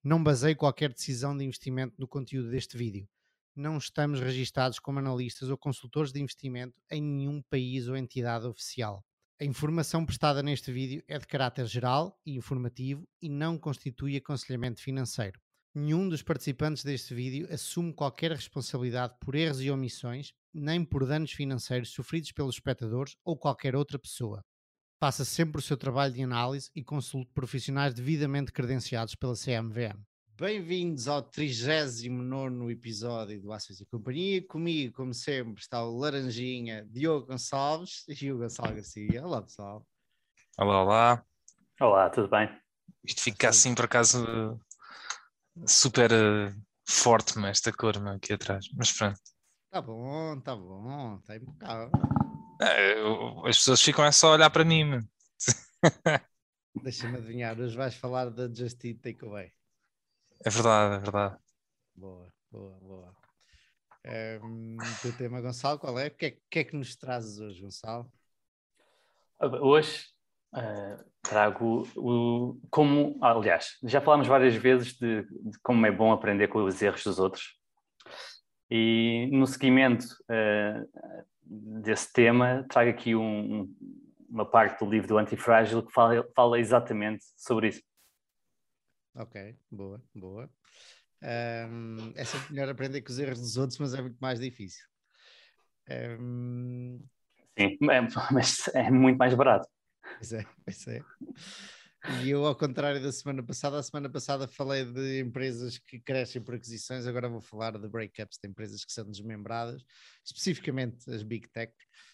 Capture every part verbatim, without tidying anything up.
Não baseie qualquer decisão de investimento no conteúdo deste vídeo. Não estamos registados como analistas ou consultores de investimento em nenhum país ou entidade oficial. A informação prestada neste vídeo é de caráter geral e informativo e não constitui aconselhamento financeiro. Nenhum dos participantes deste vídeo assume qualquer responsabilidade por erros e omissões, nem por danos financeiros sofridos pelos espectadores ou qualquer outra pessoa. Faça sempre o seu trabalho de análise e consulte profissionais devidamente credenciados pela C M V M. Bem-vindos ao trigésimo nono episódio do Ações e Companhia. Comigo, como sempre, está o Laranjinha, Diogo Gonçalves e o Gonçalo Garcia. Olá, pessoal. Olá, olá. Olá, tudo bem? Isto fica assim, por acaso, super uh, forte, mas esta cor meu, aqui atrás. Mas pronto. Tá bom, tá bom, tá impecável. É, eu, as pessoas ficam é só a olhar para mim, mano. Deixa-me adivinhar, hoje vais falar da Just Eat Takeaway. É verdade, é verdade. Boa, boa, boa. Um, o teu tema, Gonçalo, qual é? O que é, que é que nos trazes hoje, Gonçalo? Hoje uh, trago o como, aliás, já falámos várias vezes de, de como é bom aprender com os erros dos outros. E no seguimento uh, desse tema, trago aqui um, uma parte do livro do Antifrágil que fala, fala exatamente sobre isso. Ok, boa, boa. Um, é sempre melhor aprender com os erros dos outros, mas é muito mais difícil. Um... Sim, é, mas é muito mais barato. Pois é, pois é. E eu, ao contrário da semana passada, a semana passada falei de empresas que crescem por aquisições, agora vou falar de breakups, de empresas que são desmembradas, especificamente as Big Tech,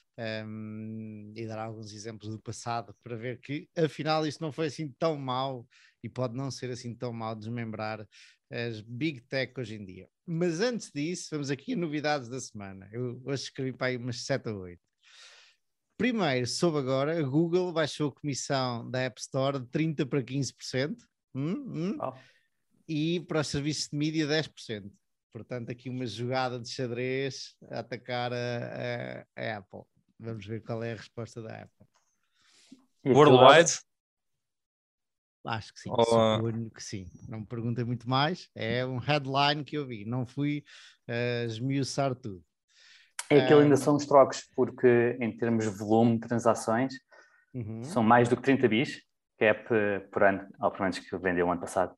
um, e dar alguns exemplos do passado para ver que, afinal, isto não foi assim tão mau e pode não ser assim tão mau desmembrar as Big Tech hoje em dia. Mas antes disso, vamos aqui a novidades da semana. Eu hoje escrevi para aí umas sete ou oito. Primeiro, soube agora, a Google baixou a comissão da App Store de trinta por cento para quinze por cento hum, hum, oh. e para os serviços de mídia dez por cento. Portanto, aqui uma jogada de xadrez a atacar a, a, a Apple. Vamos ver qual é a resposta da Apple. Worldwide? Acho que sim, oh. suponho que sim. Não me perguntem muito mais, é um headline que eu vi, não fui uh, esmiuçar tudo. É que ainda são os trocos, porque em termos de volume de transações, uhum. são mais do que trinta bis, que é por ano, ou pelo menos que vendeu o ano passado.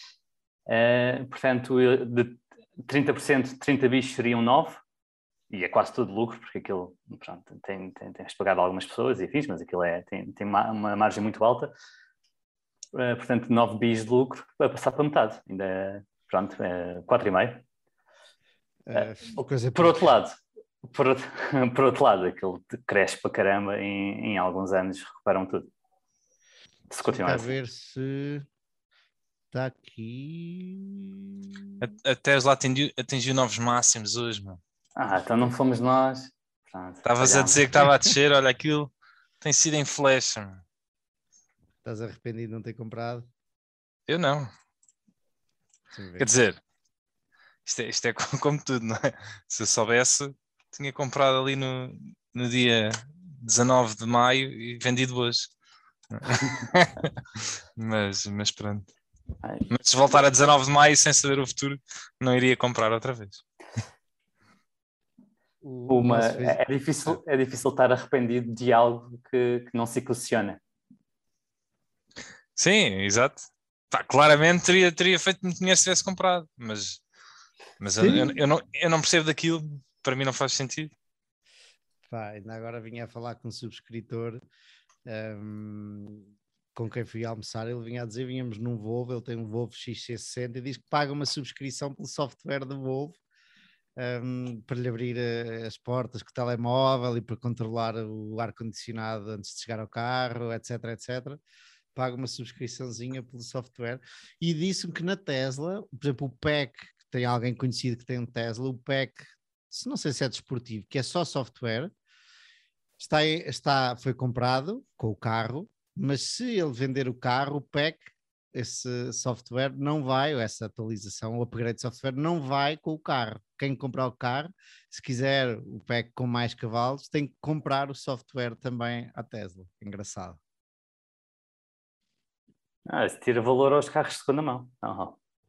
Uh, portanto, de trinta por cento de trinta bis seriam nove, e é quase tudo lucro, porque aquilo, pronto, tem, tem, tens de pagar a algumas pessoas e afins, mas aquilo é, tem, tem uma, uma margem muito alta. Uh, portanto, nove bis de lucro vai passar para metade, ainda, pronto, é quatro vírgula cinco. Uh, uh, por outro lado, Por outro, por outro lado, aquilo cresce para caramba em, em alguns anos, recuperam tudo. Se continuar assim. A ver se está aqui. A, a Tesla atingiu, atingiu novos máximos hoje, mano. Ah, então não fomos nós. Estavas a dizer que estava a descer, olha, aquilo tem sido em flash, mano. Estás arrependido de não ter comprado? Eu não. Quer dizer, isto é, isto é como tudo, não é? Se eu soubesse, tinha comprado ali no, no dia dezanove de maio e vendido hoje. mas, mas pronto. Mas se voltar a dezanove de maio sem saber o futuro, não iria comprar outra vez. Uma, é, difícil, é difícil estar arrependido de algo que, que não se equaciona. Sim, exato. Pá, claramente teria, teria feito muito dinheiro se tivesse comprado, mas, mas eu, eu, eu, não, eu não percebo daquilo, para mim não faz sentido. Pá, ainda agora vinha a falar com um subscritor um, com quem fui almoçar, ele vinha a dizer, vinhamos num Volvo, ele tem um Volvo X C sessenta e diz que paga uma subscrição pelo software do Volvo um, para lhe abrir a, as portas com o telemóvel e para controlar o ar-condicionado antes de chegar ao carro, etc, etcétera. Paga uma subscriçãozinha pelo software e disse-me que na Tesla, por exemplo, o P E C, que tem alguém conhecido que tem um Tesla, o P E C, se não sei se é desportivo, que é só software, está, está, foi comprado com o carro, mas se ele vender o carro, o P E C, esse software não vai, ou essa atualização, o upgrade de software não vai com o carro. Quem comprar o carro, se quiser o P E C com mais cavalos, tem que comprar o software também à Tesla. Engraçado. Ah, isso tira valor aos carros de segunda mão. Uhum.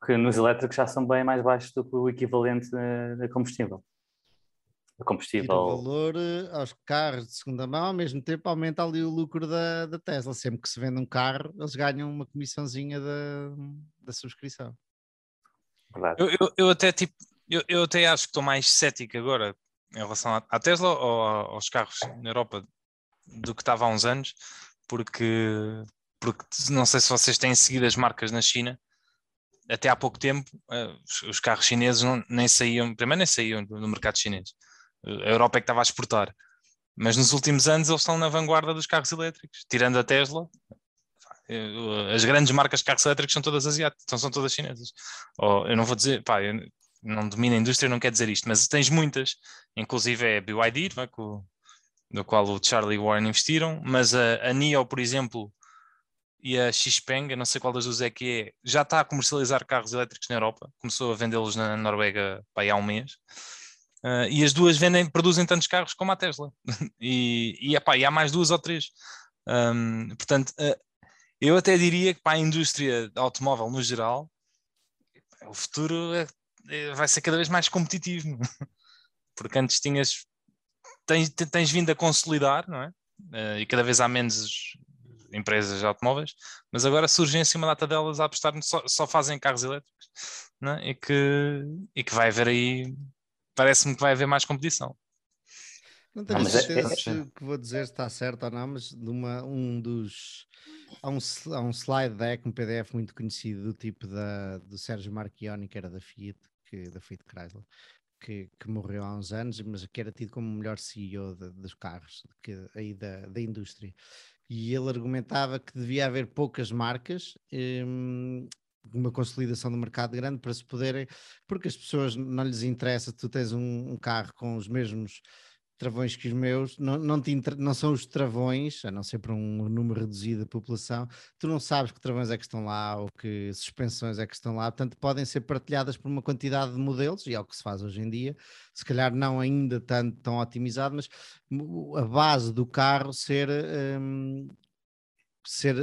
que nos elétricos já são bem mais baixos do que o equivalente a combustível. A combustível... Tira valor aos carros de segunda mão, ao mesmo tempo aumenta ali o lucro da, da Tesla. Sempre que se vende um carro, eles ganham uma comissãozinha da, da subscrição. Eu, eu, eu até tipo, eu, eu até acho que estou mais cético agora em relação à, à Tesla ou aos carros na Europa do que estava há uns anos, porque, porque não sei se vocês têm seguido as marcas na China. Até há pouco tempo os, os carros chineses não, nem saíam, primeiro nem saíam do, do mercado chinês. A Europa é que estava a exportar, mas nos últimos anos eles estão na vanguarda dos carros elétricos, tirando a Tesla. As grandes marcas de carros elétricos são todas asiáticas, são, são todas chinesas. Ou, eu não vou dizer, pá, eu não domino a indústria, não quer dizer isto, mas tens muitas, inclusive é a B Y D, não é, com, no qual o Charlie Warren investiram, mas a, a N I O, por exemplo, e a Xpeng, eu não sei qual das duas é que é, já está a comercializar carros elétricos na Europa, começou a vendê-los na Noruega, pá, há um mês. Uh, e as duas vendem, produzem tantos carros como a Tesla. e, e, epá, e há mais duas ou três. Um, portanto, uh, eu até diria que para a indústria automóvel no geral, o futuro é, é, vai ser cada vez mais competitivo. Porque antes tinhas, tens, tens vindo a consolidar, não é? Uh, e cada vez há menos empresas de automóveis, mas agora surgem assim uma data delas a apostar, só, só fazem carros elétricos, não é? e, que, e que vai haver aí, parece-me que vai haver mais competição. Não tenho a certeza se o que vou dizer está certo ou não, mas de uma, um dos... Há um, há um slide deck, um P D F muito conhecido do tipo da, do Sérgio Marchionni, que era da Fiat, que, da Fiat Chrysler, que, que morreu há uns anos, mas que era tido como o melhor C E O de, dos carros que, aí da, da indústria. E ele argumentava que devia haver poucas marcas, hum, uma consolidação do mercado grande para se poderem, porque as pessoas não lhes interessa, tu tens um, um carro com os mesmos travões que os meus, não, não, te inter... não são os travões, a não ser para um número reduzido da população, tu não sabes que travões é que estão lá ou que suspensões é que estão lá, portanto podem ser partilhadas por uma quantidade de modelos, e é o que se faz hoje em dia, se calhar não ainda tanto, tão otimizado, mas a base do carro ser, um, ser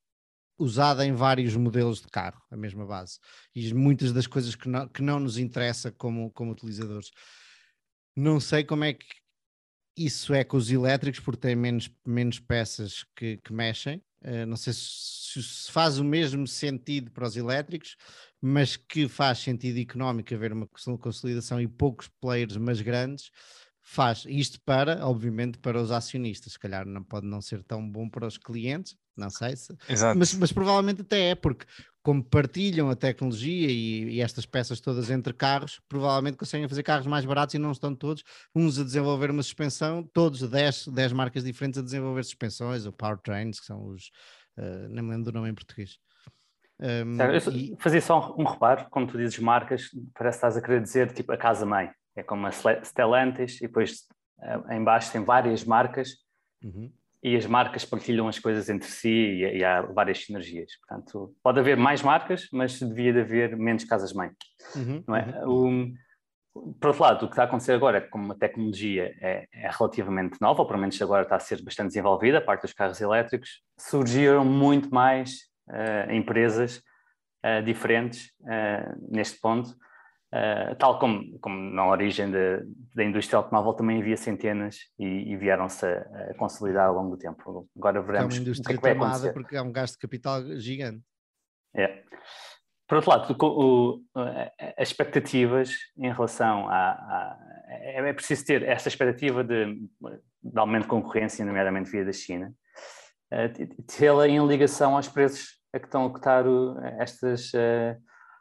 usada em vários modelos de carro, a mesma base, e muitas das coisas que não, que não nos interessa como, como utilizadores. Não sei como é que isso é com os elétricos, porque têm menos, menos peças que, que mexem. Uh, não sei se, se faz o mesmo sentido para os elétricos, mas que faz sentido económico haver uma consolidação e poucos players, mas grandes, faz. Isto para, obviamente, para os acionistas. Se calhar não pode não ser tão bom para os clientes, não sei se... Exato. Mas, mas provavelmente até é, porque como partilham a tecnologia e, e estas peças todas entre carros, provavelmente conseguem fazer carros mais baratos e não estão todos, uns a desenvolver uma suspensão, todos dez, dez marcas diferentes a desenvolver suspensões ou powertrains, que são os... Uh, nem me lembro do nome em português. Um, eu e... Fazia só um, um reparo, como tu dizes marcas, parece que estás a querer dizer tipo a casa-mãe. É como a Stellantis e depois uh, em baixo tem várias marcas uhum. e as marcas partilham as coisas entre si e, e há várias sinergias. Portanto, pode haver mais marcas, mas devia de haver menos casas-mãe. Uhum. Não é? Uhum. O, por outro lado, o que está a acontecer agora é que como a tecnologia é, é relativamente nova, ou pelo menos agora está a ser bastante desenvolvida, a parte dos carros elétricos, surgiram muito mais uh, empresas uh, diferentes uh, neste ponto. Uh, tal como, como na origem de, da indústria automóvel também havia centenas e, e vieram-se a, a consolidar ao longo do tempo. Agora veremos é uma indústria o que é que vai tomada porque há um gasto de capital gigante. É. Por outro lado, o, o, as expectativas em relação a, a... É preciso ter essa expectativa de, de aumento de concorrência, nomeadamente via da China, uh, tê-la em ligação aos preços a que estão a cotar estas... Uh,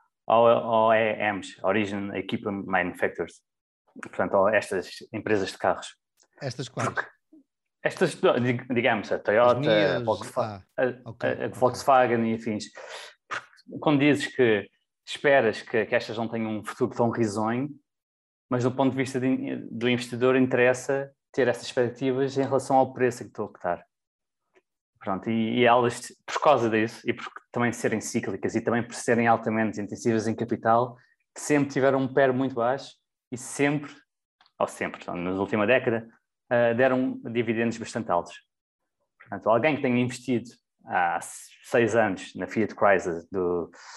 O E Ms, Origin Equipment Manufacturers, portanto, estas empresas de carros. Estas quais? Porque estas, digamos, a Toyota, Neos, a, Volkswagen, ah, okay, a, a Volkswagen okay. e afins. Quando dizes que esperas que, que estas não tenham um futuro tão risonho, mas do ponto de vista de, do investidor interessa ter essas expectativas em relação ao preço que estou a cotar. Pronto, e, e elas, por causa disso, e por também serem cíclicas e também por serem altamente intensivas em capital, sempre tiveram um P E R muito baixo e sempre, ou sempre, então, na última década, uh, deram dividendos bastante altos. Portanto, alguém que tenha investido há seis anos na Fiat Chrysler do,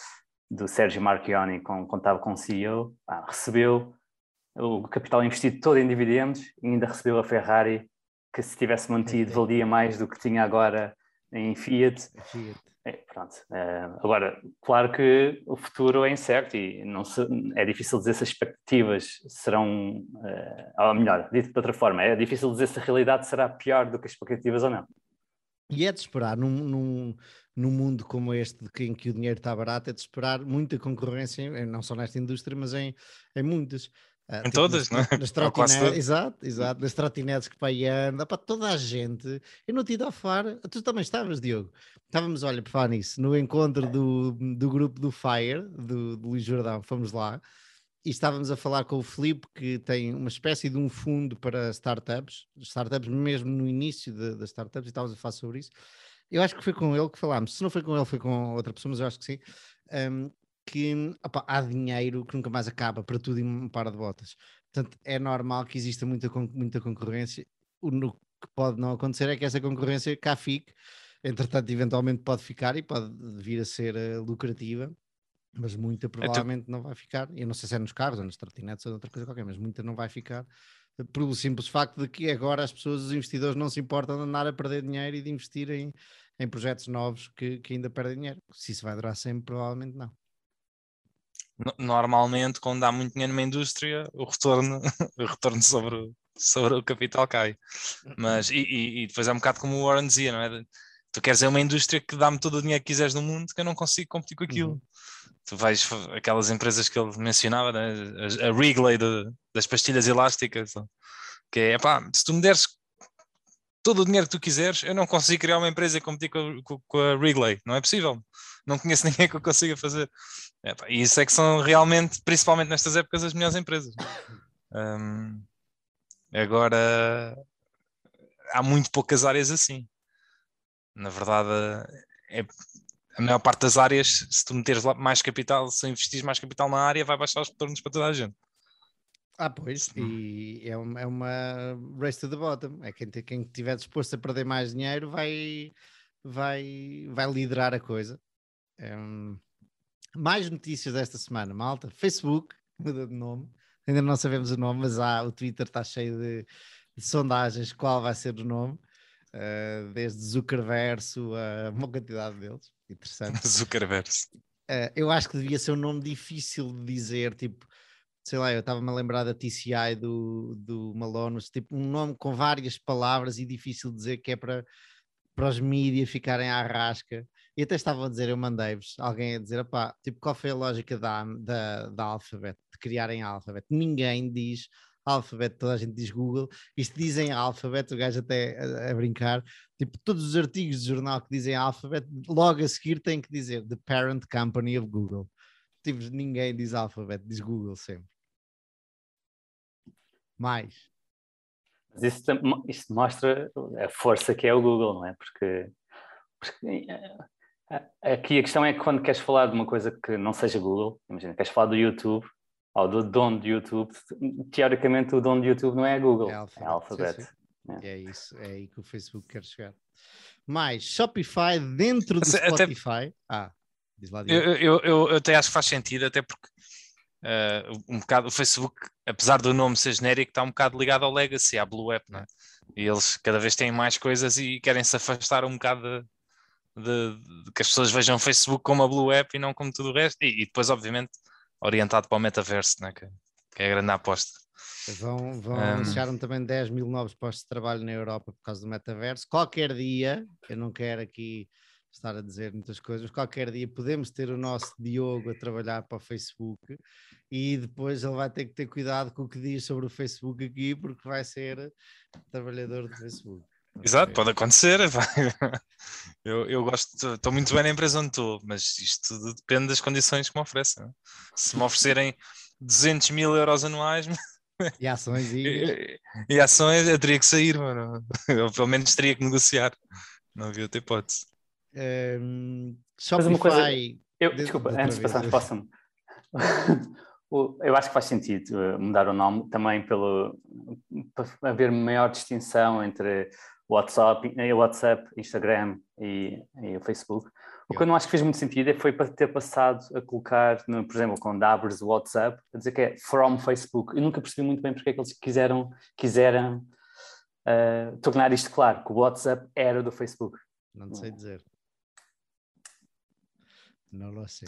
do Sergio Marchionne, quando estava com o C E O, ah, recebeu o capital investido todo em dividendos e ainda recebeu a Ferrari, que se tivesse mantido é, é. valia mais do que tinha agora em Fiat. Fiat. É, pronto. Uh, agora, claro que o futuro é incerto e não se, é difícil dizer se as expectativas serão, uh, ou melhor, dito de outra forma, é difícil dizer se a realidade será pior do que as expectativas ou não. E é de esperar, num, num, num mundo como este, em que o dinheiro está barato, é de esperar muita concorrência, não só nesta indústria, mas em, em muitas. Uh, em tipo todas, nas, não é? Nas trotinetes, exato, exato, nas trotinetes que pai anda, para toda a gente. Eu não te ido a falar, tu também estavas, Diogo. Estávamos, olha, por falar nisso, no encontro do, do grupo do Fire, do, do Luís Jordão, fomos lá, e estávamos a falar com o Filipe, que tem uma espécie de um fundo para startups, startups mesmo no início das startups, e estávamos a falar sobre isso. Eu acho que foi com ele que falámos, se não foi com ele, foi com outra pessoa, mas eu acho que sim. Um, que opa, há dinheiro que nunca mais acaba para tudo em um par de botas. Portanto, é normal que exista muita, muita concorrência. O que pode não acontecer é que essa concorrência cá fique. Entretanto, eventualmente pode ficar e pode vir a ser uh, lucrativa, mas muita provavelmente não vai ficar. Eu não sei se é nos carros ou nas trotinetes ou outra coisa qualquer, mas muita não vai ficar pelo simples facto de que agora as pessoas, os investidores, não se importam de andar a perder dinheiro e de investir em, em projetos novos que, que ainda perdem dinheiro. Se isso vai durar sempre, provavelmente não. Normalmente, quando há muito dinheiro numa indústria, o retorno, o retorno sobre, o, sobre o capital cai. Mas, e, e depois é um bocado como o Warren dizia, não é? Tu queres é uma indústria que dá-me todo o dinheiro que quiseres no mundo, que eu não consigo competir com aquilo. Uhum. Tu vais, aquelas empresas que ele mencionava, né? a, a Wrigley de, das pastilhas elásticas, que é, pá, se tu me deres todo o dinheiro que tu quiseres, eu não consigo criar uma empresa e competir com, com, com a Wrigley, não é possível. Não conheço ninguém que eu consiga fazer. É, pá, e isso é que são realmente, principalmente nestas épocas, as melhores empresas. Um, agora, há muito poucas áreas assim. Na verdade, é, a maior parte das áreas, se tu meteres lá mais capital, se investires mais capital na área, vai baixar os retornos para toda a gente. Ah, pois, e é uma, é uma race to the bottom. É quem, quem estiver disposto a perder mais dinheiro vai, vai, vai liderar a coisa. Um, mais notícias desta semana, malta. Facebook muda de nome, ainda não sabemos o nome, mas há, o Twitter está cheio de, de sondagens qual vai ser o nome, uh, desde Zuckerverso a uma quantidade deles. Interessante. Zuckerverso. Uh, eu acho que devia ser um nome difícil de dizer, tipo, sei lá, eu estava-me a lembrar da T C I do, do Malone, tipo um nome com várias palavras e difícil de dizer, que é para, para os mídias ficarem à rasca. E até estavam a dizer, eu mandei-vos, alguém a dizer, opá, tipo, qual foi a lógica da, da, da Alphabet, de criarem a Alphabet? Ninguém diz Alphabet, toda a gente diz Google, e se dizem Alphabet, o gajo até a, a brincar, tipo, todos os artigos de jornal que dizem Alphabet, logo a seguir têm que dizer The Parent Company of Google. Tipo, ninguém diz Alphabet, diz Google sempre. Mais. Mas isso, isso mostra a força que é o Google, não é? Porque, porque aqui a questão é que quando queres falar de uma coisa que não seja Google, imagina, queres falar do YouTube ou do dono do YouTube, teoricamente o dono do YouTube não é a Google, é a Alphabet. É, a Alphabet. Sim, sim. É. é isso, é aí que o Facebook quer chegar. Mais, Shopify dentro do até, Spotify. Até, ah, diz lá. Eu, eu, eu, eu até acho que faz sentido, até porque Uh, um bocado, o Facebook, apesar do nome ser genérico, está um bocado ligado ao legacy, à Blue App, não é? E eles cada vez têm mais coisas e querem se afastar um bocado de, de, de que as pessoas vejam o Facebook como a Blue App e não como tudo o resto, e, e depois obviamente orientado para o metaverso, né? que, que é a grande aposta. Vão, vão um... anunciaram também dez mil novos postos de trabalho na Europa por causa do metaverso. Qualquer dia, eu não quero aqui estar a dizer muitas coisas, qualquer dia podemos ter o nosso Diogo a trabalhar para o Facebook e depois ele vai ter que ter cuidado com o que diz sobre o Facebook aqui, porque vai ser trabalhador do Facebook. Exato, pode acontecer. Eu, eu gosto, estou muito bem na empresa onde estou, mas isto tudo depende das condições que me oferecem. Se me oferecerem duzentos mil euros anuais e ações e... e, e ações, eu teria que sair, mano. Eu pelo menos teria que negociar, não havia outra hipótese. Um, Shopify. Mas uma coisa, eu, desculpa, de antes de passarmos para o próximo, eu acho que faz sentido mudar o nome também pelo, para haver maior distinção entre WhatsApp, WhatsApp Instagram e, e o Facebook, O que eu não acho que fez muito sentido foi para ter passado a colocar, no, por exemplo, quando abres o WhatsApp, a dizer que é from Facebook. Eu nunca percebi muito bem porque é que eles quiseram, quiseram uh, tornar isto claro, que o WhatsApp era do Facebook. Não sei dizer. Não lo sei.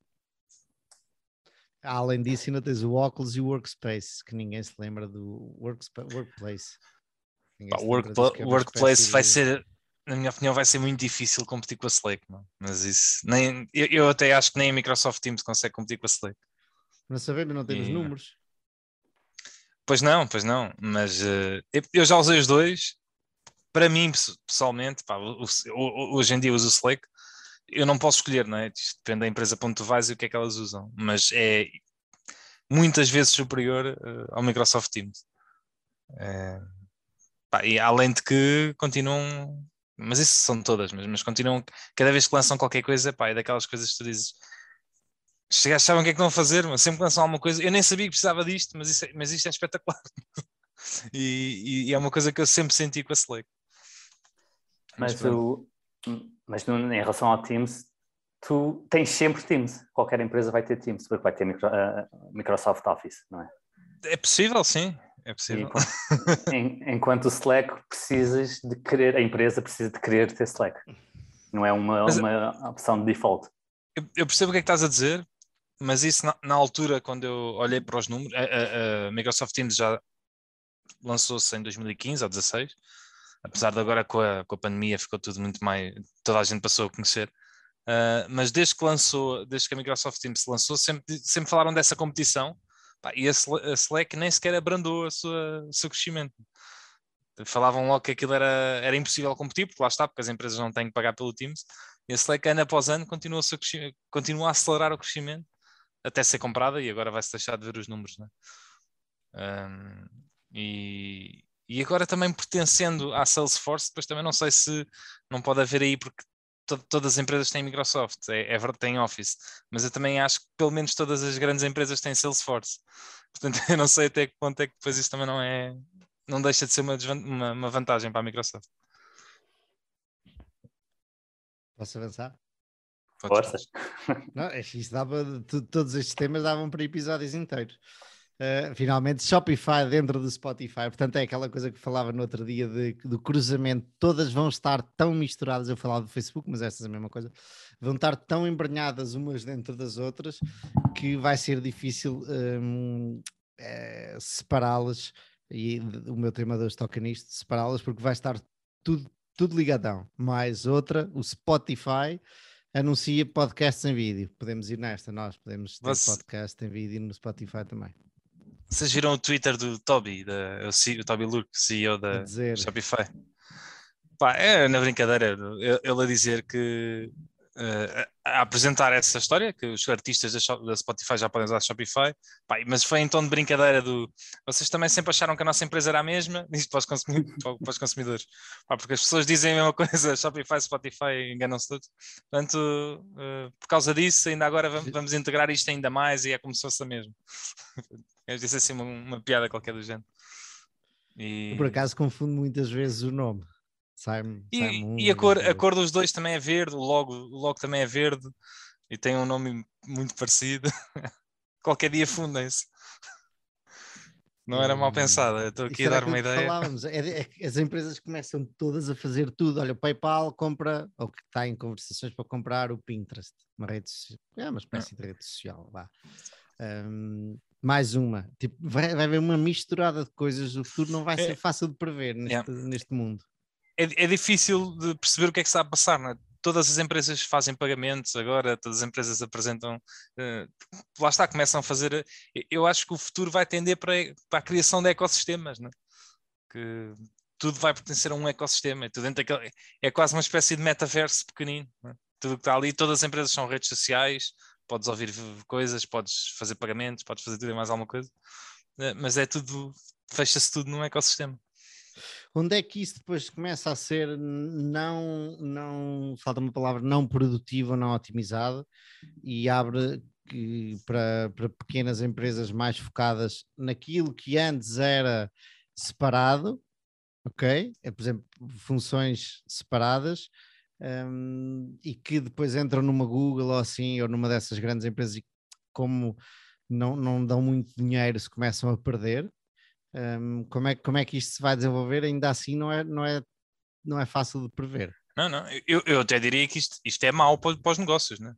Além disso, ainda tens o Oculus e o Workspace, que ninguém se lembra do Workplace. Pá, o work, Workplace vai de... ser, na minha opinião, vai ser muito difícil competir com a Slack, não? Mas isso, nem, eu, eu até acho que nem a Microsoft Teams consegue competir com a Slack. Não sabemos, não temos e... números. Pois não, pois não, mas uh, eu, eu já usei os dois. Para mim, pessoalmente, pá, o, o, hoje em dia uso o Slack. Eu não posso escolher, não é? Isto depende da empresa para onde tu vais e o que é que elas usam, mas é muitas vezes superior uh, ao Microsoft Teams. É, pá, e além de que continuam, mas isso são todas, mas, mas continuam, cada vez que lançam qualquer coisa, pá, é daquelas coisas que tu dizes, chegaste, sabem o que é que estão a fazer, mas sempre que lançam alguma coisa, eu nem sabia que precisava disto, mas, isso é, mas isto é espetacular. e, e, e é uma coisa que eu sempre senti com a Slack. Mas, mas o... Mas no, em relação ao Teams, tu tens sempre Teams. Qualquer empresa vai ter Teams, porque vai ter micro, uh, Microsoft Office, não é? É possível, sim. É possível. E, em, enquanto o Slack precisas de querer, a empresa precisa de querer ter Slack. Não é uma, mas, uma opção de default. Eu, eu percebo o que é que estás a dizer, mas isso na, na altura, quando eu olhei para os números, a, a, a Microsoft Teams já lançou-se em dois mil e quinze ou dezasseis. Apesar de agora com a, com a pandemia ficou tudo muito mais, toda a gente passou a conhecer, uh, mas desde que lançou, desde que a Microsoft Teams se lançou, sempre, sempre falaram dessa competição, pá, e a Slack nem sequer abrandou a sua, o seu crescimento. Falavam logo que aquilo era, era impossível competir, porque lá está, porque as empresas não têm que pagar pelo Teams, e a Slack ano após ano continua a, seu continua a acelerar o crescimento, até ser comprada, e agora vai-se deixar de ver os números, né? Um, e E agora também pertencendo à Salesforce, depois também não sei se não pode haver aí, porque to todas as empresas têm Microsoft, é, é verdade, têm Office, mas eu também acho que pelo menos todas as grandes empresas têm Salesforce. Portanto, eu não sei até que ponto é que depois isso também não é, não deixa de ser uma, uma, uma vantagem para a Microsoft. Posso avançar? Forças. Não, isso dava, todos estes temas davam para episódios inteiros. Uh, finalmente Shopify dentro do Spotify, portanto é aquela coisa que falava no outro dia de, do cruzamento, todas vão estar tão misturadas, eu falava do Facebook, mas esta é a mesma coisa, vão estar tão embranhadas umas dentro das outras que vai ser difícil um, é, separá-las, e o meu treinador toca nisto, separá-las, porque vai estar tudo, tudo ligadão. Mais outra, o Spotify anuncia podcasts em vídeo, podemos ir nesta, nós podemos ter Você... podcast em vídeo no Spotify também. Vocês viram o Twitter do Toby, da, o, o Toby Lurk, C E O da Shopify? Pá, é na brincadeira, ele a dizer que uh, a apresentar essa história, que os artistas da, da Spotify já podem usar Shopify, pá, mas foi em tom de brincadeira do vocês também sempre acharam que a nossa empresa era a mesma, isto para os, consumidores, para os consumidores, pá, porque as pessoas dizem a mesma coisa, Shopify, Spotify, enganam-se todos, portanto, uh, por causa disso, ainda agora vamos, vamos integrar isto ainda mais e é como se fosse a mesma. Eu disse assim uma, uma piada qualquer do género. E... Eu, por acaso confundo muitas vezes o nome. Sai-me, e, sai-me um e a cor, a cor dos dois também é verde, o logo, o logo também é verde e tem um nome muito parecido. Qualquer dia fundem-se. Não era mal pensado, estou aqui a dar uma ideia. Falávamos, é, é, as empresas começam todas a fazer tudo. Olha, o PayPal compra, ou que está em conversações para comprar o Pinterest, uma rede social, é uma espécie de rede social, vá. Um, mais uma, tipo, vai, vai haver uma misturada de coisas, o futuro não vai ser é, fácil de prever neste, yeah. neste mundo. É, é difícil de perceber o que é que está a passar, não é? Todas as empresas fazem pagamentos agora, todas as empresas apresentam, uh, lá está, começam a fazer, eu acho que o futuro vai tender para, para a criação de ecossistemas, não é? Que tudo vai pertencer a um ecossistema, tudo dentro daquele, é quase uma espécie de metaverso pequenino, não é? Tudo que está ali, todas as empresas são redes sociais, podes ouvir coisas, podes fazer pagamentos, podes fazer tudo e mais alguma coisa, mas é tudo, fecha-se tudo num ecossistema. Onde é que isso depois começa a ser não, não falta uma palavra, não produtivo, não otimizado, e abre que, para, para pequenas empresas mais focadas naquilo que antes era separado, ok? É, por exemplo, funções separadas, um, e que depois entram numa Google ou assim, ou numa dessas grandes empresas, e como não, não dão muito dinheiro, se começam a perder. Um, como, é, como é que isto se vai desenvolver? Ainda assim não é, não é, não é fácil de prever. Não, não, eu, eu até diria que isto, isto é mau para, para os negócios, né?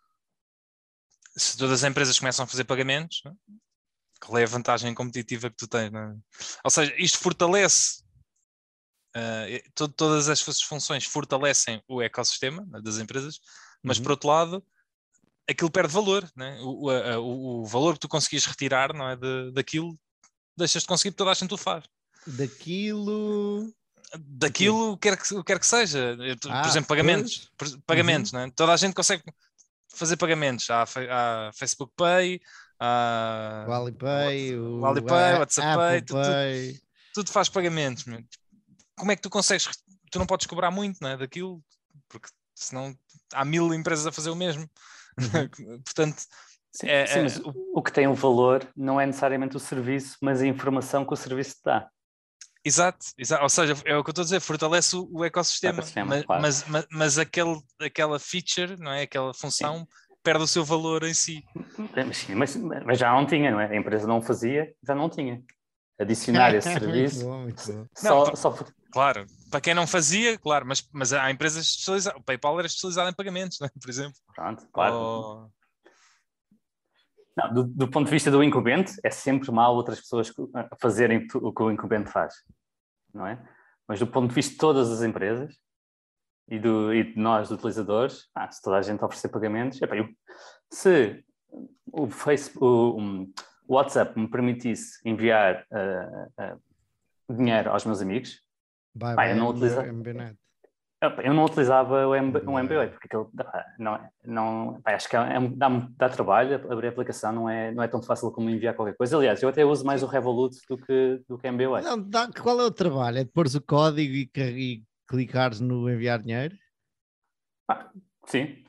Se todas as empresas começam a fazer pagamentos, né? Qual é a vantagem competitiva que tu tens, né? Ou seja, isto fortalece uh, to, todas as funções fortalecem o ecossistema, né, das empresas, mas uhum. por outro lado aquilo perde valor, né? o, a, o, o valor que tu conseguis retirar, não é, de, daquilo, deixas de conseguir, toda a gente o faz. Daquilo... Daquilo, o que quer que, quer que seja. Ah, por exemplo, pagamentos. Por, pagamentos, uhum. né? Toda a gente consegue fazer pagamentos. Há, há Facebook Pay, há o Alipay, o, o Alipay, o WhatsApp Pay, tudo, tudo, tudo faz pagamentos. Meu. Como é que tu consegues? Tu não podes cobrar muito, né, daquilo, porque senão há mil empresas a fazer o mesmo. Uhum. Portanto, sim, é, sim, mas é, o, o que tem o valor não é necessariamente o serviço, mas a informação que o serviço te dá. Exato, exato, ou seja, é o que eu estou a dizer, fortalece o, o ecossistema, ecossistema mas, claro. mas, mas, mas aquele, aquela feature, não é? Aquela função sim. perde o seu valor em si. Mas, mas já não tinha, não é? A empresa não fazia, já não tinha. Adicionar esse serviço. Muito bom, muito bom. Só, não, só... Claro, para quem não fazia, claro, mas, mas há empresas especializadas. O PayPal era especializado em pagamentos, não é? Por exemplo. Pronto, claro. Oh... Não, do, do ponto de vista do incumbente, é sempre mal outras pessoas fazerem o que o incumbente faz. Não é? Mas do ponto de vista de todas as empresas e, do, e de nós, utilizadores, ah, se toda a gente oferecer pagamentos, epa, eu, se o, Facebook, o, um, o WhatsApp me permitisse enviar uh, uh, dinheiro aos meus amigos, bye, pá, bye, eu, não utiliza... eu não utilizava o M B, um M B A, porque aquilo não, não, pá, acho que é, dá, dá trabalho abrir a aplicação, não é, não é tão fácil como enviar qualquer coisa. Aliás, eu até uso mais o Revolut do que, do que M B A. Não, dá, qual é o trabalho? É de pôr o código e, e clicares no enviar dinheiro? Ah, sim.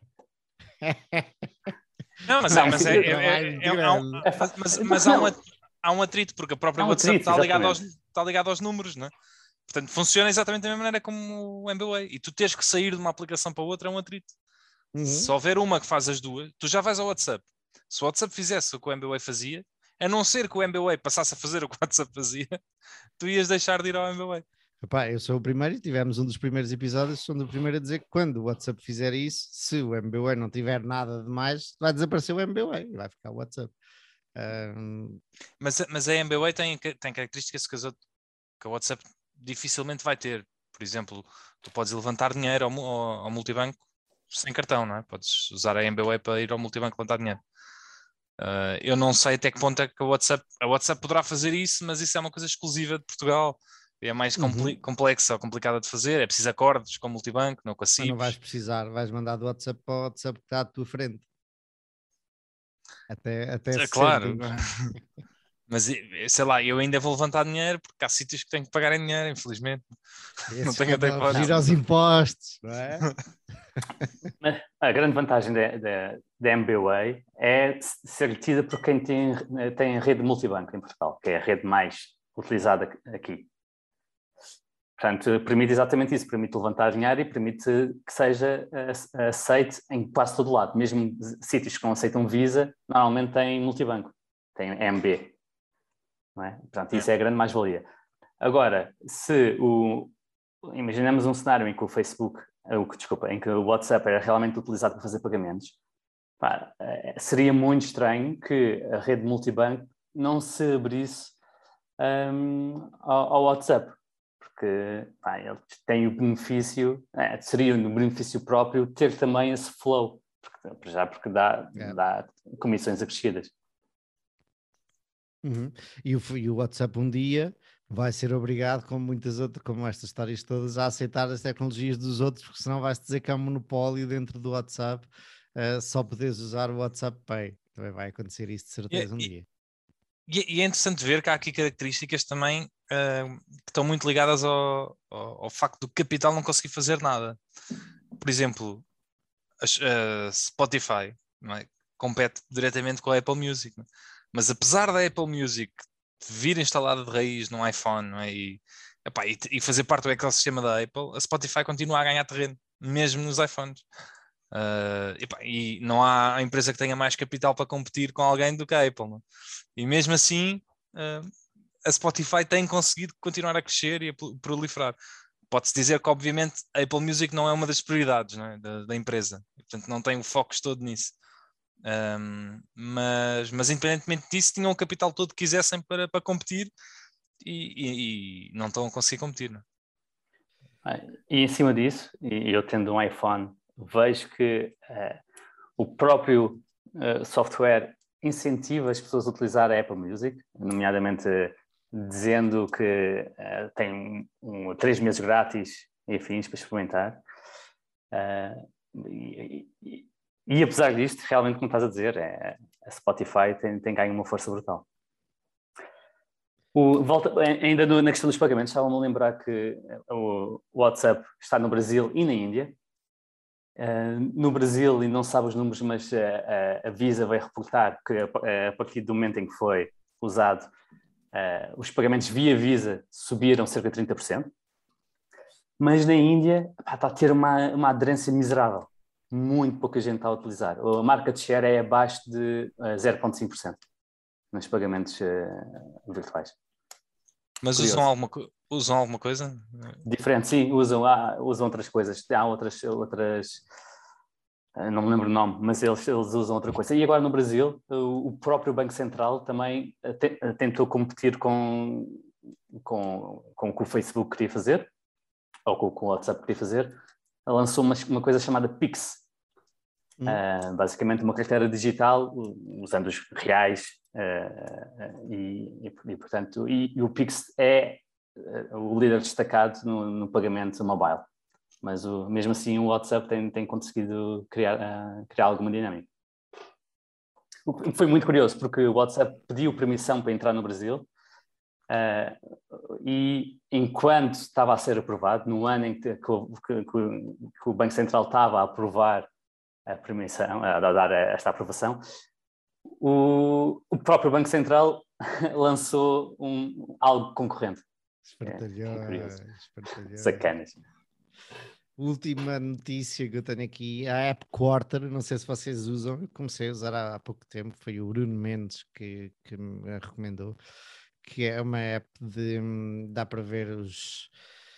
Não, mas, não, é, mas, é, é, é, é, um, mas, mas há, um, há um atrito, porque a própria um WhatsApp atrito, está, ligado aos, está ligado aos números, não é? Portanto, funciona exatamente da mesma maneira como o M B A. E tu tens que sair de uma aplicação para outra é um atrito. Uhum. Se houver uma que faz as duas, tu já vais ao WhatsApp. Se o WhatsApp fizesse o que o M B A fazia, a não ser que o M B A passasse a fazer o que o WhatsApp fazia, tu ias deixar de ir ao M B A. Epá, eu sou o primeiro e tivemos um dos primeiros episódios, sou o primeiro a dizer que quando o WhatsApp fizer isso, se o M B A não tiver nada de mais, vai desaparecer o M B A e vai ficar o WhatsApp. Um... Mas, mas a M B A tem, tem características que, as outras, que o WhatsApp dificilmente vai ter. Por exemplo, tu podes levantar dinheiro ao, ao, ao multibanco sem cartão, não é? Podes usar a M B A para ir ao multibanco levantar dinheiro. Uh, eu não sei até que ponto é que a WhatsApp, a WhatsApp poderá fazer isso, mas isso é uma coisa exclusiva de Portugal. É mais compli- uhum. complexa ou complicada de fazer. É preciso acordos com o multibanco, não com a C I P. Não vais precisar, vais mandar do WhatsApp para o WhatsApp que está à tua frente. Até, até é, claro. Mas, sei lá, eu ainda vou levantar dinheiro porque há sítios que tenho que pagar em dinheiro, infelizmente. Esse não tenho até para ir aos impostos, não é? A grande vantagem da, da, da M B A é ser tida por quem tem, tem a rede multibanco em Portugal, que é a rede mais utilizada aqui. Portanto, permite exatamente isso, permite levantar dinheiro e permite que seja aceite em quase todo lado. Mesmo sítios que não aceitam Visa, normalmente têm multibanco, têm M B. Não é? Portanto, isso é a grande mais-valia. Agora, se o... imaginemos um cenário em que o Facebook, o, desculpa, em que o WhatsApp era realmente utilizado para fazer pagamentos, pá, seria muito estranho que a rede multibanco não se abrisse um, ao, ao WhatsApp, porque pá, ele tem o benefício, é, seria um benefício próprio ter também esse flow, porque, já porque dá, é. dá comissões acrescidas. Uhum. E, o, e o WhatsApp um dia vai ser obrigado, como muitas outras, como estas histórias todas, a aceitar as tecnologias dos outros, porque senão vai-se dizer que há um monopólio dentro do WhatsApp, uh, só poderes usar o WhatsApp Pay. Também vai acontecer isso de certeza e, um e, dia. E, e é interessante ver que há aqui características também uh, que estão muito ligadas ao, ao, ao facto do capital não conseguir fazer nada. Por exemplo, a, a Spotify, não é? Compete diretamente com a Apple Music, não é? Mas apesar da Apple Music vir instalada de raiz num iPhone, não é? e, epá, e, e fazer parte do ecossistema da Apple, a Spotify continua a ganhar terreno mesmo nos iPhones. Uh, e, pá, e não há empresa que tenha mais capital para competir com alguém do que a Apple. Não? E mesmo assim, uh, a Spotify tem conseguido continuar a crescer e a proliferar. Pode-se dizer que, obviamente, a Apple Music não é uma das prioridades, não é? da, da empresa. Portanto, não tem o foco todo nisso. Um, mas, mas, independentemente disso, tinham o capital todo que quisessem para, para competir e, e, e não estão a conseguir competir. Não? E em cima disso, e eu tendo um iPhone, vejo que uh, o próprio uh, software incentiva as pessoas a utilizar a Apple Music, nomeadamente uh, dizendo que uh, tem um, um, três meses grátis e afins para experimentar. Uh, e, e, e apesar disto, realmente, como estás a dizer, é, a Spotify tem, tem ganho uma força brutal. O, volta, ainda no, na questão dos pagamentos, estava-me a lembrar que o WhatsApp está no Brasil e na Índia. Uh, no Brasil, e não sabe os números, mas uh, uh, a Visa vai reportar que uh, a partir do momento em que foi usado, uh, os pagamentos via Visa subiram cerca de trinta por cento. Mas na Índia pá, está a ter uma, uma aderência miserável. Muito pouca gente está a utilizar. A market share é abaixo de uh, zero vírgula cinco por cento nos pagamentos uh, virtuais. Mas usam alguma, usam alguma coisa? Diferente, sim, usam, ah, usam outras coisas. Há outras, outras não me lembro o nome, mas eles, eles usam outra coisa. E agora no Brasil, o, o próprio Banco Central também te, tentou competir com, com, com o que o Facebook queria fazer, ou com o que o WhatsApp queria fazer. Lançou uma, uma coisa chamada Pix. Hum. Uh, basicamente uma carteira digital usando os reais uh, e, e, e, portanto, e, e o Pix é uh, o líder destacado no, no pagamento mobile. Mas o, mesmo assim o WhatsApp tem, tem conseguido criar, uh, criar alguma dinâmica. Foi muito curioso porque o WhatsApp pediu permissão para entrar no Brasil uh, e enquanto estava a ser aprovado, no ano em que, que, que, que o Banco Central estava a aprovar a permissão, a dar esta aprovação, o, o próprio Banco Central lançou um, algo concorrente. Espertalhões, é, sacanas. Última notícia que eu tenho aqui, a App Quarter, não sei se vocês usam, eu comecei a usar há, há pouco tempo, foi o Bruno Mendes que, que me recomendou, que é uma app de, dá para ver os...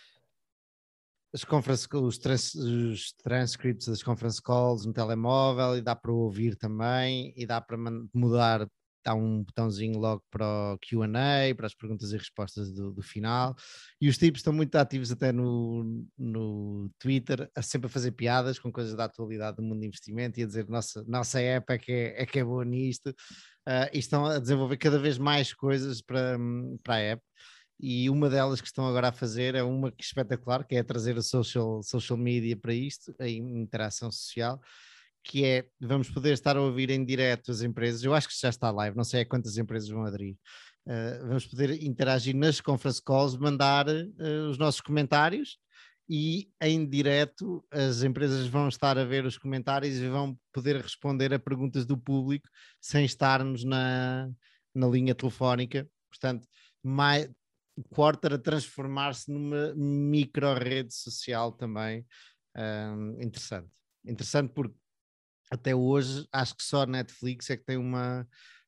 As conference, os, trans, os transcripts das conference calls no telemóvel e dá para ouvir também e dá para mudar, há um botãozinho logo para o Q and A, para as perguntas e respostas do, do final, e os tipos estão muito ativos até no, no Twitter, a sempre a fazer piadas com coisas da atualidade do mundo de investimento e a dizer nossa, nossa app é que é, é que é boa nisto, uh, e estão a desenvolver cada vez mais coisas para, para a app. E uma delas que estão agora a fazer é uma que é espetacular, que é trazer a social, social media para isto, a interação social, que é, vamos poder estar a ouvir em direto as empresas, eu acho que já está live, não sei a quantas empresas vão aderir, uh, vamos poder interagir nas conference calls, mandar uh, os nossos comentários e em direto as empresas vão estar a ver os comentários e vão poder responder a perguntas do público sem estarmos na, na linha telefónica, portanto, mais... Quarter a transformar-se numa micro-rede social também um, interessante. Interessante porque até hoje acho que só a Netflix é que tem uma,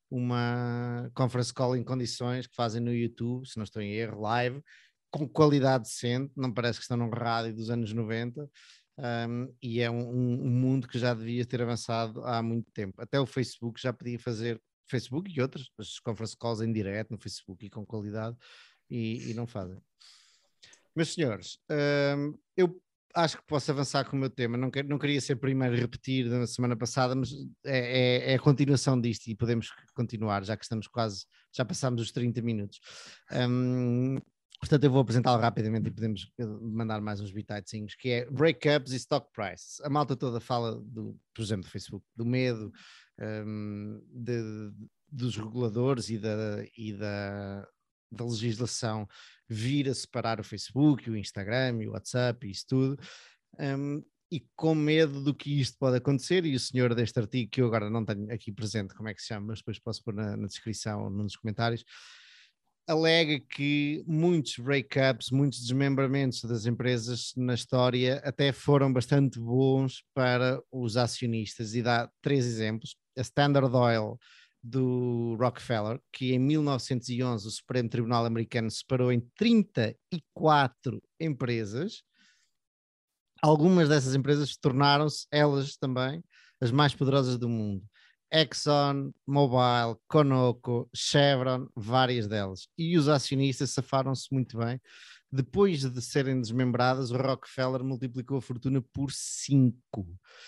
uma conference call em condições que fazem no YouTube, se não estou em erro, live, com qualidade decente, não parece que estão num rádio dos anos noventa, um, e é um, um mundo que já devia ter avançado há muito tempo. Até o Facebook já podia fazer, Facebook e outras, as conference calls em direto no Facebook e com qualidade, E, e não fazem. Meus senhores, hum, eu acho que posso avançar com o meu tema, não, quero, não queria ser primeiro repetir da semana passada, mas é, é, é a continuação disto e podemos continuar, já que estamos quase, já passámos os trinta minutos. Hum, portanto, eu vou apresentá-lo rapidamente e podemos mandar mais uns bitites, que é breakups e stock prices. A malta toda fala, do, por exemplo, do Facebook, do medo, hum, de, dos reguladores e da... E da da legislação vir a separar o Facebook, o Instagram, o WhatsApp e isso tudo, um, e com medo do que isto pode acontecer, e o senhor deste artigo, que eu agora não tenho aqui presente como é que se chama, mas depois posso pôr na, na descrição ou nos comentários, alega que muitos breakups, muitos desmembramentos das empresas na história até foram bastante bons para os acionistas, e dá três exemplos. A Standard Oil do Rockefeller, que em mil novecentos e onze o Supremo Tribunal Americano separou em trinta e quatro empresas. Algumas dessas empresas tornaram-se, elas também, as mais poderosas do mundo. Exxon, Mobil, Conoco, Chevron, várias delas. E os acionistas safaram-se muito bem. Depois de serem desmembradas, o Rockefeller multiplicou a fortuna por cinco.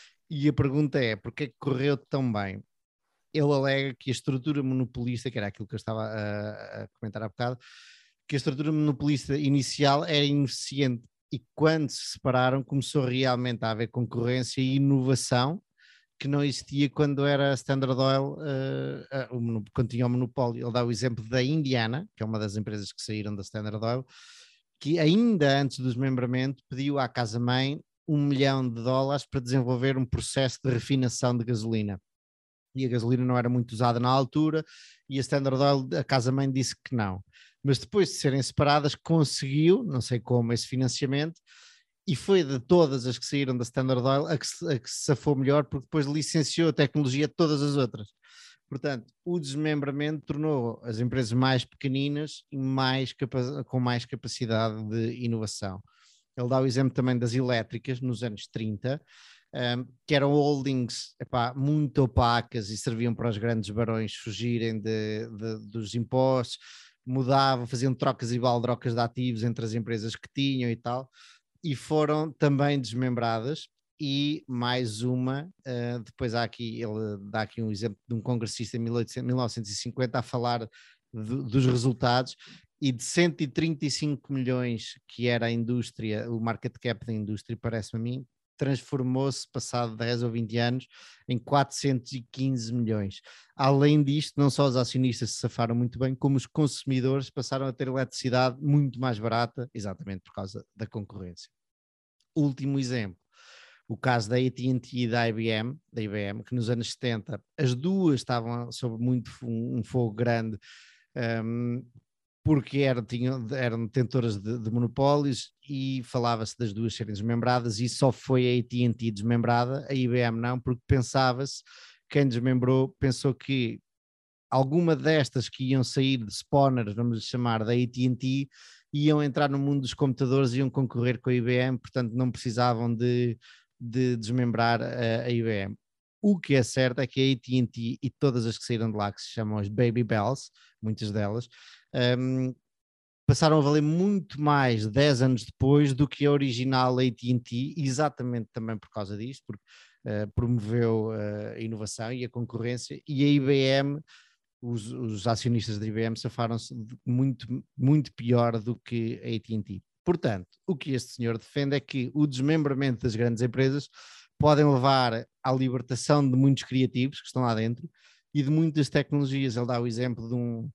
E a pergunta é, porquê que correu tão bem? Ele alega que a estrutura monopolista, que era aquilo que eu estava a, a comentar há bocado, que a estrutura monopolista inicial era ineficiente, e quando se separaram começou realmente a haver concorrência e inovação que não existia quando era a Standard Oil, uh, uh, quando tinha o monopólio. Ele dá o exemplo da Indiana, que é uma das empresas que saíram da Standard Oil, que ainda antes do desmembramento pediu à casa-mãe um milhão de dólares para desenvolver um processo de refinação de gasolina. E a gasolina não era muito usada na altura, e a Standard Oil, a casa-mãe, disse que não. Mas depois de serem separadas, conseguiu, não sei como, esse financiamento, e foi de todas as que saíram da Standard Oil a que, a que se safou melhor, porque depois licenciou a tecnologia de todas as outras. Portanto, o desmembramento tornou as empresas mais pequeninas e mais com mais capacidade de inovação. Ele dá o exemplo também das elétricas nos anos trinta, Um, que eram holdings, epá, muito opacas e serviam para os grandes barões fugirem de, de, dos impostos, mudavam, faziam trocas e baldrocas de ativos entre as empresas que tinham e tal, e foram também desmembradas. E mais uma, uh, depois há aqui, ele dá aqui um exemplo de um congressista em mil novecentos e cinquenta a falar de, dos resultados, e de cento e trinta e cinco milhões que era a indústria, o market cap da indústria, parece-me a mim, transformou-se, passado dez ou vinte anos, em quatrocentos e quinze milhões. Além disto, não só os acionistas se safaram muito bem, como os consumidores passaram a ter eletricidade muito mais barata, exatamente por causa da concorrência. Último exemplo, o caso da A T and T e da I B M, da I B M, que nos anos setenta, as duas estavam sob muito um, um fogo grande, um, porque eram, tinham, eram detentoras de, de monopólios, e falava-se das duas serem desmembradas, e só foi a A T and T desmembrada, a I B M não, porque pensava-se, quem desmembrou pensou que alguma destas que iam sair de spawners, vamos chamar, da A T and T, iam entrar no mundo dos computadores e iam concorrer com a I B M, portanto não precisavam de, de desmembrar a, a I B M. O que é certo é que a A T and T e todas as que saíram de lá, que se chamam as Baby Bells, muitas delas, Um, passaram a valer muito mais dez anos depois do que a original A T and T, exatamente também por causa disto, porque uh, promoveu uh, a inovação e a concorrência, e a I B M, os, os acionistas da I B M safaram-se muito, muito pior do que a A T and T. Portanto, o que este senhor defende é que o desmembramento das grandes empresas podem levar à libertação de muitos criativos que estão lá dentro e de muitas tecnologias. Ele dá o exemplo de um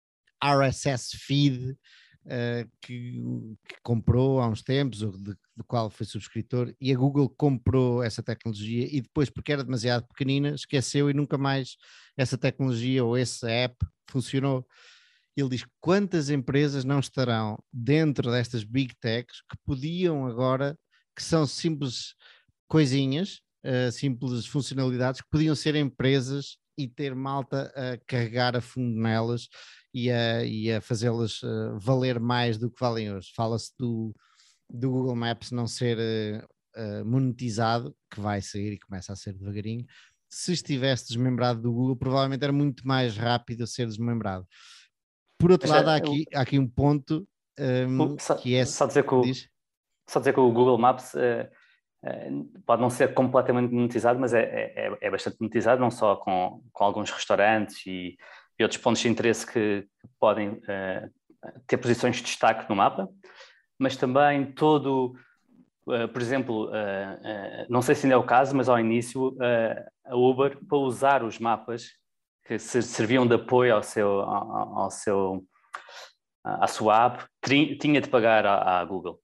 R S S feed uh, que, que comprou há uns tempos, ou de, do qual foi subscritor, e a Google comprou essa tecnologia e depois, porque era demasiado pequenina, esqueceu, e nunca mais essa tecnologia ou essa app funcionou. Ele diz quantas empresas não estarão dentro destas big techs que podiam agora, que são simples coisinhas, uh, simples funcionalidades, que podiam ser empresas e ter malta a carregar a fundo nelas e a, e a fazê-las uh, valer mais do que valem hoje. Fala-se do, do Google Maps não ser uh, uh, monetizado, que vai sair e começa a ser devagarinho. Se estivesse desmembrado do Google, provavelmente era muito mais rápido a ser desmembrado. Por outro Mas, lado, há aqui, eu... há aqui um ponto um, o, só, que é... Só dizer que o, só dizer que o Google Maps... Uh... Uh, pode não ser completamente monetizado, mas é, é, é bastante monetizado, não só com, com alguns restaurantes e, e outros pontos de interesse que, que podem uh, ter posições de destaque no mapa, mas também todo, uh, por exemplo, uh, uh, não sei se ainda é o caso, mas ao início uh, a Uber, para usar os mapas que se serviam de apoio ao seu, ao, ao seu, à sua app, tinha de pagar à, à Google.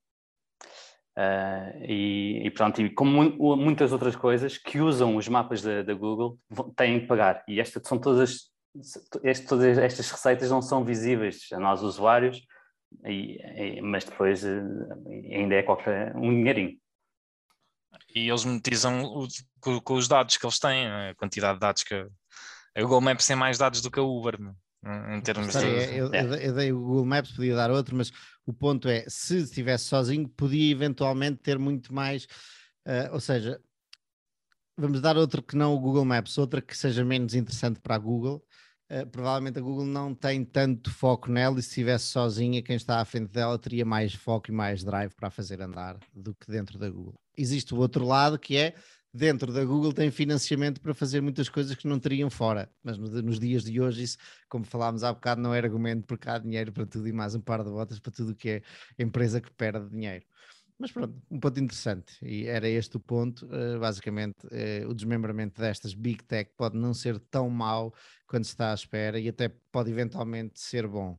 Uh, e, e pronto, e como muitas outras coisas que usam os mapas da, da Google têm de pagar, e estas são todas este, todas estas receitas não são visíveis a nós usuários, e, e, mas depois ainda é qualquer um dinheirinho. E eles monetizam o, com, com os dados que eles têm, a quantidade de dados que a, a Google Maps tem mais dados do que a Uber, em termos Sei, de... eu, eu, eu dei o Google Maps, podia dar outro, mas o ponto é, se estivesse sozinho, podia eventualmente ter muito mais, uh, ou seja, vamos dar outro que não o Google Maps, outra que seja menos interessante para a Google. Uh, provavelmente a Google não tem tanto foco nela, e se estivesse sozinha, quem está à frente dela teria mais foco e mais drive para fazer andar do que dentro da Google. Existe o outro lado, que é, dentro da Google tem financiamento para fazer muitas coisas que não teriam fora, mas no, nos dias de hoje isso, como falámos há bocado, não é argumento, porque há dinheiro para tudo e mais um par de botas para tudo que é empresa que perde dinheiro. Mas pronto, um ponto interessante, e era este o ponto, uh, basicamente uh, o desmembramento destas Big Tech pode não ser tão mau quando se está à espera, e até pode eventualmente ser bom.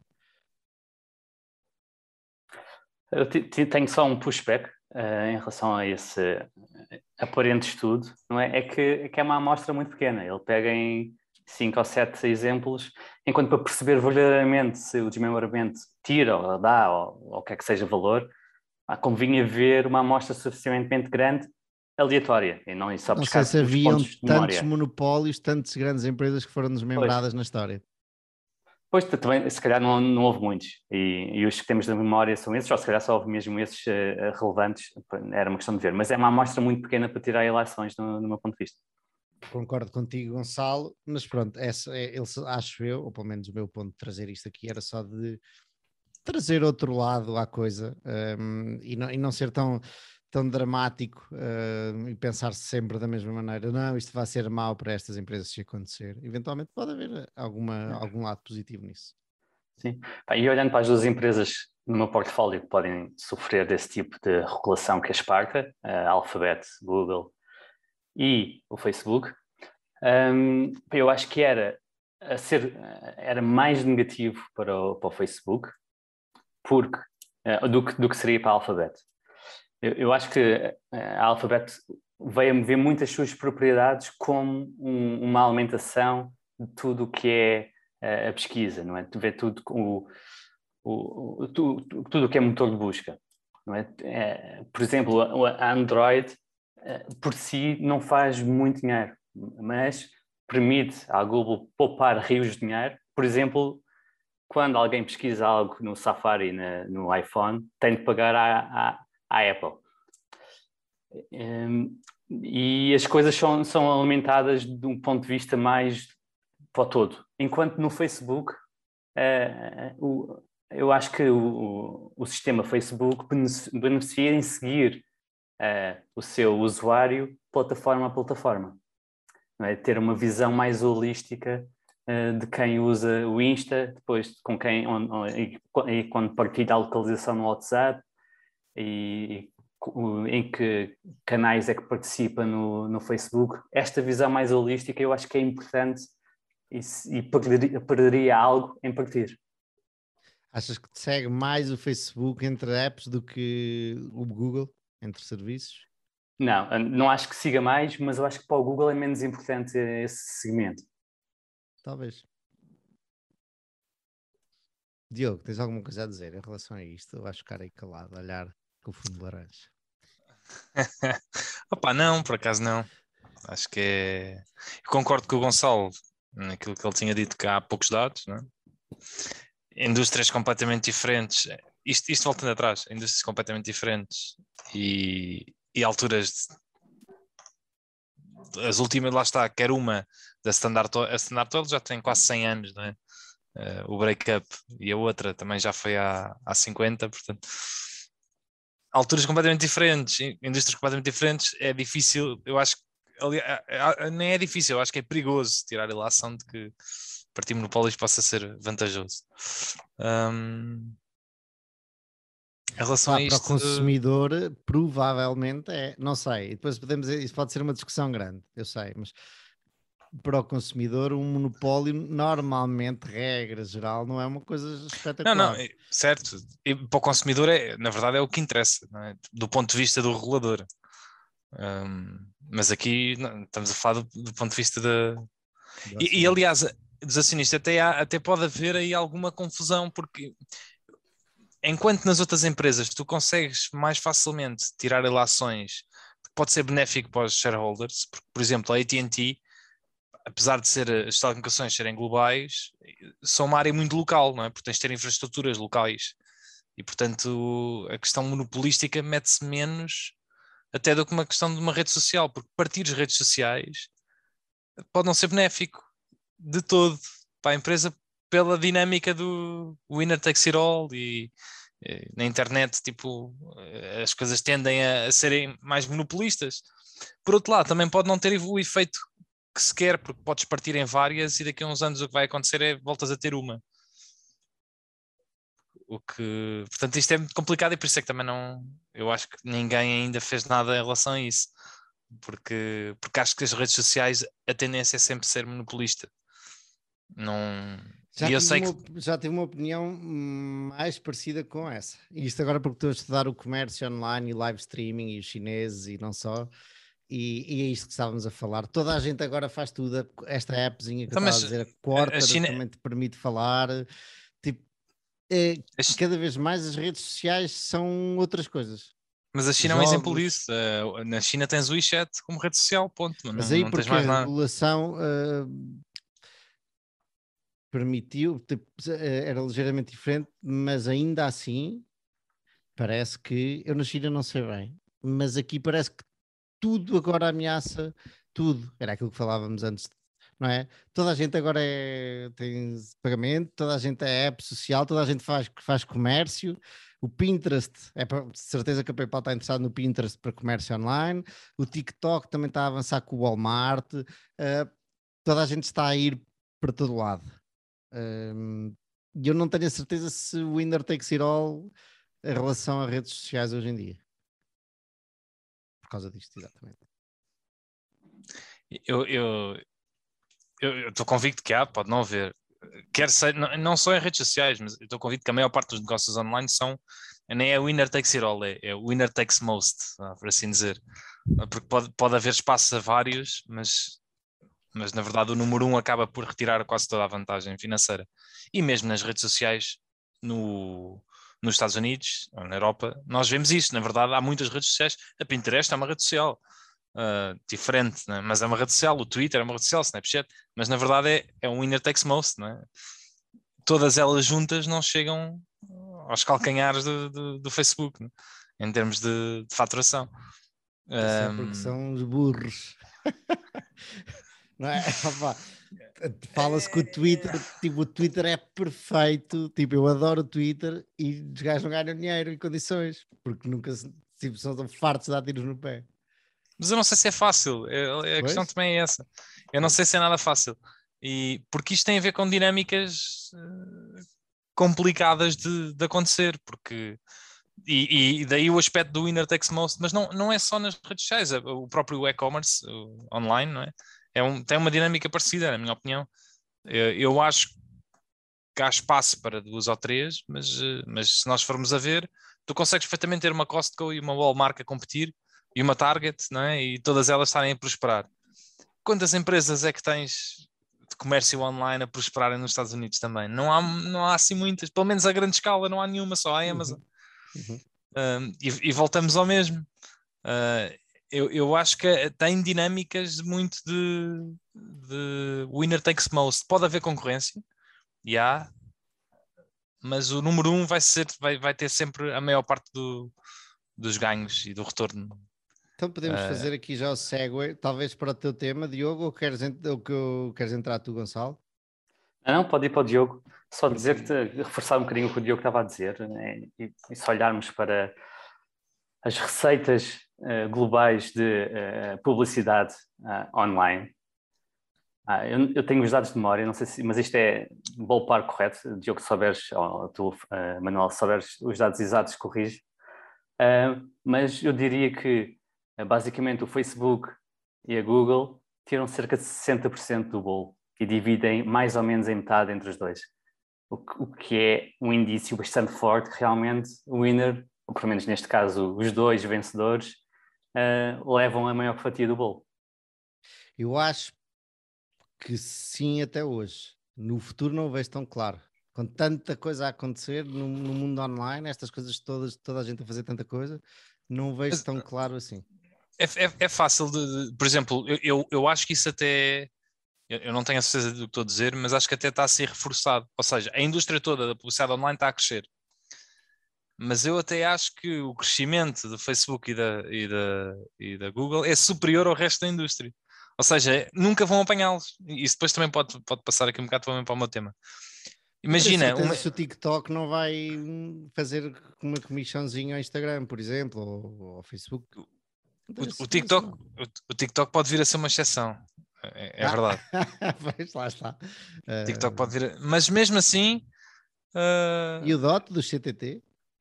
Eu tenho só um pushback uh, em relação a esse aparente estudo, não é? É que, é que é uma amostra muito pequena, ele pega em cinco ou sete exemplos, enquanto para perceber verdadeiramente se o desmembramento tira ou dá ou, ou quer que seja valor, ah, convinha ver uma amostra suficientemente grande, aleatória, e não só não buscar sei se haviam tantos memória. monopólios, tantas grandes empresas que foram desmembradas pois. na história. Pois, também, se calhar não, não houve muitos, e, e os que temos da memória são esses, ou se calhar só houve mesmo esses uh, relevantes, era uma questão de ver, mas é uma amostra muito pequena para tirar eleições no, no meu ponto de vista. Concordo contigo, Gonçalo, mas pronto, essa é, ele, acho eu, ou pelo menos o meu ponto de trazer isto aqui era só de trazer outro lado à coisa, um, e, não, e não ser tão, tão dramático uh, e pensar sempre da mesma maneira, não, isto vai ser mau para estas empresas se acontecer. Eventualmente pode haver alguma, algum lado positivo nisso. Sim, e olhando para as duas empresas no meu portfólio que podem sofrer desse tipo de regulação que a Sparta, a Alphabet, Google e o Facebook, um, eu acho que era, a ser, era mais negativo para o, para o Facebook porque, uh, do, que, do que seria para a Alphabet. Eu, eu acho que a Alphabet veio a ver muitas suas propriedades como um, uma alimentação de tudo o que é uh, a pesquisa, não é? Tu vê tudo o, o, o, tu, tudo o que é motor de busca, não é? É, por exemplo, a Android uh, por si não faz muito dinheiro, mas permite à Google poupar rios de dinheiro. Por exemplo, quando alguém pesquisa algo no Safari, na, no iPhone, tem de pagar à, à, à Apple. Um, e as coisas são, são alimentadas de um ponto de vista mais para o todo. Enquanto no Facebook, uh, o, eu acho que o, o sistema Facebook beneficia em seguir uh, o seu usuário plataforma a plataforma. Não é? Ter uma visão mais holística uh, de quem usa o Insta, depois com quem on, on, e, e quando partilha a localização no WhatsApp, e, e em que canais é que participa no, no Facebook. Esta visão mais holística eu acho que é importante e, e perderia, perderia algo em partir. Achas que te segue mais o Facebook entre apps do que o Google entre serviços? Não, não acho que siga mais, mas eu acho que para o Google é menos importante esse segmento. Talvez. Diogo, tens alguma coisa a dizer em relação a isto? Eu acho que ficar aí calado, a olhar com o fundo laranja. Opa, não, por acaso não. Acho que é... Eu concordo com o Gonçalo naquilo que ele tinha dito, que há poucos dados, não é? Indústrias completamente diferentes, isto, isto voltando atrás, indústrias completamente diferentes e, e alturas de, as últimas, lá está, quer uma da Standard Oil, a Standard Oil já tem quase cem anos, não é? Uh, o break-up, e a outra também já foi há, há cinquenta, portanto alturas completamente diferentes, indústrias completamente diferentes, é difícil, eu acho que ali, nem é difícil, eu acho que é perigoso tirar a ilação de que partir monopólios possa ser vantajoso. Um, em relação ah, a isto... Para o consumidor, provavelmente é, não sei, e depois podemos, isso pode ser uma discussão grande, eu sei, mas para o consumidor um monopólio normalmente, regra geral, não é uma coisa espetacular. Não, não, certo, e para o consumidor é, na verdade é o que interessa, não é? Do ponto de vista do regulador. Um, mas aqui não, estamos a falar do, do ponto de vista da... E, e aliás, dos acionistas, até, há, até pode haver aí alguma confusão, porque enquanto nas outras empresas tu consegues mais facilmente tirar ações, pode ser benéfico para os shareholders, porque, por exemplo, a A T and T, apesar de ser, as telecomunicações serem globais, são uma área muito local, não é? Porque tens de ter infraestruturas locais e, portanto, a questão monopolística mete-se menos até do que uma questão de uma rede social, porque partir as redes sociais pode não ser benéfico de todo para a empresa pela dinâmica do winner takes it all e, e na internet, tipo, as coisas tendem a, a serem mais monopolistas. Por outro lado, também pode não ter o efeito que se quer, porque podes partir em várias e daqui a uns anos o que vai acontecer é voltas a ter uma. O que, portanto, isto é muito complicado e por isso é que também não, eu acho que ninguém ainda fez nada em relação a isso, porque, porque acho que as redes sociais a tendência é sempre ser monopolista. Não, já, e eu tive sei uma, que... já tive uma opinião mais parecida com essa. E isto agora porque estou a estudar o comércio online e live streaming e os chineses e não só. E, e é isto que estávamos a falar. Toda a gente agora faz tudo. Esta appzinha que eu Então, estava a mas dizer, a a Quarter, China... também te permite falar. Tipo, é, a cada vez mais as redes sociais são outras coisas. Mas a China é um exemplo Jogos. disso. Uh, na China tens o WeChat como rede social, ponto. Mas Não, aí não tens porque a mais nada. regulação uh, permitiu, tipo, era ligeiramente diferente, mas ainda assim parece que, eu na China não sei bem, mas aqui parece que tudo agora ameaça tudo. Era aquilo que falávamos antes, não é? Toda a gente agora é, tem pagamento, toda a gente é app social, toda a gente faz, faz comércio. O Pinterest, é para, de certeza que a PayPal está interessado no Pinterest para comércio online. O TikTok também está a avançar com o Walmart. Uh, toda a gente está a ir para todo lado. Um, e eu não tenho a certeza se o winner takes it all em relação a redes sociais hoje em dia. Por causa disto, exatamente. Eu eu eu estou convicto que há, pode não haver. Quer ser, não, não só em redes sociais, mas estou convicto que a maior parte dos negócios online são, nem é winner takes it all, é, é winner takes most, por assim dizer. Porque pode, pode haver espaço a vários, mas, mas na verdade o número um acaba por retirar quase toda a vantagem financeira. E mesmo nas redes sociais, no, nos Estados Unidos, ou na Europa, nós vemos isto. Na verdade, há muitas redes sociais. A Pinterest é uma rede social. Uh, diferente, né? Mas é uma rede social, o Twitter é uma rede social, o Snapchat, mas na verdade é, é um winner takes most, não é? Todas elas juntas não chegam aos calcanhares do, do, do Facebook, né? Em termos de, de faturação. Isso é Um... porque são os burros. Não é? Fala-se que o Twitter, tipo, o Twitter é perfeito, tipo, eu adoro o Twitter e os gajos não ganham dinheiro em condições, porque nunca, tipo, são fartos de dar tiros no pé. Mas eu não sei se é fácil, a questão Pois? também é essa. Eu não sei se é nada fácil. E porque isto tem a ver com dinâmicas uh, complicadas de, de acontecer, porque e, e daí o aspecto do winner takes most, mas não, não é só nas redes sociais, o próprio e-commerce online, não é? É um, tem uma dinâmica parecida, na minha opinião. Eu, eu acho que há espaço para duas ou três, mas, mas se nós formos a ver, tu consegues perfeitamente ter uma Costco e uma Walmart a competir e uma Target, não é? E todas elas estarem a prosperar. Quantas empresas é que tens de comércio online a prosperarem nos Estados Unidos também? Não há, não há assim muitas, pelo menos a grande escala, não há nenhuma, só a Amazon. Uhum. Uhum. Um, e, e voltamos ao mesmo. Uh, eu, eu acho que tem dinâmicas muito de, de winner takes most. Pode haver concorrência, e há, mas o número um vai, ser, vai, vai ter sempre a maior parte do, dos ganhos e do retorno. Então podemos Uh, fazer aqui já o segue, talvez para o teu tema, Diogo, ou queres, ou que queres entrar tu, Gonçalo? Não, pode ir para o Diogo. Só dizer-te, reforçar um bocadinho o que o Diogo estava a dizer, né? e, e se olharmos para as receitas uh, globais de uh, publicidade uh, online. Ah, eu, eu tenho os dados de memória, não sei se, mas isto é ballpark correto. Diogo, se souberes, ou tu, uh, Manuel, se souberes os dados exatos, corrige. Uh, mas eu diria que, uh, basicamente, o Facebook e a Google tiram cerca de sessenta por cento do bolo e dividem mais ou menos em metade entre os dois. O que, o que é um indício bastante forte que realmente o winner, ou pelo menos neste caso os dois vencedores, uh, levam a maior fatia do bolo. Eu acho que sim até hoje. No futuro não o vejo tão claro. Com tanta coisa a acontecer no, no mundo online, estas coisas todas, toda a gente a fazer tanta coisa, não o vejo tão claro assim. É, é, é fácil de, de, por exemplo, eu, eu, eu acho que isso até, eu, eu não tenho a certeza do que estou a dizer, mas acho que até está a ser reforçado. Ou seja, a indústria toda da publicidade online está a crescer. Mas eu até acho que o crescimento do Facebook e da, e da, e da Google é superior ao resto da indústria. Ou seja, nunca vão apanhá-los. Isso depois também pode, pode passar aqui um bocado também para o meu tema. Imagina. Uma... se o TikTok não vai fazer uma comissãozinha ao Instagram, por exemplo, ou ao Facebook. O, o, TikTok, o, o TikTok pode vir a ser uma exceção. É, é ah. verdade. Pois, lá está. O TikTok uh... pode vir a... Mas mesmo assim. Uh... E o D O T do C T T?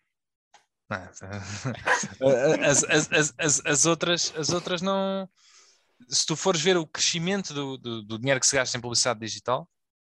as, as, as, as, as, outras, as outras não. Se tu fores ver o crescimento do, do, do dinheiro que se gasta em publicidade digital,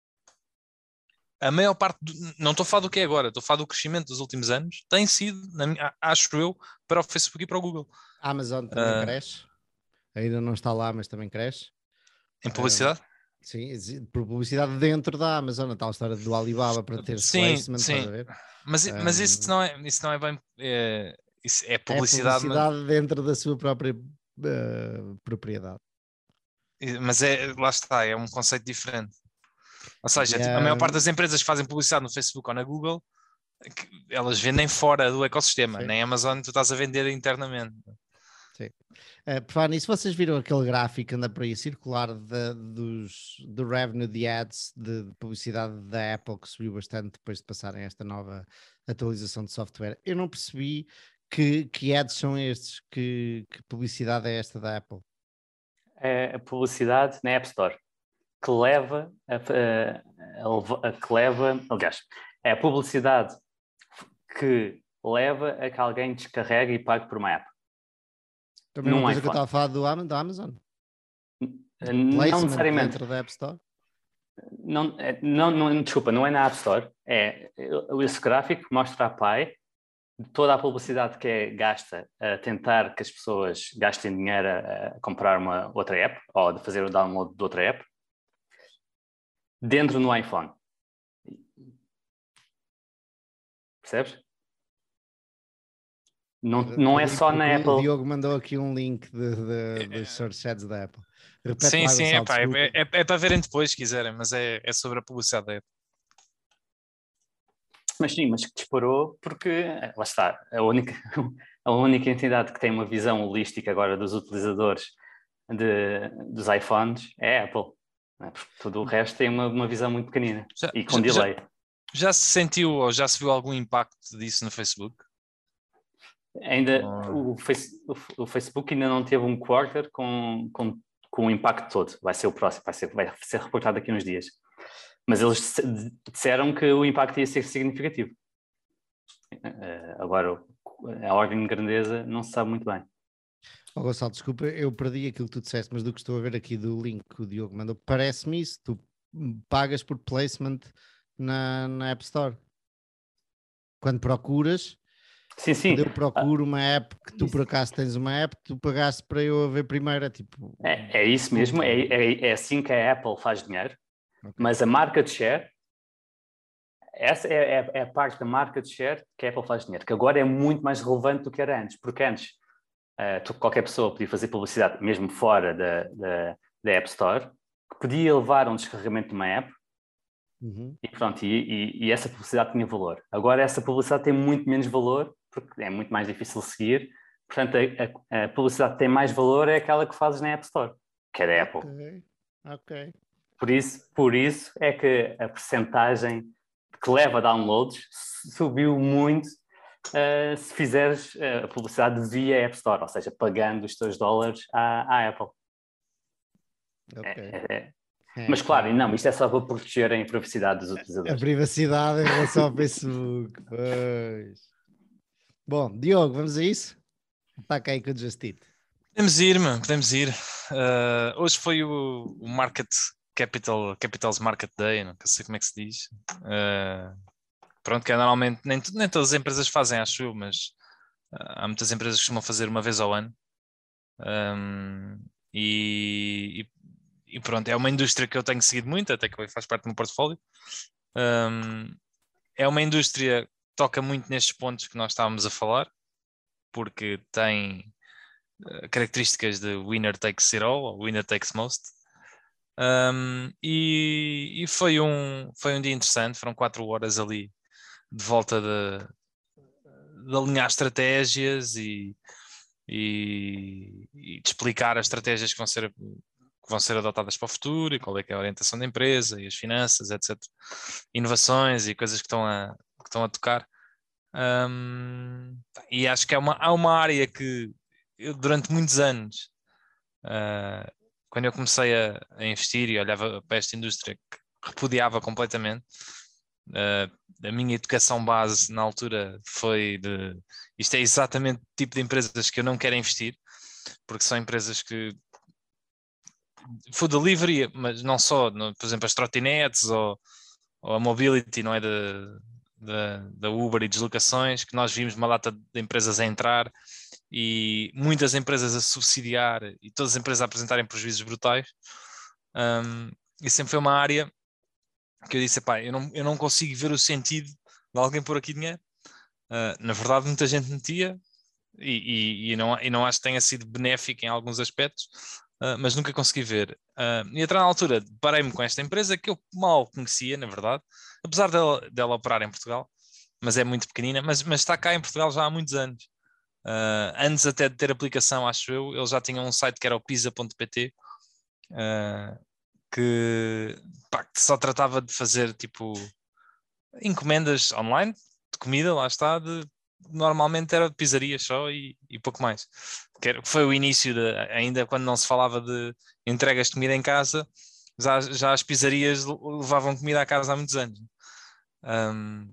a maior parte, do, não estou a falar do que é agora, estou a falar do crescimento dos últimos anos, tem sido, acho eu, para o Facebook e para o Google. A Amazon também uh, cresce, ainda não está lá, mas também cresce. Em publicidade? Uh, sim, por publicidade dentro da Amazon, a tal história do Alibaba para ter sim, placement, sim. Estás a ver? Mas, um, mas isso, não é, isso não é bem. É, isso é publicidade. É publicidade mas... dentro da sua própria uh, propriedade. Mas é, lá está, é um conceito diferente. Ou seja, yeah. tipo, a maior parte das empresas que fazem publicidade no Facebook ou na Google, elas vendem fora do ecossistema. Sim. Na Amazon tu estás a vender internamente. Sim. Uh, por falar nisso, vocês viram aquele gráfico que anda por aí circular de, dos, do revenue de ads de, de publicidade da Apple, que subiu bastante depois de passarem esta nova atualização de software. Eu não percebi que, que ads são estes, que, que publicidade é esta da Apple? É a publicidade na App Store, que leva a, a, a, a que leva, aliás, é a publicidade que leva a que alguém descarregue e pague por uma app. Também uma coisa iPhone. Que eu estava a falar do, da Amazon. Não necessariamente. Dentro da App Store? Não, não, não, desculpa, não é na App Store. É, esse gráfico mostra a pie de toda a publicidade que é gasta a tentar que as pessoas gastem dinheiro a, a comprar uma outra app ou de fazer o download de outra app dentro no iPhone. Percebes? Não, não é só na Apple. O Diogo mandou aqui um link de, de, de search ads da Apple. Repete sim, lá, sim, é, pá, é, é, é para verem depois se quiserem, mas é, é sobre a publicidade da Apple. Mas sim, mas que disparou porque, lá está, a única, a única entidade que tem uma visão holística agora dos utilizadores de, dos iPhones é a Apple. Né? Porque tudo o resto tem uma, uma visão muito pequenina já, e com já, delay. Já, já se sentiu ou já se viu algum impacto disso no Facebook? Ainda oh. o, face, o, o Facebook ainda não teve um quarter com, com, com o impacto todo. Vai ser o próximo, vai ser, vai ser reportado daqui a uns dias. Mas eles disseram que o impacto ia ser significativo. Agora, a ordem de grandeza não se sabe muito bem. Oh, Gonçalo, desculpa, eu perdi aquilo que tu disseste, mas do que estou a ver aqui do link que o Diogo mandou, parece-me isso. Tu pagas por placement na, na App Store. Quando procuras... Sim, sim. Quando eu procuro uma app que tu por acaso tens uma app, tu pagaste para eu a ver primeiro. É, tipo... é, é isso mesmo, é, é, é assim que a Apple faz dinheiro. Okay. Mas a market share, essa é, é, é a parte da market share que a Apple faz dinheiro, que agora é muito mais relevante do que era antes, porque antes uh, tu, qualquer pessoa podia fazer publicidade, mesmo fora da, da, da App Store, que podia levar a um descarregamento de uma app, uhum. e pronto, e, e, e essa publicidade tinha valor. Agora essa publicidade tem muito menos valor, porque é muito mais difícil seguir, portanto a, a, a publicidade que tem mais valor é aquela que fazes na App Store, que é da Apple. Ok, ok. Por isso, por isso é que a percentagem que leva a downloads subiu muito uh, se fizeres a publicidade via App Store, ou seja, pagando os teus dólares à, à Apple. Okay. É, é, é. Mas claro, não, isto é só para protegerem a privacidade dos utilizadores. A privacidade em relação ao Facebook. Pois. Bom, Diogo, vamos a isso? Está cá aí com o Just Eat. Podemos ir, mano, podemos ir. Uh, hoje foi o, o Market Capital, Capital's Market Day, não sei como é que se diz. Uh, pronto, que é normalmente, nem, nem todas as empresas fazem, acho eu, mas uh, há muitas empresas que costumam fazer uma vez ao ano. Um, e, e pronto, é uma indústria que eu tenho seguido muito, até que faz parte do meu portfólio. Um, é uma indústria que toca muito nestes pontos que nós estávamos a falar, porque tem uh, características de winner takes it all, ou winner takes most. Um, e, e foi, um, foi um dia interessante, foram quatro horas ali de volta de, de alinhar estratégias e, e, e de explicar as estratégias que vão ser, que vão ser adotadas para o futuro e qual é que é a orientação da empresa e as finanças, etcétera. Inovações e coisas que estão a, que estão a tocar. Um, e acho que há uma, há uma área que eu, durante muitos anos, uh, quando eu comecei a, a investir e olhava para esta indústria, que repudiava completamente. Uh, a minha educação base na altura foi de isto é exatamente o tipo de empresas que eu não quero investir, porque são empresas que food delivery, mas não só, no, por exemplo, as trotinetes ou, ou a mobility, não é, da Uber e deslocações, que nós vimos uma data de empresas a entrar e muitas empresas a subsidiar e todas as empresas a apresentarem prejuízos brutais. Um, e sempre foi uma área que eu disse, pá, eu não, eu não consigo ver o sentido de alguém pôr aqui dinheiro. Uh, na verdade, muita gente metia e, e, e, não, e não acho que tenha sido benéfico em alguns aspectos, uh, mas nunca consegui ver. Uh, e até na altura, parei-me com esta empresa que eu mal conhecia, na verdade, apesar dela, dela operar em Portugal, mas é muito pequenina, mas, mas está cá em Portugal já há muitos anos. Uh, antes até de ter aplicação, acho eu, eles já tinham um site que era o pisa ponto pt, uh, que, pá, que só tratava de fazer tipo encomendas online de comida, lá está, de, normalmente era de pizzarias só e, e pouco mais. Que foi o início, de, ainda quando não se falava de entregas de comida em casa, já, já as pizzarias levavam comida à casa há muitos anos. Um,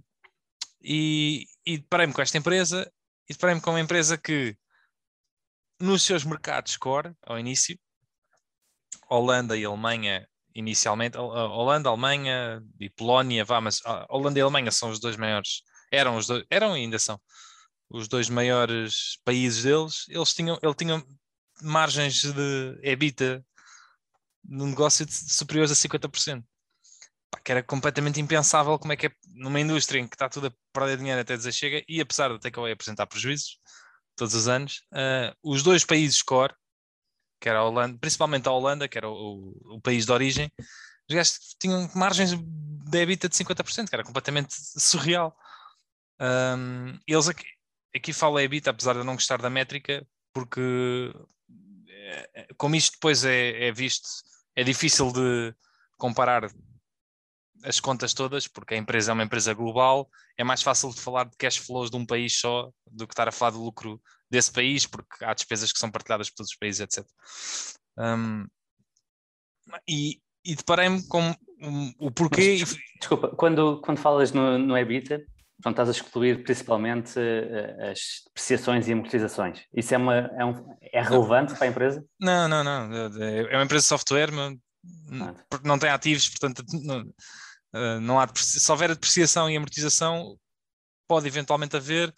e, e deparei-me com esta empresa e deparei-me com uma empresa que nos seus mercados core, ao início, Holanda e Alemanha inicialmente, Holanda, Alemanha e Polónia, vá, mas Holanda e Alemanha são os dois maiores, eram os dois, eram e ainda são os dois maiores países deles. Eles tinham, ele tinham margens de EBITDA no negócio de superiores a cinquenta por cento. Pá, que era completamente impensável como é que é numa indústria em que está tudo a perder dinheiro até dizer chega, e apesar de até que eu ia apresentar prejuízos todos os anos, uh, os dois países core, que era a Holanda, principalmente a Holanda, que era o, o, o país de origem, os gajos tinham margens de EBITDA de cinquenta por cento, que era completamente surreal. Um, eles aqui, aqui falam EBITDA, apesar de eu não gostar da métrica, porque como isto depois é, é visto, é difícil de comparar as contas todas, porque a empresa é uma empresa global, é mais fácil de falar de cash flows de um país só do que estar a falar do lucro desse país, porque há despesas que são partilhadas por todos os países, etcétera. Um, e, e deparei-me com um, o porquê... Mas, desculpa, quando, quando falas no, no EBITDA, então estás a excluir principalmente uh, as depreciações e amortizações. Isso é, uma, é, um, é relevante não, para a empresa? Não, não, não. É uma empresa de software, mas porque não tem ativos, portanto... Não, Uh, não há, se houver depreciação e amortização, pode eventualmente haver,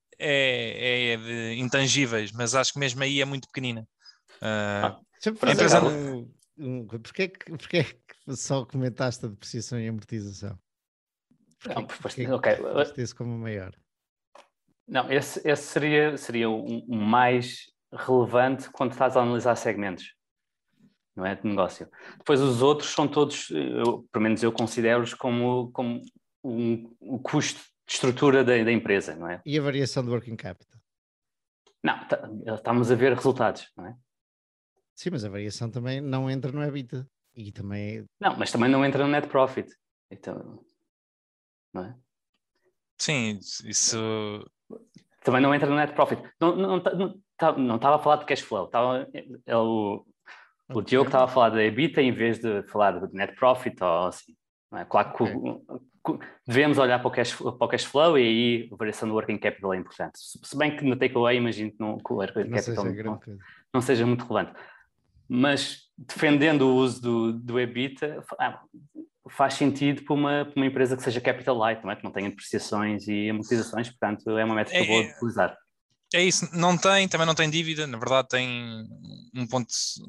é, é de intangíveis, mas acho que mesmo aí é muito pequenina. Uh, ah, a empresa... um, porquê, é que, porquê é que só comentaste a depreciação e amortização? Porquê, não, porquê ok, que esse como maior? Não, esse, esse seria, seria o um, um mais relevante quando estás a analisar segmentos, não é, de negócio. Depois os outros são todos, eu, pelo menos eu considero-os como, como um, um custo de estrutura da, da empresa, não é? E a variação do working capital? Não, tá, estamos a ver resultados, não é? Sim, mas a variação também não entra no EBITDA. E também... Não, mas também não entra no net profit. Então, não é? Sim, isso... Também não entra no net profit. Não, não, não, não, não estava a falar de cash flow, estava... É o, O okay. Diogo estava a falar da EBITDA em vez de falar de net profit ou assim. Não é? Claro que okay. devemos olhar para o, cash, para o cash flow e aí a variação do working capital é importante. Se bem que no takeaway imagino que, não, que o working não capital seja não, não seja muito relevante. Mas defendendo o uso do, do EBITDA faz sentido para uma, para uma empresa que seja capital light, não é? Que não tenha depreciações e amortizações, portanto é uma métrica é, boa de utilizar. É isso, não tem, também não tem dívida, na verdade tem um ponto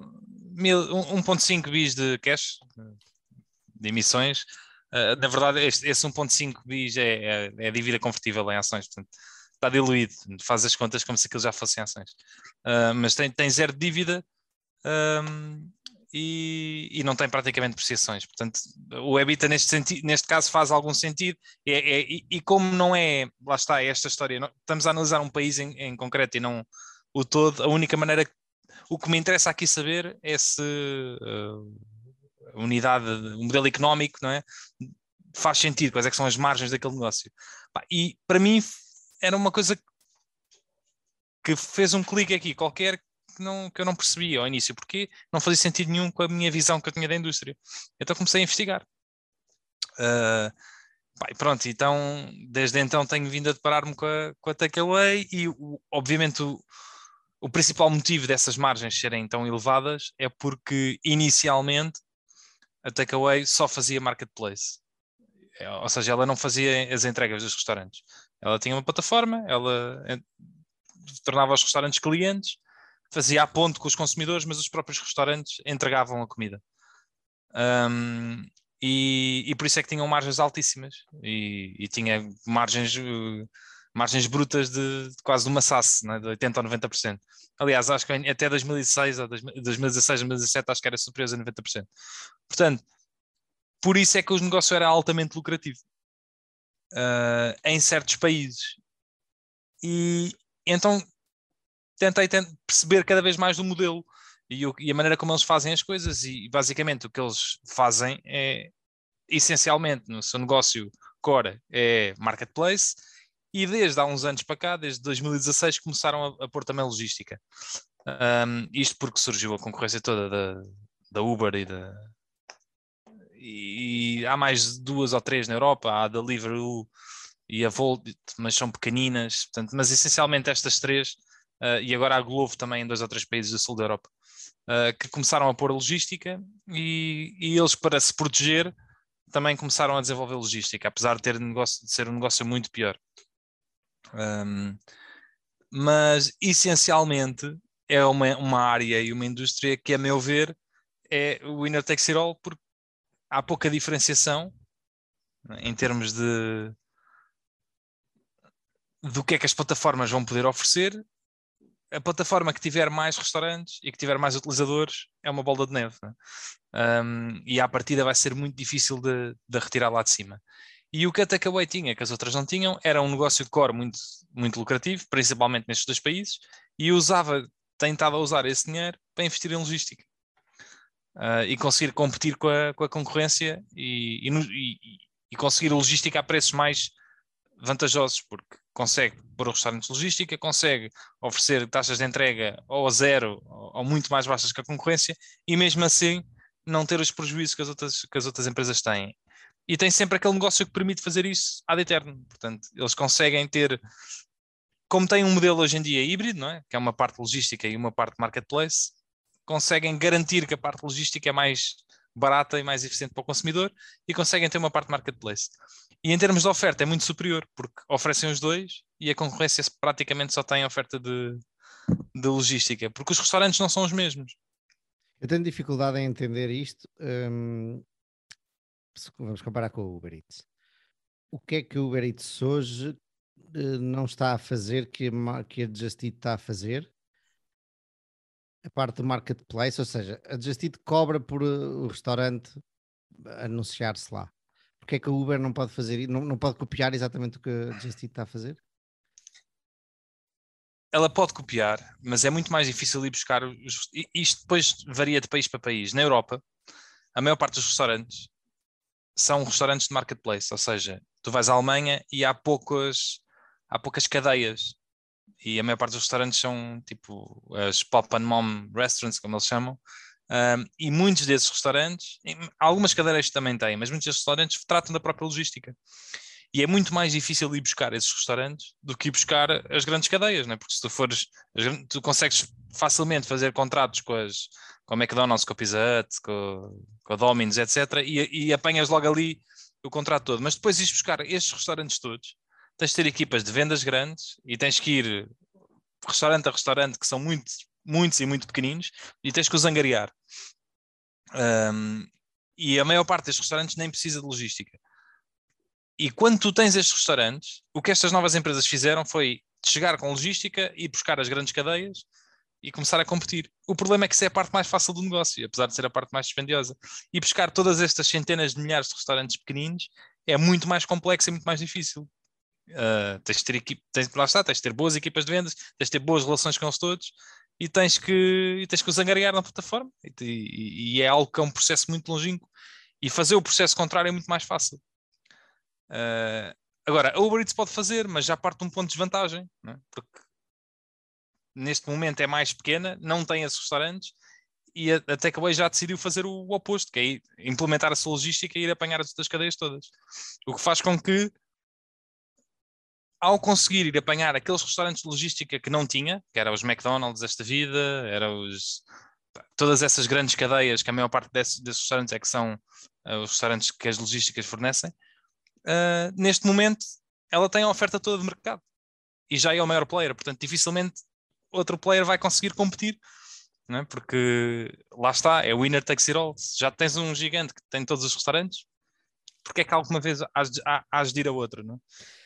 cinco bis de cash, de emissões. Uh, na verdade, este, esse um ponto cinco bis é, é, é dívida convertível em ações, portanto, está diluído, faz as contas como se aquilo já fossem ações. Uh, mas tem, tem zero de dívida um, e, e não tem praticamente depreciações. Portanto, o EBITDA neste, sentido, neste caso faz algum sentido. É, é, e, e como não é, lá está, é esta história, não, estamos a analisar um país em, em concreto e não o todo, a única maneira, o que me interessa aqui saber é se uh, a unidade, o modelo económico, não é? Faz sentido, quais é que são as margens daquele negócio. E para mim era uma coisa que fez um clique aqui qualquer que, não, que eu não percebia ao início, porque não fazia sentido nenhum com a minha visão que eu tinha da indústria. Então comecei a investigar. Uh, pá, pronto, então desde então tenho vindo a deparar-me com a, com a Takeaway e o, obviamente o, o principal motivo dessas margens serem tão elevadas é porque inicialmente a Takeaway só fazia marketplace. Ou seja, ela não fazia as entregas dos restaurantes. Ela tinha uma plataforma, ela tornava os restaurantes clientes, fazia a ponte com os consumidores, mas os próprios restaurantes entregavam a comida. Um, e, e por isso é que tinham margens altíssimas e, e tinha margens, uh, margens brutas de, de quase de uma SaaS, né, de oitenta por cento ou noventa por cento. Aliás, acho que até dois mil e seis ou dois mil e dezasseis, dois mil e dezassete acho que era superior a noventa por cento. Portanto, por isso é que o negócio era altamente lucrativo uh, em certos países. E então tentei perceber cada vez mais do modelo e, o, e a maneira como eles fazem as coisas, e basicamente o que eles fazem é, essencialmente, no seu negócio core, é marketplace, e desde há uns anos para cá, desde dois mil e dezasseis, começaram a, a pôr também logística. Um, isto porque surgiu a concorrência toda da, da Uber e da... E há mais duas ou três na Europa, há a Deliveroo e a Volt, mas são pequeninas, portanto, mas essencialmente estas três, uh, e agora a Glovo também em dois ou três países do sul da Europa, uh, que começaram a pôr logística e, e eles, para se proteger, também começaram a desenvolver logística, apesar de, ter negócio, de ser um negócio muito pior. Um, mas essencialmente é uma, uma área e uma indústria que, a meu ver, é o winner takes it all, porque há pouca diferenciação, né, em termos de do que é que as plataformas vão poder oferecer. A plataforma que tiver mais restaurantes e que tiver mais utilizadores é uma bola de neve, né? um, e à partida vai ser muito difícil de, de retirar lá de cima. E o que a Takeaway tinha, que as outras não tinham, era um negócio de core muito, muito lucrativo, principalmente nestes dois países, e usava, tentava usar esse dinheiro para investir em logística. Uh, e conseguir competir com a, com a concorrência e, e, e, e conseguir logística a preços mais vantajosos, porque consegue pôr o restaurante de logística, consegue oferecer taxas de entrega ou a zero ou, ou muito mais baixas que a concorrência, e mesmo assim não ter os prejuízos que as outras, que as outras empresas têm. E tem sempre aquele negócio que permite fazer isso ad eterno. Portanto, eles conseguem ter, como tem um modelo hoje em dia híbrido, não é? Que é uma parte logística e uma parte marketplace, conseguem garantir que a parte logística é mais barata e mais eficiente para o consumidor e conseguem ter uma parte marketplace. E em termos de oferta é muito superior, porque oferecem os dois e a concorrência praticamente só tem oferta de, de logística, porque os restaurantes não são os mesmos. Eu tenho dificuldade em entender isto. Hum, vamos comparar com o Uber Eats. O que é que o Uber Eats hoje não está a fazer que a, que a Just Eat está a fazer? A parte do marketplace, ou seja, a Just Eat cobra por o restaurante anunciar-se lá. Porque é que o Uber não pode fazer, não, não pode copiar exatamente o que a Just Eat está a fazer? Ela pode copiar, mas é muito mais difícil ir buscar os, isto depois varia de país para país. Na Europa, a maior parte dos restaurantes são restaurantes de marketplace, ou seja, tu vais à Alemanha e há poucas, há poucas cadeias. E a maior parte dos restaurantes são tipo as pop and mom restaurants, como eles chamam, um, e muitos desses restaurantes, algumas cadeiras também têm, mas muitos desses restaurantes tratam da própria logística. E é muito mais difícil ir buscar esses restaurantes do que ir buscar as grandes cadeias, né? Porque se tu fores, tu consegues facilmente fazer contratos com, as, com a McDonald's, com a Pizza Hut, com, com a Domino's, etcétera. E, e apanhas logo ali o contrato todo. Mas depois ires buscar estes restaurantes todos, tens de ter equipas de vendas grandes e tens que ir restaurante a restaurante, que são muitos, muitos e muito pequeninos, e tens que os angariar. Um, e a maior parte destes restaurantes nem precisa de logística. E quando tu tens estes restaurantes, o que estas novas empresas fizeram foi chegar com logística e buscar as grandes cadeias e começar a competir. O problema é que isso é a parte mais fácil do negócio, apesar de ser a parte mais dispendiosa. E buscar todas estas centenas de milhares de restaurantes pequeninos é muito mais complexo e muito mais difícil. Uh, tens de ter equipe, tens, lá está, tens de ter boas equipas de vendas, tens de ter boas relações com eles todos e tens que, e tens que os angariar na plataforma. E, e, e é algo que é um processo muito longínquo. E fazer o processo contrário é muito mais fácil. Uh, agora, a Uber Eats pode fazer, mas já parte de um ponto de desvantagem, não é? Porque neste momento é mais pequena, não tem esses restaurantes e a, a Takeaway já decidiu fazer o, o oposto, que é ir, implementar a sua logística e ir apanhar as outras cadeias todas. O que faz com que, ao conseguir ir apanhar aqueles restaurantes de logística que não tinha, que eram os McDonald's desta vida, eram os, todas essas grandes cadeias, que a maior parte desses, desses restaurantes é que são uh, os restaurantes que as logísticas fornecem, Uh, neste momento ela tem a oferta toda de mercado e já é o maior player, portanto dificilmente outro player vai conseguir competir, não é? Porque lá está, é winner takes it all. Se já tens um gigante que tem todos os restaurantes, porque é que alguma vez has de, has de ir a outro, não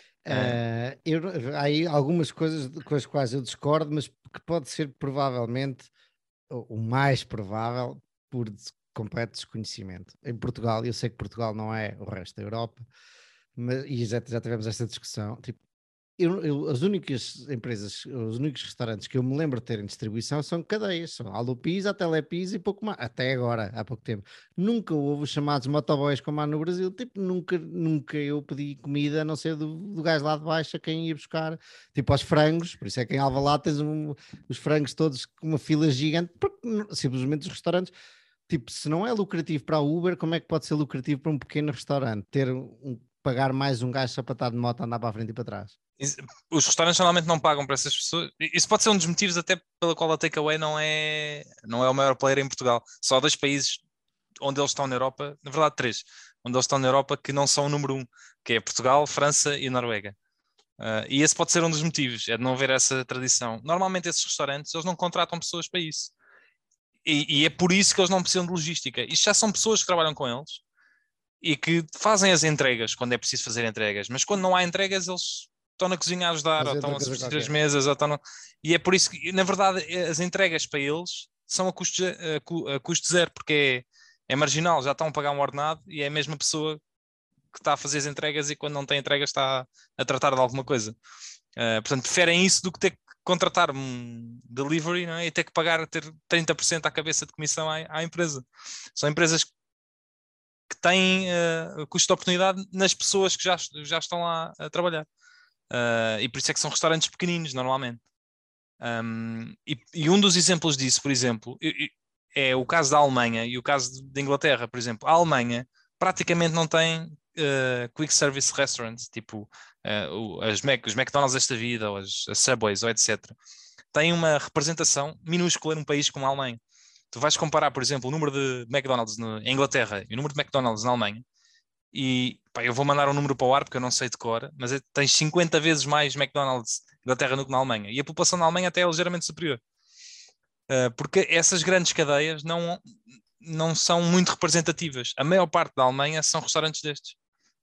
é? Uh, eu, há aí algumas coisas com as quais eu discordo, mas que pode ser provavelmente o mais provável por completo desconhecimento. Em Portugal, eu sei que Portugal não é o resto da Europa, mas, e já, já tivemos esta discussão, tipo, eu, eu, as únicas empresas, os únicos restaurantes que eu me lembro de terem distribuição são cadeias, são Aldo Pizza, Telepizza e pouco mais, até agora, há pouco tempo. Nunca houve os chamados motoboys como há no Brasil, tipo, nunca, nunca eu pedi comida, a não ser do, do gajo lá de baixo a quem ia buscar, tipo aos frangos, por isso é que em Alvalade tens um, os frangos todos com uma fila gigante, porque simplesmente os restaurantes, tipo, se não é lucrativo para a Uber, como é que pode ser lucrativo para um pequeno restaurante? Ter um pagar mais um gajo sapatado de moto a andar para a frente e para trás. Os restaurantes normalmente não pagam para essas pessoas. Isso pode ser um dos motivos até pela qual a Takeaway não é, não é o maior player em Portugal. Só há dois países onde eles estão na Europa, na verdade três, onde eles estão na Europa que não são o número um, que é Portugal, França e Noruega. Uh, e esse pode ser um dos motivos, é de não haver essa tradição. Normalmente esses restaurantes, eles não contratam pessoas para isso. E, e é por isso que eles não precisam de logística. Isto já são pessoas que trabalham com eles e que fazem as entregas quando é preciso fazer entregas, mas quando não há entregas eles estão na cozinha a ajudar, ou estão a substituir as mesas, ou estão no... e é por isso que, na verdade, as entregas para eles são a custo, a, a custo zero, porque é, é marginal, já estão a pagar um ordenado e é a mesma pessoa que está a fazer as entregas e quando não tem entregas está a, a tratar de alguma coisa. Uh, portanto, preferem isso do que ter que contratar um delivery, não é? E ter que pagar, ter trinta por cento à cabeça de comissão à, à empresa. São empresas que que têm uh, custo de oportunidade nas pessoas que já, já estão lá a trabalhar. Uh, e por isso é que são restaurantes pequeninos, normalmente. Um, e, e um dos exemplos disso, por exemplo, é o caso da Alemanha e o caso da Inglaterra, por exemplo. A Alemanha praticamente não tem uh, quick service restaurants, tipo uh, as Mac, os McDonald's desta vida, ou as, as Subways, ou etcétera. Tem uma representação minúscula num país como a Alemanha. Tu vais comparar, por exemplo, o número de McDonald's na Inglaterra e o número de McDonald's na Alemanha e pá, eu vou mandar um número para o ar porque eu não sei de cor, mas é, tens cinquenta vezes mais McDonald's na Inglaterra do que na Alemanha e a população na Alemanha até é ligeiramente superior. Uh, porque essas grandes cadeias não, não são muito representativas. A maior parte da Alemanha são restaurantes destes.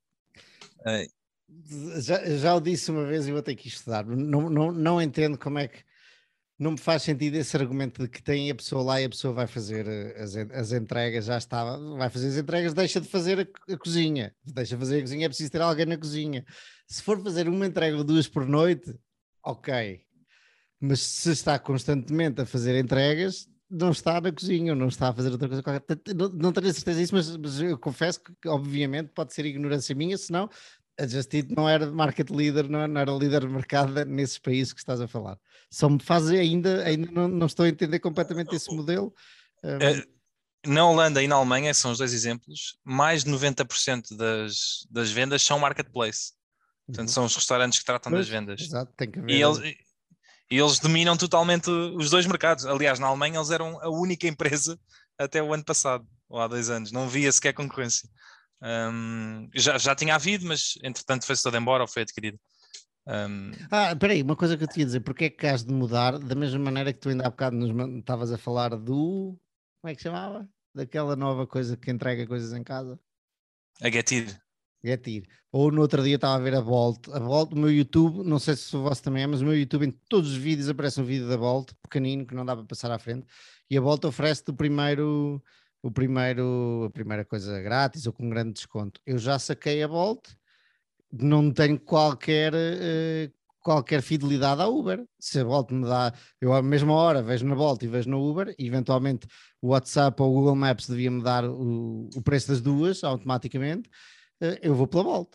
Uh... Já, já o disse uma vez e vou ter que estudar. Não, não, não entendo como é que não me faz sentido esse argumento de que tem a pessoa lá e a pessoa vai fazer as, as entregas, já estava, vai fazer as entregas, deixa de fazer a, a cozinha, deixa de fazer a cozinha, é preciso ter alguém na cozinha. Se for fazer uma entrega ou duas por noite, ok, mas se está constantemente a fazer entregas, não está na cozinha, ou não está a fazer outra coisa qualquer. Não, não tenho certeza disso, mas, mas eu confesso que obviamente pode ser ignorância minha, senão a Just Eat não era market leader, não, não era líder de mercado nesses países que estás a falar. Só me faz ainda, ainda não, não estou a entender completamente esse modelo. Um... Na Holanda e na Alemanha, são os dois exemplos, mais de noventa por cento das, das vendas são marketplace. Portanto, uhum. São os restaurantes que tratam pois, das vendas. Exato, tem que haver... E eles, e eles dominam totalmente os dois mercados. Aliás, na Alemanha eles eram a única empresa até o ano passado, ou há dois anos. Não havia sequer concorrência. Um, já, já tinha havido, mas entretanto foi-se todo embora ou foi adquirido. Um... Ah, espera aí, uma coisa que eu te ia dizer, porque é que has de mudar, da mesma maneira que tu ainda há bocado nos estavas a falar do, como é que chamava? Daquela nova coisa que entrega coisas em casa? A Getir. Getir. Ou no outro dia estava a ver a Bolt, a Bolt, o meu YouTube, não sei se o vosso também é, mas o meu YouTube em todos os vídeos aparece um vídeo da Bolt, pequenino, que não dá para passar à frente, e a Bolt oferece-te o primeiro, o primeiro, a primeira coisa grátis ou com um grande desconto. Eu já saquei a Bolt, não tenho qualquer, uh, qualquer fidelidade à Uber. Se a Bolt me dá, eu à mesma hora vejo na Bolt e vejo no Uber, e eventualmente o WhatsApp ou o Google Maps devia-me dar o, o preço das duas automaticamente, uh, eu vou pela Bolt.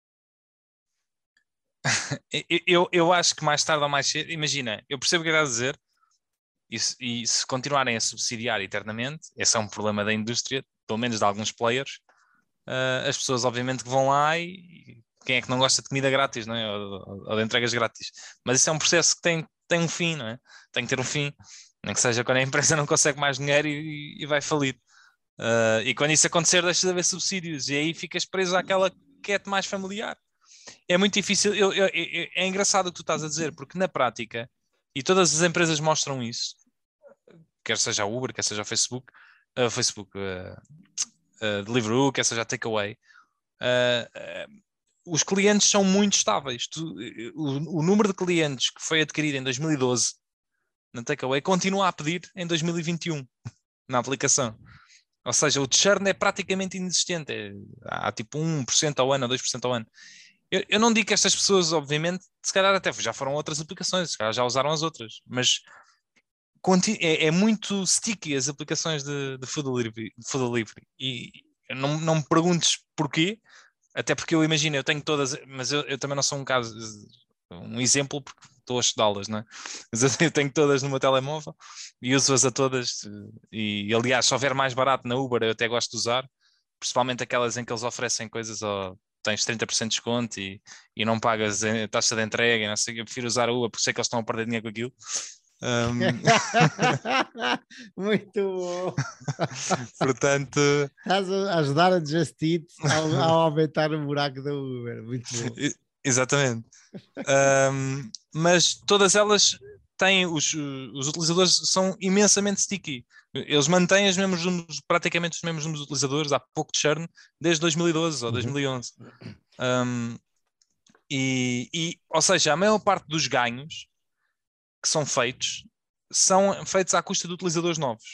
eu, eu acho que mais tarde ou mais cedo, imagina, eu percebo o que estás a dizer, e se, e se continuarem a subsidiar eternamente, esse é um problema da indústria, pelo menos de alguns players, uh, as pessoas obviamente que vão lá e quem é que não gosta de comida grátis, não é? Ou, ou de entregas grátis. Mas isso é um processo que tem, tem um fim, não é? Tem que ter um fim, nem que seja quando a empresa não consegue mais dinheiro e, e vai falir. Uh, e quando isso acontecer, deixa de haver subsídios e aí ficas preso àquela que é mais familiar. É muito difícil, eu, eu, eu, é engraçado o que tu estás a dizer, porque na prática, e todas as empresas mostram isso, quer seja a Uber, quer seja a Facebook, uh, Facebook, uh, uh, Deliveroo, quer seja a Takeaway, uh, uh, os clientes são muito estáveis. Tu, o, o número de clientes que foi adquirido em dois mil e doze na Takeaway continua a pedir em dois mil e vinte e um na aplicação. Ou seja, o churn é praticamente inexistente. É, há tipo um por cento ao ano, ou dois por cento ao ano. Eu, eu não digo que estas pessoas, obviamente, se calhar até já foram outras aplicações, se calhar já usaram as outras, mas é, é muito sticky as aplicações de, de, food, delivery, de food delivery. E não, não me perguntes porquê, até porque eu imagino, eu tenho todas, mas eu, eu também não sou um caso, um exemplo, porque estou a estudá-las, não é? Mas eu, eu tenho todas no meu telemóvel e uso-as a todas. E aliás, se houver mais barato na Uber, eu até gosto de usar, principalmente aquelas em que eles oferecem coisas, ou tens trinta por cento de desconto e, e não pagas a taxa de entrega. Não sei, eu prefiro usar a Uber porque sei que eles estão a perder dinheiro com aquilo. Um... Muito bom. Portanto, estás a ajudar a Just Eat ao, ao aumentar o buraco da Uber. Muito bom. Exatamente. Um, mas todas elas têm os, os utilizadores são imensamente sticky. Eles mantêm os mesmos números, praticamente os mesmos números de utilizadores, há pouco de churn, desde dois mil e doze ou dois mil e onze. Um, e, e, ou seja, a maior parte dos ganhos que são feitos são feitos à custa de utilizadores novos.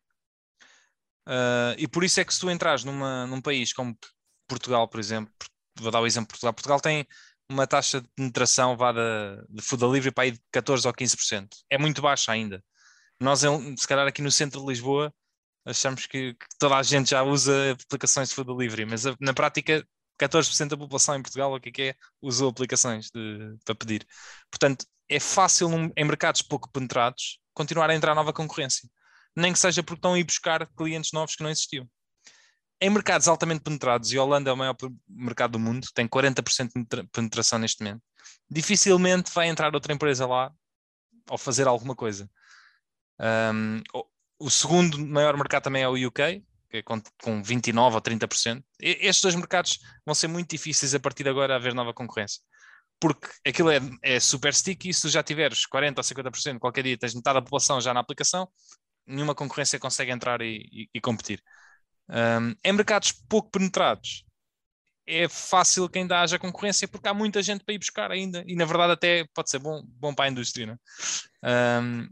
Uh, e por isso é que se tu entras numa, num país como Portugal, por exemplo, vou dar o exemplo de Portugal, Portugal tem uma taxa de penetração vá de, de food delivery para aí de catorze ou quinze por cento. É muito baixa ainda. Nós, se calhar aqui no centro de Lisboa, achamos que, que toda a gente já usa aplicações de food delivery, mas na prática catorze por cento da população em Portugal, o que é que é, usou aplicações de, para pedir. Portanto, é fácil num, em mercados pouco penetrados continuar a entrar nova concorrência. Nem que seja porque estão a ir buscar clientes novos que não existiam. Em mercados altamente penetrados, e a Holanda é o maior mercado do mundo, tem quarenta por cento de penetração neste momento, dificilmente vai entrar outra empresa lá ou fazer alguma coisa. Um, o segundo maior mercado também é o U K, que é com, com vinte e nove ou trinta por cento. E, estes dois mercados vão ser muito difíceis a partir de agora a haver nova concorrência. Porque aquilo é, é super sticky, e se tu já tiveres quarenta ou cinquenta por cento, qualquer dia tens metade da população já na aplicação, nenhuma concorrência consegue entrar e, e, e competir. Um, em mercados pouco penetrados é fácil que ainda haja concorrência porque há muita gente para ir buscar ainda e na verdade até pode ser bom, bom para a indústria, não é? Um,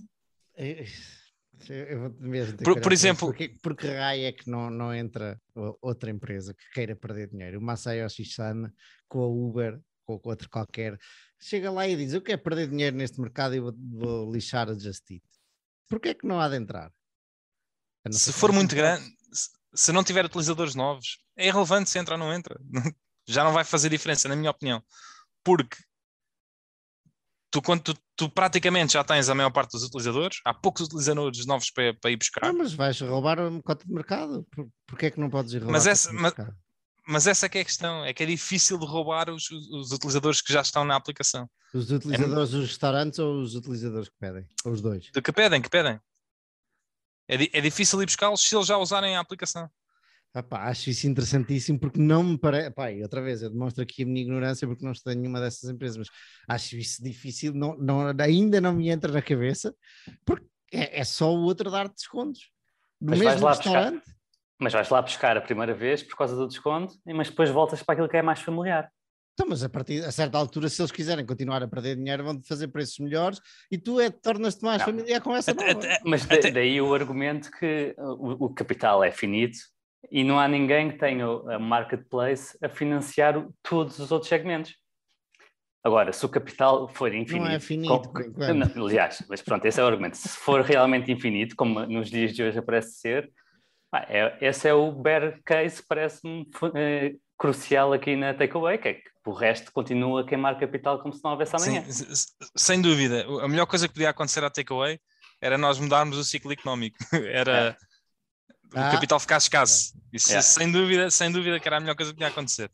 eu vou mesmo ter por, por exemplo, porque, porque raio é que não, não entra outra empresa que queira perder dinheiro? O Masayoshi Son com a Uber, com outro qualquer, chega lá e diz: eu quero perder dinheiro neste mercado e vou, vou lixar a Just Eat. Porquê é que não há de entrar? Se for muito grande, se não tiver utilizadores novos, é irrelevante se entra ou não entra. Já não vai fazer diferença, na minha opinião. Porque tu, quando tu, tu praticamente já tens a maior parte dos utilizadores, há poucos utilizadores novos para, para ir buscar. Não, mas vais roubar uma cota de mercado. Por, Porquê é que não podes ir roubar mas essa, de mas, mercado? Mas essa é que é a questão. É que é difícil de roubar os, os utilizadores que já estão na aplicação. Os utilizadores é, dos restaurantes ou os utilizadores que pedem? Ou os dois? De que pedem, que pedem. É, é difícil ir buscá-los se eles já usarem a aplicação. Epá, acho isso interessantíssimo porque não me parece. Epá, e outra vez, eu demonstro aqui a minha ignorância porque não estou em nenhuma dessas empresas, mas acho isso difícil, não, não, ainda não me entra na cabeça porque é, é só o outro dar descontos. No mas mesmo vais restaurante. Buscar, mas vais lá buscar a primeira vez por causa do desconto, mas depois voltas para aquilo que é mais familiar. Então, mas a partir a certa altura, se eles quiserem continuar a perder dinheiro, vão fazer preços melhores e tu é, tornas-te mais não. familiar com essa até, nova. Até, mas até... daí o argumento que o, o capital é finito e não há ninguém que tenha a marketplace a financiar todos os outros segmentos. Agora, se o capital for infinito... Não é finito, com, não, aliás, mas pronto, esse é o argumento. Se for realmente infinito, como nos dias de hoje parece ser, é, esse é o bear case, parece-me é, crucial aqui na takeaway, que é que o resto continua a queimar capital como se não houvesse amanhã. Sim, sem dúvida. A melhor coisa que podia acontecer à takeaway era nós mudarmos o ciclo económico. Era é. o ah. capital ficar escasso. Isso, é. sem, dúvida, sem dúvida que era a melhor coisa que podia acontecer.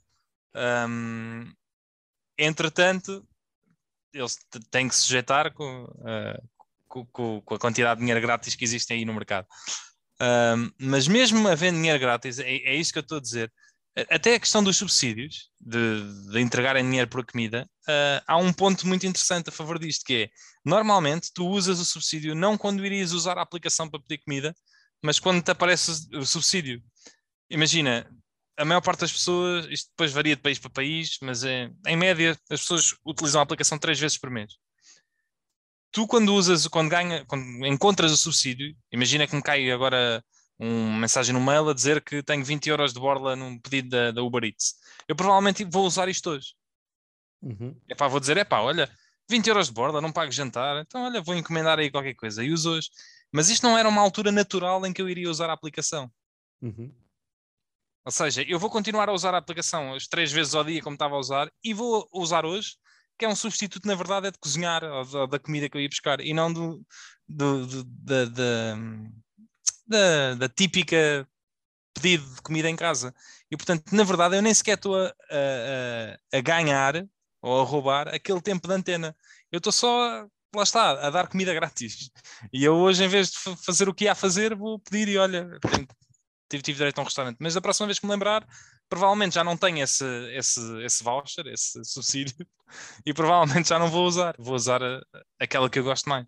Um, entretanto, eles têm que se sujeitar com, uh, com, com, com a quantidade de dinheiro grátis que existe aí no mercado. Um, mas mesmo havendo dinheiro grátis, é, é isso que eu estou a dizer, até a questão dos subsídios, de, de entregarem dinheiro por comida, uh, há um ponto muito interessante a favor disto, que é, normalmente tu usas o subsídio não quando irias usar a aplicação para pedir comida, mas quando te aparece o subsídio. Imagina, a maior parte das pessoas, isto depois varia de país para país, mas é, em média as pessoas utilizam a aplicação três vezes por mês. Tu quando usas, quando ganha, quando encontras o subsídio, imagina que me cai agora uma mensagem no mail a dizer que tenho vinte euros de borla num pedido da, da Uber Eats. Eu provavelmente vou usar isto hoje. Uhum. Epá, vou dizer, epá, olha, vinte euros de borla, não pago jantar, então olha, vou encomendar aí qualquer coisa e uso hoje. Mas isto não era uma altura natural em que eu iria usar a aplicação. Uhum. Ou seja, eu vou continuar a usar a aplicação as três vezes ao dia como estava a usar e vou usar hoje, que é um substituto, na verdade, é de cozinhar ou da comida que eu ia buscar e não do, do, do da, da, da, da típica pedido de comida em casa. E, portanto, na verdade, eu nem sequer estou a, a, a ganhar ou a roubar aquele tempo de antena. Eu estou só, lá está, a dar comida grátis. E eu hoje, em vez de fazer o que ia a fazer, vou pedir e olha, tenho, tive, tive direito a um restaurante. Mas da próxima vez que me lembrar, provavelmente já não tenho esse, esse, esse voucher, esse subsídio, e provavelmente já não vou usar. Vou usar a, aquela que eu gosto mais.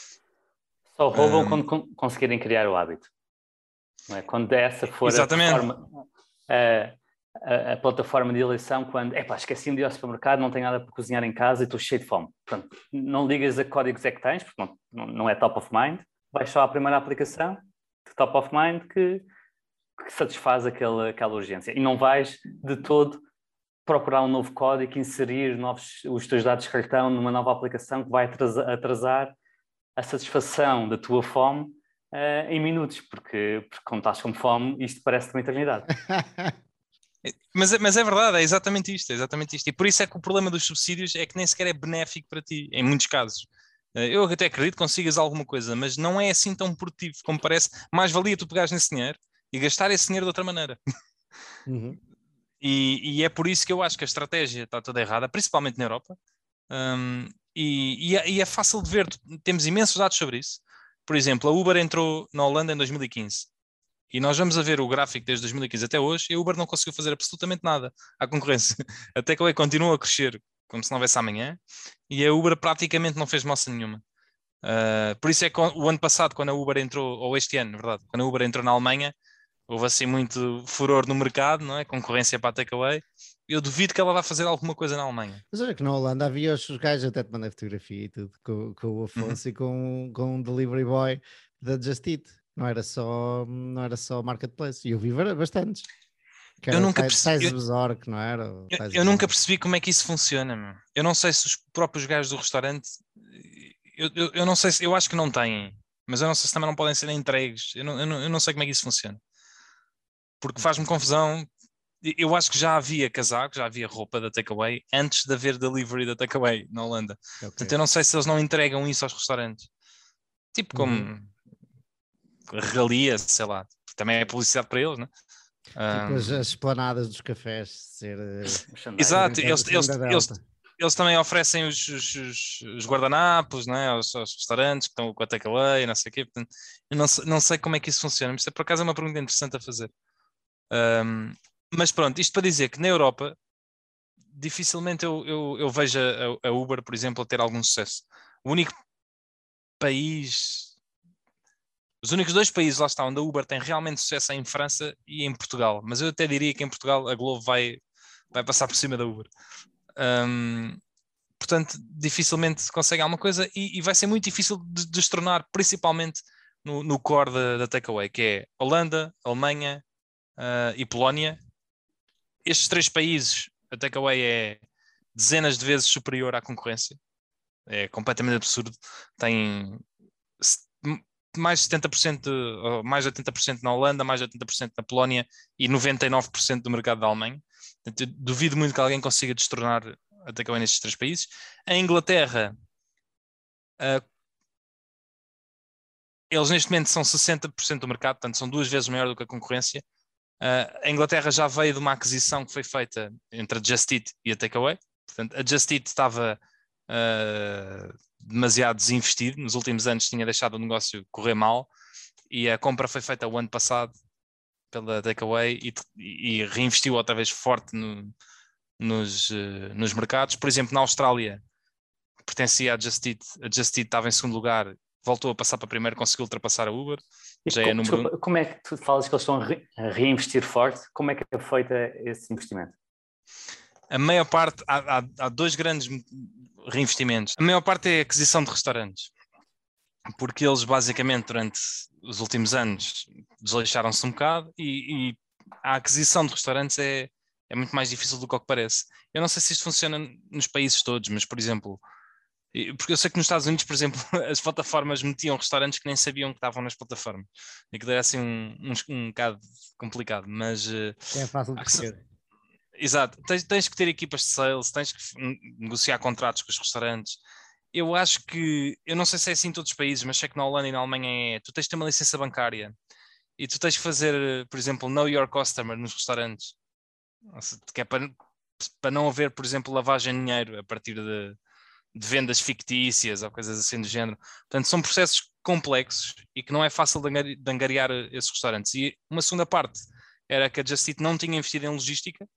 Só roubam um, quando conseguirem criar o hábito. Não é? Quando essa for a, forma, a, a, a plataforma de eleição, quando epá, esqueci-me de ir ao supermercado, não tenho nada para cozinhar em casa e estou cheio de fome. Portanto, não ligas a que códigos é que tens, porque não, não é top of mind, vais só à primeira aplicação de top of mind que, que satisfaz aquela, aquela urgência. E não vais de todo procurar um novo código, inserir novos, os teus dados de cartão numa nova aplicação que vai atrasar, atrasar a satisfação da tua fome uh, em minutos, porque, porque quando estás com fome, isto parece uma eternidade. mas, é, mas é verdade, é exatamente isto, é exatamente isto. E por isso é que o problema dos subsídios é que nem sequer é benéfico para ti, em muitos casos. Eu até acredito que consigas alguma coisa, mas não é assim tão produtivo como parece. Mais valia tu pegares nesse dinheiro e gastar esse dinheiro de outra maneira. Uhum. E, e é por isso que eu acho que a estratégia está toda errada, principalmente na Europa. Um, e, e, é, e é fácil de ver, temos imensos dados sobre isso. Por exemplo, a Uber entrou na Holanda em dois mil e quinze e nós vamos a ver o gráfico desde dois mil e quinze até hoje e a Uber não conseguiu fazer absolutamente nada à concorrência. Até que ela continua a crescer como se não houvesse amanhã e a Uber praticamente não fez moça nenhuma. Uh, por isso é que o ano passado, quando a Uber entrou, ou este ano, na verdade, quando a Uber entrou na Alemanha, houve assim muito furor no mercado, não é? Concorrência para a takeaway. Eu duvido que ela vá fazer alguma coisa na Alemanha. Mas olha que na Holanda havia os gajos, até te mandei fotografia e tudo, com, com o Afonso uhum. e com, com um delivery boy da Just Eat. Não era só, não era só marketplace. E eu vi bastantes. Que eu nunca percebi. Eu, não era? Eu, eu nunca percebi como é que isso funciona. Meu. Eu não sei se os próprios gajos do restaurante. Eu, eu, eu não sei se. Eu acho que não têm. Mas eu não sei se também não podem ser entregues. Eu não, eu não, eu não sei como é que isso funciona. Porque faz-me confusão. Eu acho que já havia casaco, já havia roupa da takeaway antes de haver delivery da takeaway na Holanda. Okay. Portanto, eu não sei se eles não entregam isso aos restaurantes. Tipo como uhum. regalia, sei lá. Também é publicidade para eles, né? Tipo um... as, as esplanadas dos cafés ser... Exato, eles, eles, eles, eles também oferecem os, os, os, os guardanapos, né? aos, aos restaurantes que estão com a takeaway, não sei o quê. Portanto, eu não, não sei como é que isso funciona, mas por acaso é uma pergunta interessante a fazer. Um, mas pronto, isto para dizer que na Europa dificilmente eu, eu, eu vejo a, a Uber, por exemplo, a ter algum sucesso. O único país, os únicos dois países lá está onde a Uber tem realmente sucesso é em França e em Portugal, mas eu até diria que em Portugal a Glovo vai, vai passar por cima da Uber. Um, portanto, dificilmente consegue alguma coisa e, e vai ser muito difícil de destronar, principalmente no, no core da, da takeaway, que é Holanda, Alemanha uh, e Polónia. Estes três países, a takeaway é dezenas de vezes superior à concorrência. É completamente absurdo. Tem mais de setenta por cento, mais de oitenta por cento na Holanda, mais de oitenta por cento na Polónia e noventa e nove por cento do mercado da Alemanha. Portanto, duvido muito que alguém consiga destronar a takeaway nestes três países. A Inglaterra, uh, eles neste momento são sessenta por cento do mercado, portanto são duas vezes maior do que a concorrência. Uh, a Inglaterra já veio de uma aquisição que foi feita entre a Just Eat e a Takeaway. Portanto, a Just Eat estava uh, demasiado desinvestido. Nos últimos anos tinha deixado o negócio correr mal e a compra foi feita o ano passado pela Takeaway e, e reinvestiu outra vez forte no, nos, uh, nos mercados. Por exemplo, na Austrália, que pertencia à Just Eat, a Just Eat estava em segundo lugar, voltou a passar para primeiro, conseguiu ultrapassar a Uber. Já como, é número desculpa, um. Como é que tu falas que eles estão a reinvestir forte? Como é que é feito esse investimento? A maior parte, há, há, há dois grandes reinvestimentos. A maior parte é a aquisição de restaurantes, porque eles basicamente durante os últimos anos desleixaram-se um bocado e, e a aquisição de restaurantes é, é muito mais difícil do que o que parece. Eu não sei se isto funciona nos países todos, mas por exemplo, porque eu sei que nos Estados Unidos, por exemplo, as plataformas metiam restaurantes que nem sabiam que estavam nas plataformas. E que era assim um, um, um bocado complicado, mas... É fácil de perceber. Exato. Tens, tens que ter equipas de sales, tens que negociar contratos com os restaurantes. Eu acho que... Eu não sei se é assim em todos os países, mas sei que na Holanda e na Alemanha é... Tu tens de ter uma licença bancária e tu tens que fazer, por exemplo, know your customer nos restaurantes. Que é para, para não haver, por exemplo, lavagem de dinheiro a partir de... de vendas fictícias ou coisas assim do género. Portanto, são processos complexos e que não é fácil de angariar esses restaurantes. E uma segunda parte era que a Just Eat não tinha investido em logística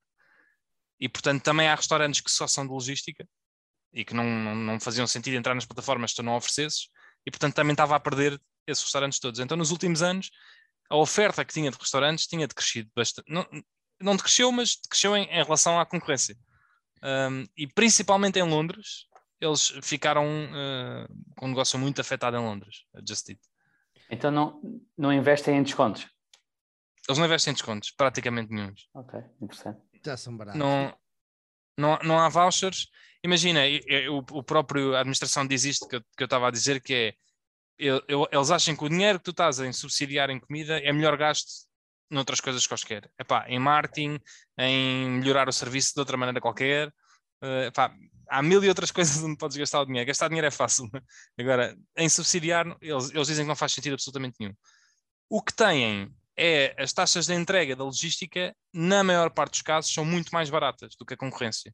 e, portanto, também há restaurantes que só são de logística e que não, não, não faziam sentido entrar nas plataformas se tu não oferecesses e, portanto, também estava a perder esses restaurantes todos. Então, nos últimos anos, a oferta que tinha de restaurantes tinha decrescido bastante. Não, não decresceu, mas decresceu em, em relação à concorrência. Um, e principalmente em Londres, eles ficaram uh, com um negócio muito afetado em Londres, a Just Eat. Então não, não investem em descontos? Eles não investem em descontos, praticamente nenhum. Ok, interessante. Já são baratos. Não, não, não há vouchers. Imagina, eu, o próprio a administração diz isto que eu, que eu estava a dizer, que é, eu, eu, eles acham que o dinheiro que tu estás a subsidiar em comida é melhor gasto noutras coisas quaisquer. Epá, em marketing, em melhorar o serviço de outra maneira qualquer. Uh, epá, há mil e outras coisas onde podes gastar o dinheiro. Gastar dinheiro é fácil. Agora, em subsidiar, eles, eles dizem que não faz sentido absolutamente nenhum. O que têm é as taxas de entrega da logística, na maior parte dos casos, são muito mais baratas do que a concorrência.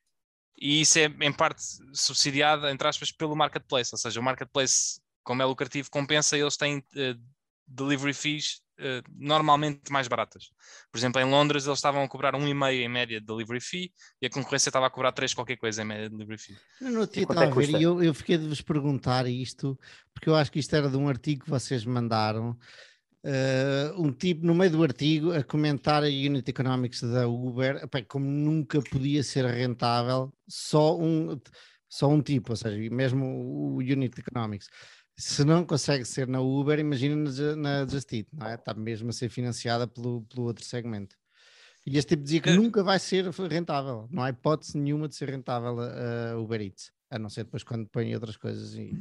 E isso é, em parte, subsidiado, entre aspas, pelo marketplace. Ou seja, o marketplace, como é lucrativo, compensa, eles têm uh, delivery fees uh, normalmente mais baratas. Por exemplo, em Londres, eles estavam a cobrar um vírgula cinco em média de delivery fee e a concorrência estava a cobrar três qualquer coisa em média de delivery fee. Eu não tinha estava a ver e eu, eu fiquei de vos perguntar isto, porque eu acho que isto era de um artigo que vocês mandaram. Uh, um tipo no meio do artigo a comentar a unit economics da Uber, epá, como nunca podia ser rentável, só um, só um tipo, ou seja, mesmo o unit economics, se não consegue ser na Uber, imagina na, na Just Eat, não é? Está mesmo a ser financiada pelo, pelo outro segmento. E este tipo dizia que é. nunca vai ser rentável, não há hipótese nenhuma de ser rentável a, a Uber Eats, a não ser depois quando põem outras coisas e...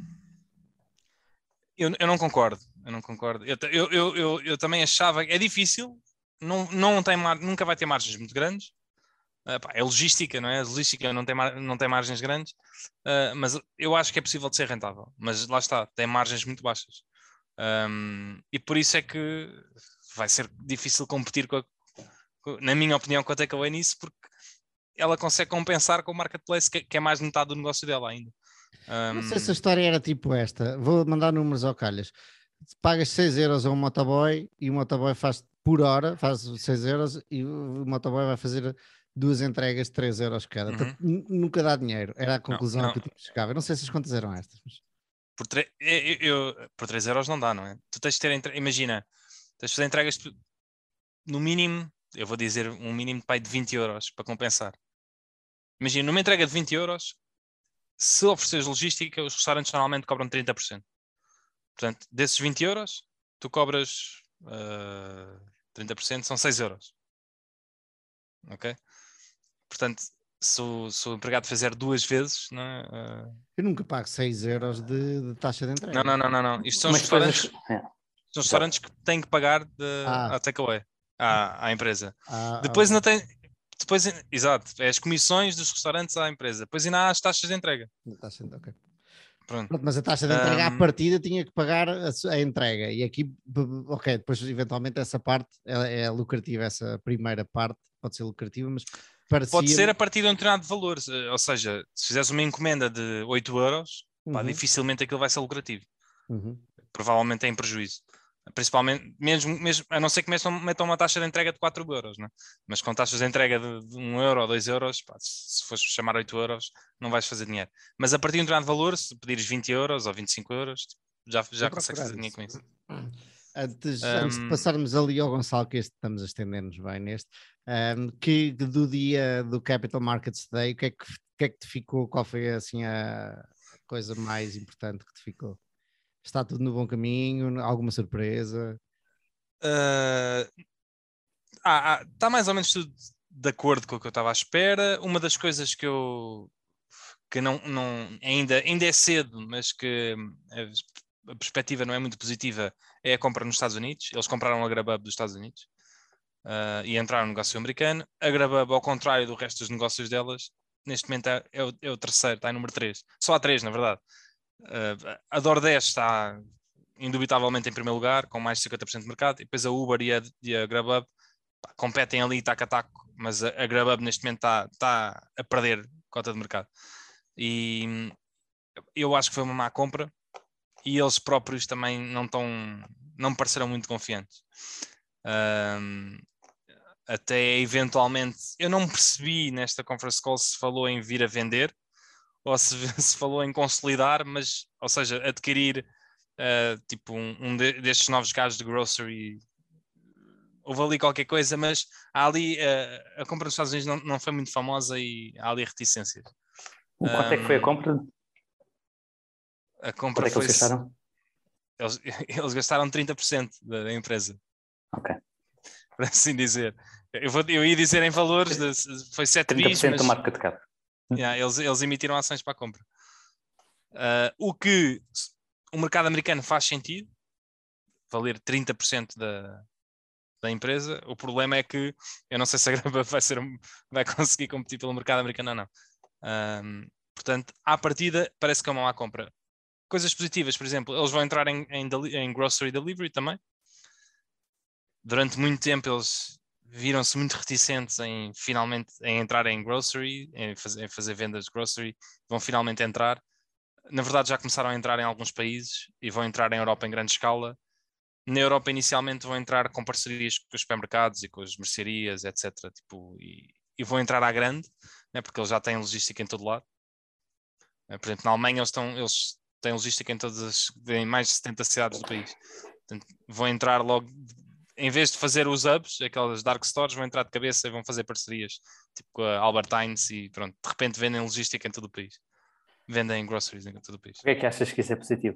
Eu, eu não concordo, eu não concordo. Eu, eu, eu, eu, eu também achava que é difícil, não, não tem mar, nunca vai ter margens muito grandes. Uh, pá, é logística, não é? A logística não tem, mar, não tem margens grandes, uh, mas eu acho que é possível de ser rentável. Mas lá está, tem margens muito baixas. Um, e por isso é que vai ser difícil competir, com a, com, na minha opinião, com a Takeaway nisso, porque ela consegue compensar com o marketplace, que, que é mais de metade do negócio dela ainda. Um... Não sei se a história era tipo esta. Vou mandar números ao calhas. Pagas seis euros a um motoboy e o motoboy faz por hora, faz seis euros e o motoboy vai fazer duas entregas de três euros cada. Uhum. Portanto, nunca dá dinheiro. Era a conclusão não, não. que eu chegava. Eu não sei se as contas eram estas. Mas... Por, tre... eu, eu, por três euros não dá, não é? Tu tens de ter, entre... imagina, tens de fazer entregas no mínimo, eu vou dizer um mínimo de pai de vinte euros para compensar. Imagina, numa entrega de vinte euros, se ofereceres logística, os restaurantes normalmente cobram trinta por cento. Portanto, desses vinte euros, tu cobras uh, trinta por cento, são seis euros. Ok? Portanto, se o, se o empregado fizer duas vezes... Não é? uh... Eu nunca pago seis euros de, de taxa de entrega. Não, não, não. não, não. Isto são os restaurantes, é. são restaurantes que têm que pagar de, ah. a takeaway, à, à empresa. Ah, Depois ah, não tem... Depois, exato, é as comissões dos restaurantes à empresa. Depois ainda há as taxas de entrega. Taxa de, okay. Pronto. Pronto, mas a taxa de entrega um... à partida tinha que pagar a, a entrega. E aqui, ok, depois eventualmente essa parte é, é lucrativa, essa primeira parte pode ser lucrativa, mas parecia... Pode ser a partir de um determinado valor. Ou seja, se fizeres uma encomenda de oito euros, uhum. pá, dificilmente aquilo vai ser lucrativo. Uhum. Provavelmente é em prejuízo. Principalmente, mesmo, mesmo, a não ser que metam, metam uma taxa de entrega de quatro euros, né? Mas com taxas de entrega de, de um euro ou dois euros, pá, se, se fores chamar oito euros, não vais fazer dinheiro. Mas a partir de um determinado valor, se pedires vinte euros ou vinte e cinco euros, já, já consegues fazer dinheiro com isso. Antes, um, antes de passarmos ali ao Gonçalo, que este, estamos a estender-nos bem neste, um, que do dia do Capital Markets Day, o que é que, que, é que te ficou? Qual foi assim a coisa mais importante que te ficou? Está tudo no bom caminho? Alguma surpresa? Uh, ah, ah, está mais ou menos tudo de acordo com o que eu estava à espera. Uma das coisas que eu que não, não ainda, ainda é cedo, mas que a, a perspectiva não é muito positiva, é a compra nos Estados Unidos. Eles compraram a Grubhub dos Estados Unidos uh, e entraram no negócio americano. A Grubhub, ao contrário do resto dos negócios delas, neste momento é, é, o, é o terceiro, está em número três. Só há três, na verdade. Uh, a DoorDash está indubitavelmente em primeiro lugar, com mais de cinquenta por cento de mercado, e depois a Uber e a, e a Grubhub pá, competem ali taco a taco, mas a, a Grubhub neste momento está, está a perder cota de mercado. E eu acho que foi uma má compra, e eles próprios também não estão, não me pareceram muito confiantes. Um, até eventualmente, eu não percebi nesta conference call se falou em vir a vender, ou se, se falou em consolidar, mas, ou seja, adquirir uh, tipo um, um de, destes novos casos de grocery. Houve ali qualquer coisa, mas há ali uh, a compra dos Estados Unidos não, não foi muito famosa e há ali reticências. Quanto um, é que foi a compra? A compra Quanto é que foi, eles gastaram? Eles, eles gastaram trinta por cento da, da empresa. Ok. Por assim dizer. Eu, vou, eu ia dizer em valores, de, foi sete bis, trinta por cento da marca de cap. Yeah, eles, eles emitiram ações para a compra. Uh, o que o mercado americano faz sentido, valer trinta por cento da, da empresa. O problema é que eu não sei se a Grubhub vai, ser, vai conseguir competir pelo mercado americano ou não. Um, portanto, à partida, parece que é uma má compra. Coisas positivas, por exemplo, eles vão entrar em, em, em grocery delivery também. Durante muito tempo eles viram-se muito reticentes em finalmente em entrar em grocery, em fazer, em fazer vendas de grocery, vão finalmente entrar. Na verdade já começaram a entrar em alguns países e vão entrar em Europa em grande escala. Na Europa inicialmente vão entrar com parcerias com os supermercados e com as mercearias, etcétera. Tipo, e, e vão entrar à grande, né, porque eles já têm logística em todo lado. Por exemplo, na Alemanha eles, estão, eles têm logística em, todas as, em mais de setenta cidades do país. Portanto, vão entrar logo... Em vez de fazer os hubs, aquelas dark stores, vão entrar de cabeça e vão fazer parcerias, tipo com a Albert Heinz e pronto, de repente vendem logística em todo o país. Vendem groceries em todo o país. Por que é que achas que isso é positivo?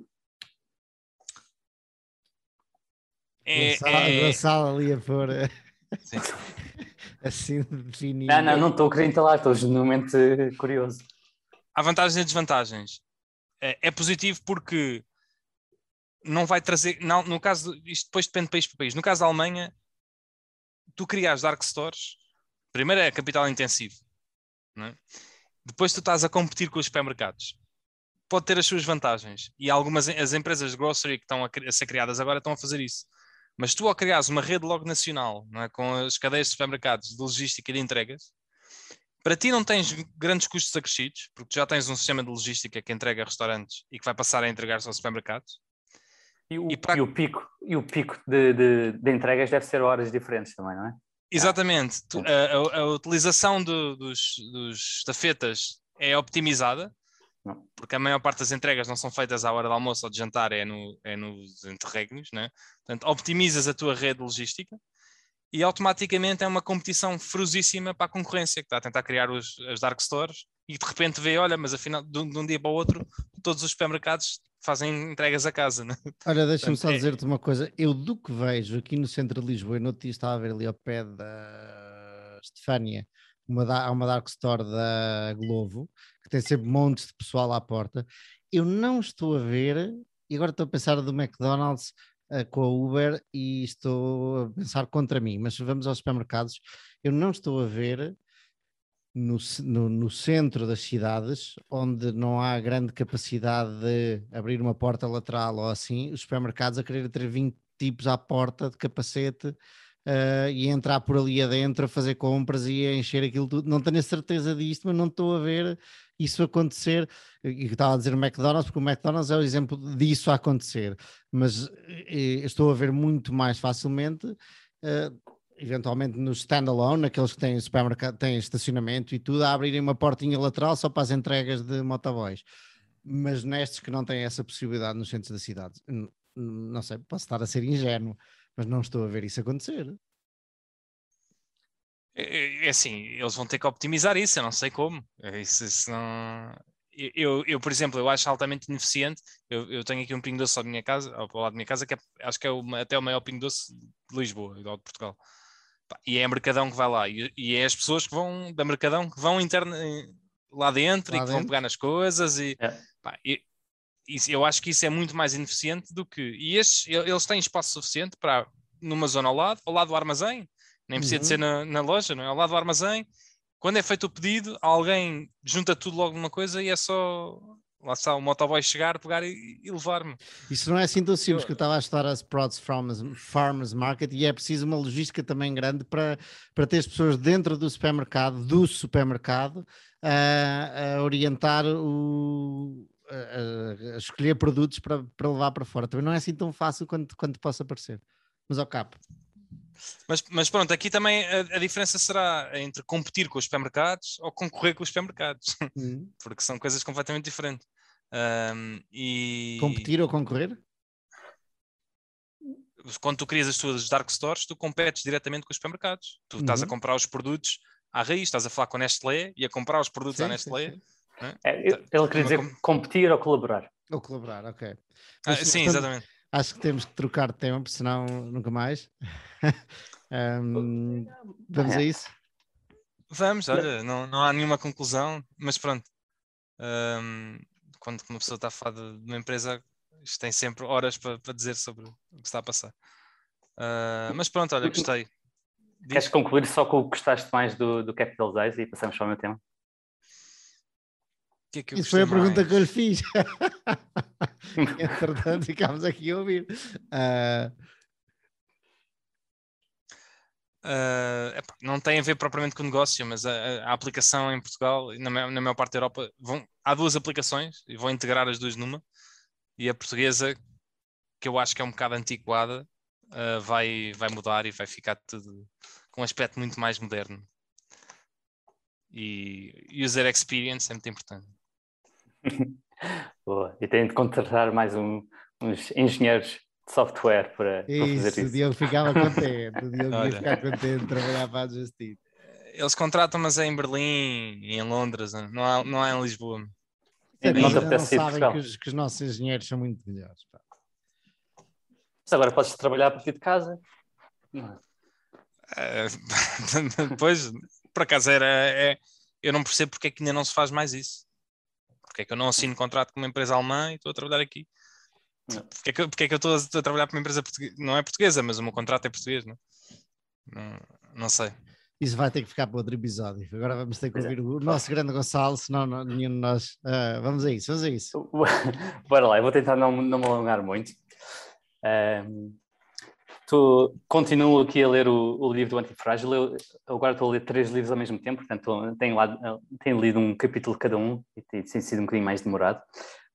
É, Gonçalo ali a pôr assim definido. Não, não, não estou a querer entalar, estou genuinamente curioso. Há vantagens e desvantagens. É, é positivo porque não vai trazer, não, no caso, isto depois depende de país para país. No caso da Alemanha, tu crias dark stores, primeiro é capital intensivo, não é? Depois tu estás a competir com os supermercados. Pode ter as suas vantagens, e algumas as empresas de grocery que estão a, a ser criadas agora estão a fazer isso. Mas tu, ao criares uma rede logo nacional, não é? Com as cadeias de supermercados de logística e de entregas, para ti não tens grandes custos acrescidos, porque tu já tens um sistema de logística que entrega a restaurantes e que vai passar a entregar-se aos supermercados. E o, e para... e o pico, e o pico de, de, de entregas deve ser horas diferentes também, não é? Exatamente. Ah. A, a, a utilização do, dos, dos estafetas é optimizada, não. Porque a maior parte das entregas não são feitas à hora do almoço ou de jantar, é, no, é nos interregnos, né? Portanto, optimizas a tua rede logística e automaticamente é uma competição ferozíssima para a concorrência, que está a tentar criar os, as dark stores e de repente vê, olha, mas afinal de um, de um dia para o outro todos os supermercados fazem entregas a casa, né? Olha, deixa-me só é... dizer-te uma coisa, eu do que vejo aqui no centro de Lisboa, no outro dia estava a ver ali ao pé da Estefânia, uma, há uma dark store da Glovo, que tem sempre montes de pessoal à porta. Eu não estou a ver, e agora estou a pensar do McDonald's uh, com a Uber e estou a pensar contra mim, mas vamos aos supermercados, eu não estou a ver no, no, no centro das cidades, onde não há grande capacidade de abrir uma porta lateral ou assim, os supermercados a querer ter vinte tipos à porta de capacete uh, e entrar por ali adentro a fazer compras e a encher aquilo tudo. Não tenho a certeza disto, mas não estou a ver isso acontecer. E estava a dizer o McDonald's, porque o McDonald's é o exemplo disso a acontecer, mas eh, estou a ver muito mais facilmente uh, eventualmente no standalone, aqueles que têm supermercado, têm estacionamento e tudo, a abrirem uma portinha lateral só para as entregas de motoboys. Mas nestes que não têm essa possibilidade nos centros da cidade, não sei, posso estar a ser ingênuo, mas não estou a ver isso acontecer. É, é assim, eles vão ter que optimizar isso, eu não sei como. Isso, isso não... eu, eu, por exemplo, eu acho altamente ineficiente. Eu, eu tenho aqui um Pingo Doce à minha casa, ao lado da minha casa, que é, acho que é o, até o maior Pingo Doce de Lisboa, de Portugal. E é a Mercadão que vai lá, e, e é as pessoas que vão da Mercadão que vão interna, lá dentro lá e que dentro? vão pegar nas coisas e, é. pá, e isso, eu acho que isso é muito mais ineficiente do que, e estes, eles têm espaço suficiente para, numa zona ao lado, ao lado do armazém, nem precisa uhum. de ser na, na loja, não é? Ao lado do armazém, quando é feito o pedido, alguém junta tudo logo numa coisa e é só... Lá está, o motoboy chegar, pegar e, e levar-me. Isso não é assim tão simples, eu... que eu estava a estudar as Sprouts Farmers, Farmers Market e é preciso uma logística também grande para, para ter as pessoas dentro do supermercado, do supermercado, a, a orientar o... A, a escolher produtos para, para levar para fora. Também não é assim tão fácil quanto, quanto possa parecer. Mas ao capo. Mas, mas pronto, aqui também a, a diferença será entre competir com os supermercados ou concorrer com os supermercados, uhum. porque são coisas completamente diferentes. Um, e... Competir ou concorrer? Quando tu crias as tuas dark stores, tu competes diretamente com os supermercados. Tu uhum. estás a comprar os produtos à raiz, estás a falar com a Nestlé e a comprar os produtos sim, à Nestlé. Sim, sim. É, ele queria dizer com... competir ou colaborar. Ou colaborar, ok. Mas, ah, sim, portanto, exatamente. Acho que temos que trocar de tema, senão nunca mais. um, vamos é. a isso? Vamos, olha, não, não há nenhuma conclusão, mas pronto. Um, quando uma pessoa está a falar de uma empresa, isto tem sempre horas para, para dizer sobre o que está a passar. Uh, mas pronto, olha, gostei. Queres Diz... concluir só com o que gostaste mais do, do Capital Days e passamos para o meu tema? Que é que Isso foi a pergunta mais? que eu lhe fiz. Entretanto, ficámos aqui a ouvir. Uh... Uh, epá, não tem a ver propriamente com o negócio, mas a, a aplicação em Portugal e na, na maior parte da Europa vão, há duas aplicações e vão integrar as duas numa, e a portuguesa, que eu acho que é um bocado antiquada, uh, vai, vai mudar e vai ficar tudo com um aspecto muito mais moderno. E user experience é muito importante. Boa. E tenho de contratar mais um, uns engenheiros de software para, para fazer isso. O Diogo ficava contente, o Diogo ia ficar contente de trabalhar para a Just-Eat. Eles contratam, mas é em Berlim e em Londres, não há, não há em Lisboa. É, não, não, não sabem que os, que os nossos engenheiros são muito melhores. Pá. Mas agora podes trabalhar a partir de casa? Não. Uh, pois, por acaso era... É, eu não percebo porque é que ainda não se faz mais isso. Porque é que eu não assino contrato com uma empresa alemã e estou a trabalhar aqui? Porque é que, porque é que eu estou a, estou a trabalhar para uma empresa portuguesa? Não é portuguesa, mas o meu contrato é português, não? Não, não sei. Isso vai ter que ficar para outro episódio. Agora vamos ter que ouvir o nosso grande Gonçalo, senão não, nenhum de nós... Uh, vamos a isso, vamos a isso. Bora lá, eu vou tentar não, não me alongar muito. Um, tô, continuo aqui a ler o, o livro do Antifrágil. Eu, eu agora estou a ler três livros ao mesmo tempo, portanto tenho, lá, tenho lido um capítulo de cada um e tem, tem sido um bocadinho mais demorado.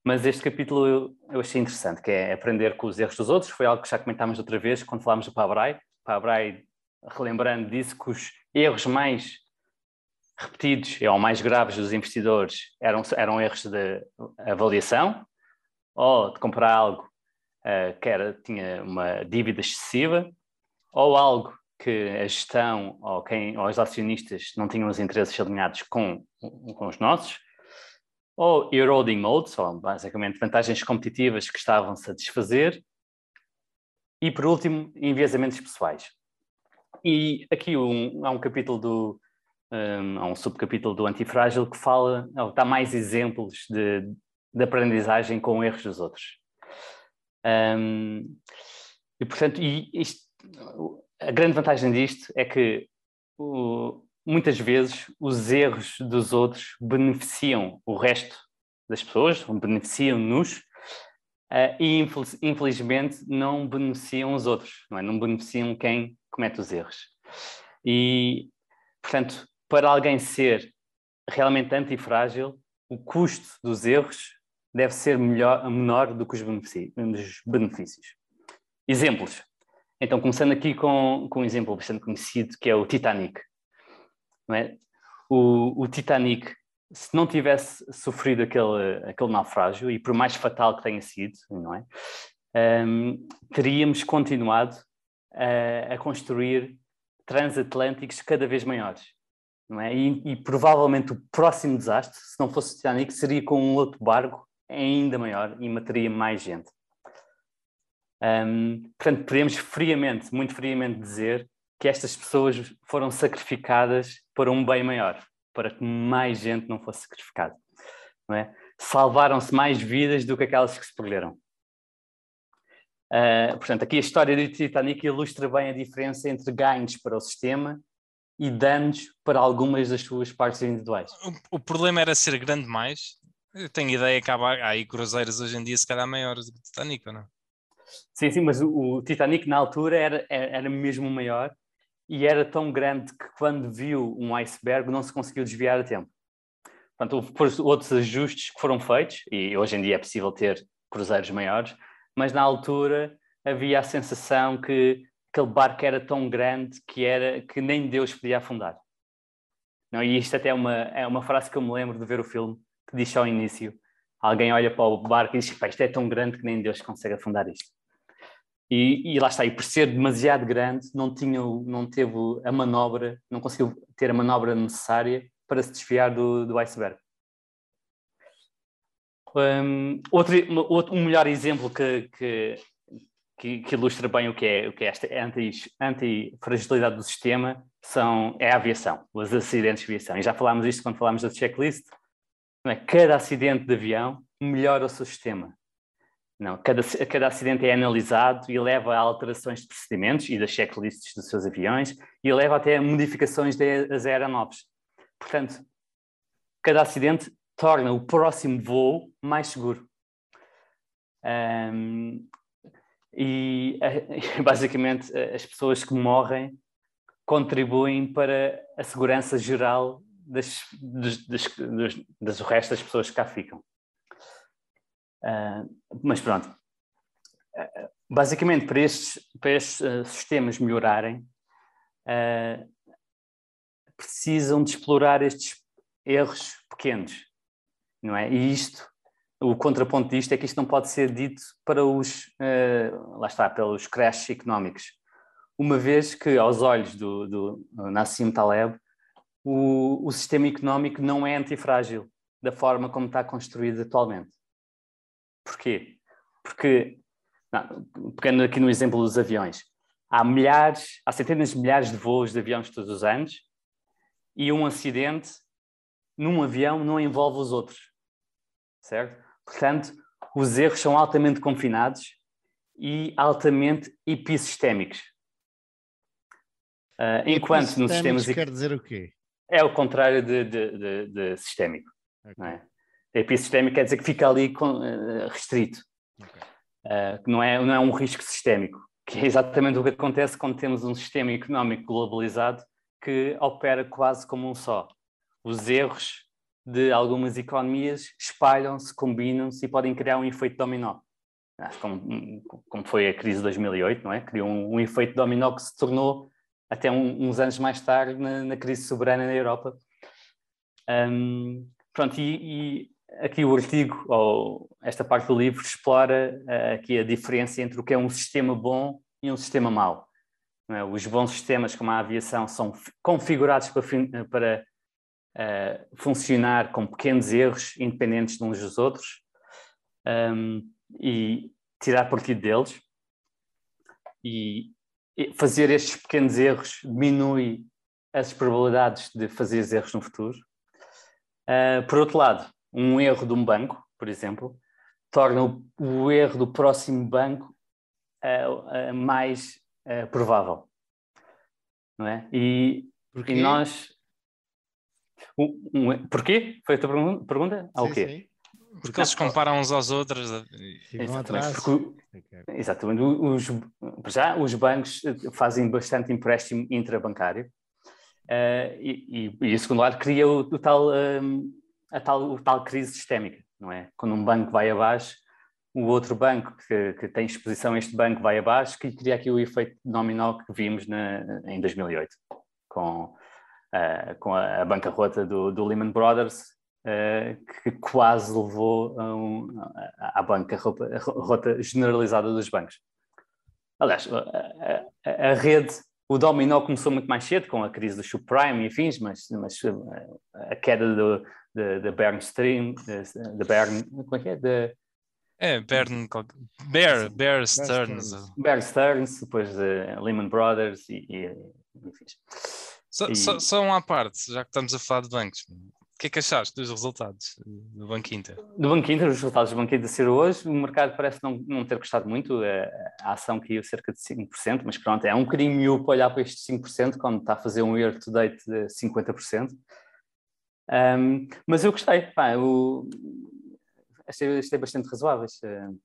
mas este capítulo eu, eu achei interessante, que é aprender com os erros dos outros. Foi algo que já comentámos outra vez quando falámos do Pabrai. Pabrai, relembrando, disse que os erros mais repetidos ou mais graves dos investidores eram, eram erros de avaliação, ou de comprar algo uh, que era, tinha uma dívida excessiva, ou algo que a gestão ou, quem, ou os acionistas não tinham os interesses alinhados com, com os nossos, ou eroding modes, ou basicamente vantagens competitivas que estavam-se a desfazer, e por último, enviesamentos pessoais. E aqui um, há um capítulo do, um, há um subcapítulo do Antifrágil que fala, ou dá mais exemplos de, de aprendizagem com erros dos outros. Um, e portanto, e isto, a grande vantagem disto é que o, muitas vezes os erros dos outros beneficiam o resto das pessoas, beneficiam-nos, uh, e infeliz, infelizmente não beneficiam os outros, não é? Não beneficiam quem comete os erros. E, portanto, para alguém ser realmente antifrágil, o custo dos erros deve ser melhor, menor do que os benefícios. Exemplos. Então, começando aqui com, com um exemplo bastante conhecido, que é o Titanic. Não é? o, o Titanic, se não tivesse sofrido aquele, aquele naufrágio, e por mais fatal que tenha sido, não é? Um, teríamos continuado a, a construir transatlânticos cada vez maiores. Não é? E, e provavelmente o próximo desastre, se não fosse o Titanic, seria com um outro barco ainda maior e mataria mais gente. Um, portanto, podemos friamente, muito friamente dizer que estas pessoas foram sacrificadas para um bem maior, para que mais gente não fosse sacrificada. Não é? Salvaram-se mais vidas do que aquelas que se perderam. Uh, portanto, aqui a história do Titanic ilustra bem a diferença entre ganhos para o sistema e danos para algumas das suas partes individuais. O, o problema era ser grande mais. Eu tenho ideia que há, há aí cruzeiros hoje em dia se calhar maiores do que o Titanic, ou não? Sim, sim, mas o, o Titanic na altura era, era mesmo maior e era tão grande que quando viu um iceberg não se conseguiu desviar a tempo. Portanto, houve outros ajustes que foram feitos e hoje em dia é possível ter cruzeiros maiores, mas na altura havia a sensação que aquele barco era tão grande que, era, que nem Deus podia afundar. Não, e isto até é uma, é uma frase que eu me lembro de ver o filme, que diz ao início, alguém olha para o barco e diz que isto é tão grande que nem Deus consegue afundar isto. E, e lá está, e por ser demasiado grande, não, tinha, não teve a manobra, não conseguiu ter a manobra necessária para se desviar do, do iceberg. Um, outro, outro, um melhor exemplo que, que, que, que ilustra bem o que é, o que é esta anti-fragilidade do sistema são, é a aviação, os acidentes de aviação. E já falámos isto quando falámos da checklist. Não é? Cada acidente de avião melhora o seu sistema. Não, cada, cada acidente é analisado e leva a alterações de procedimentos e das checklists dos seus aviões e leva até a modificações das aeronaves. Portanto, cada acidente torna o próximo voo mais seguro. Um, e basicamente as pessoas que morrem contribuem para a segurança geral das, das, das, das, das o resto das pessoas que cá ficam. Uh, mas pronto, uh, basicamente para estes, para estes uh, sistemas melhorarem, uh, precisam de explorar estes erros pequenos, não é? E isto, o contraponto disto é que isto não pode ser dito para os, uh, lá está, pelos crashes económicos, uma vez que aos olhos do, do Nassim Taleb, o, o sistema económico não é antifrágil da forma como está construído atualmente. Porquê? Porque, não, pegando aqui no exemplo dos aviões, há milhares, há centenas de milhares de voos de aviões todos os anos e um acidente num avião não envolve os outros, certo? Portanto, os erros são altamente confinados e altamente epissistémicos. Uh, enquanto nos sistemas... quer dizer o quê? É o contrário de, de, de, de sistémico. Okay. Não é? Epissistémico quer dizer que fica ali com, uh, restrito. Okay. Uh, que não é, não é um risco sistémico, que é exatamente o que acontece quando temos um sistema económico globalizado que opera quase como um só. Os erros de algumas economias espalham-se, combinam-se e podem criar um efeito dominó. Como, como foi a crise de dois mil e oito, não é? Criou um, um efeito dominó que se tornou, até um, uns anos mais tarde, na, na crise soberana na Europa. Um, pronto, e, e aqui o artigo, ou esta parte do livro, explora uh, aqui a diferença entre o que é um sistema bom e um sistema mau. Não é? Os bons sistemas, como a aviação, são configurados para, para uh, funcionar com pequenos erros, independentes de uns dos outros, um, e tirar partido deles. E, e fazer estes pequenos erros diminui as probabilidades de fazer erros no futuro. Uh, por outro lado, um erro de um banco, por exemplo, torna o, o erro do próximo banco uh, uh, mais uh, provável, não é? E, e nós... Um, um, porquê? Foi a tua pergunta? Ah, o quê? Sim. Porque eles comparam uns aos outros. Exatamente. Porque, exatamente. Os, já, os bancos fazem bastante empréstimo intrabancário. Uh, e, e, e, segundo lado, cria o, o tal, um, a tal, o tal crise sistémica, não é? Quando um banco vai abaixo, o outro banco que, que tem exposição a este banco vai abaixo, que cria aqui o efeito dominó que vimos na, em dois mil e oito, com, uh, com a, a bancarrota do, do Lehman Brothers, uh, que quase levou a um, à bancarrota generalizada dos bancos. Aliás, a, a, a rede... O dominó começou muito mais cedo, com a crise do subprime e afins, mas, mas a queda do, de, de Bernstein, de Bern, como é que é? De, é, Bern, Bear, Bear Stearns. Bear Stearns, depois de Lehman Brothers e, e enfim. Só, e... só, só uma à parte, já que estamos a falar de bancos. O que é que achaste dos resultados do Banco Inter? Do Banco Inter, os resultados do Banco Inter ser hoje, o mercado parece não, não ter gostado muito, a, a ação caiu cerca de cinco por cento, mas pronto, é um bocadinho miúdo olhar para estes cinco por cento quando está a fazer um year to date de cinquenta por cento. Um, mas eu gostei, pá, eu achei, achei bastante razoáveis.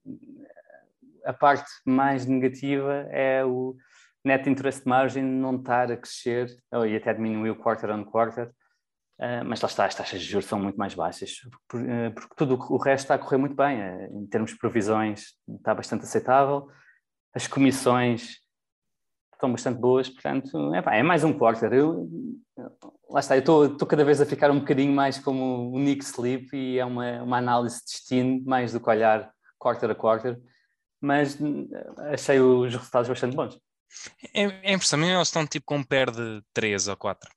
A parte mais negativa é o net interest margin não estar a crescer, e até diminuiu quarter on quarter. Uh, mas lá está, as taxas de juros são muito mais baixas, por, uh, porque tudo o resto está a correr muito bem, uh, em termos de provisões está bastante aceitável, as comissões estão bastante boas, portanto, é, pá, é mais um quarter. Eu, lá está, eu estou cada vez a ficar um bocadinho mais como o Nick Sleep e é uma, uma análise de destino, mais do que olhar quarter a quarter, mas uh, achei os resultados bastante bons. É, é impressão minha, eles estão tipo com um P E R de três ou quatro.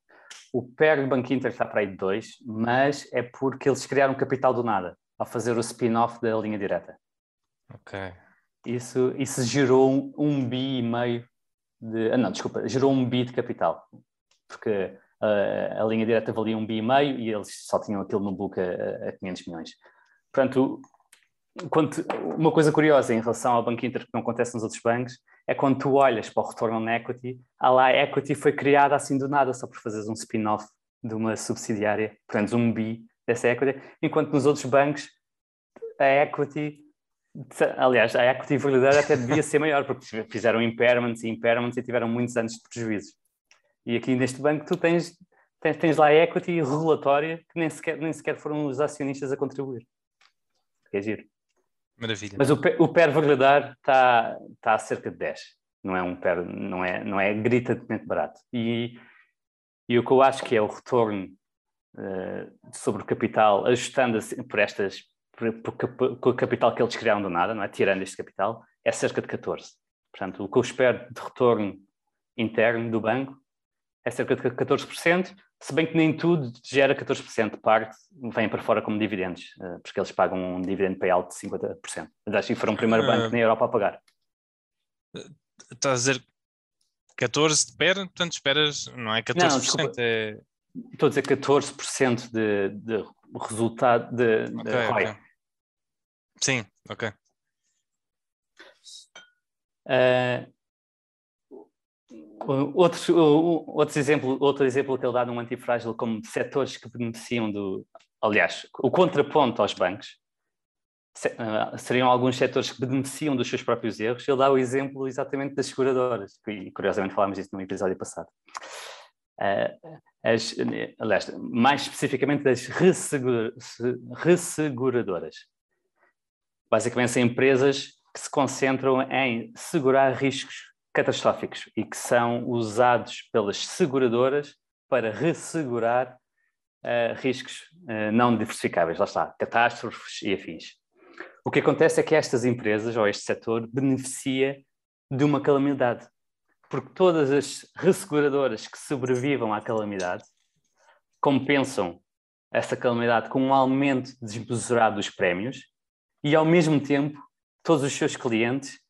O P E R do Banco Inter está para aí de dois, mas é porque eles criaram capital do nada, ao fazer o spin-off da linha direta. Ok. Isso, isso gerou um, um bi e meio de... Ah, não, desculpa, gerou um bi de capital. Porque uh, a linha direta valia um bi e meio e eles só tinham aquilo no book a, a quinhentos milhões. Portanto, quando, uma coisa curiosa em relação ao Banco Inter que não acontece nos outros bancos é quando tu olhas para o retorno on equity, a lá equity foi criada assim do nada, só por fazeres um spin-off de uma subsidiária, portanto um bi dessa equity, enquanto nos outros bancos a equity, aliás, a equity verdadeira até devia ser maior, porque fizeram impairments e impairments e tiveram muitos anos de prejuízos. E aqui neste banco tu tens, tens, tens lá a equity regulatória que nem sequer, nem sequer foram os acionistas a contribuir. É giro. Maravilha. Mas o, o P E R verdadeiro está, está a cerca de dez. Não é um P E R, não é, não é gritantemente barato. E, e o que eu acho que é o retorno uh, sobre o capital, ajustando por estas, por, por, por o capital que eles criaram do nada, não é? Tirando este capital, é cerca de catorze. Portanto, o que eu espero de retorno interno do banco é cerca de catorze por cento, se bem que nem tudo gera catorze por cento de parte, vem para fora como dividendos, porque eles pagam um dividend payout de cinquenta por cento. Acho que foram o primeiro banco uh, na Europa a pagar. Estás a dizer catorze de P E R, portanto esperas, não é catorze por cento? Não, não, é... Estou a dizer catorze por cento de, de resultado de, de okay, R O I. Okay. Sim, ok. Uh, Outros, outros exemplo, outro exemplo que ele dá num antifrágil como setores que beneficiam do... Aliás, o contraponto aos bancos seriam alguns setores que beneficiam dos seus próprios erros. Ele dá o exemplo exatamente das seguradoras, e curiosamente falámos disso no episódio passado. Uh, as, aliás, mais especificamente das ressegura, resseguradoras. Basicamente são empresas que se concentram em segurar riscos catastróficos e que são usados pelas seguradoras para ressegurar uh, riscos uh, não diversificáveis, lá está, catástrofes e afins. O que acontece é que estas empresas, ou este setor, beneficia de uma calamidade, porque todas as resseguradoras que sobrevivam à calamidade compensam essa calamidade com um aumento desmesurado dos prémios e, ao mesmo tempo, todos os seus clientes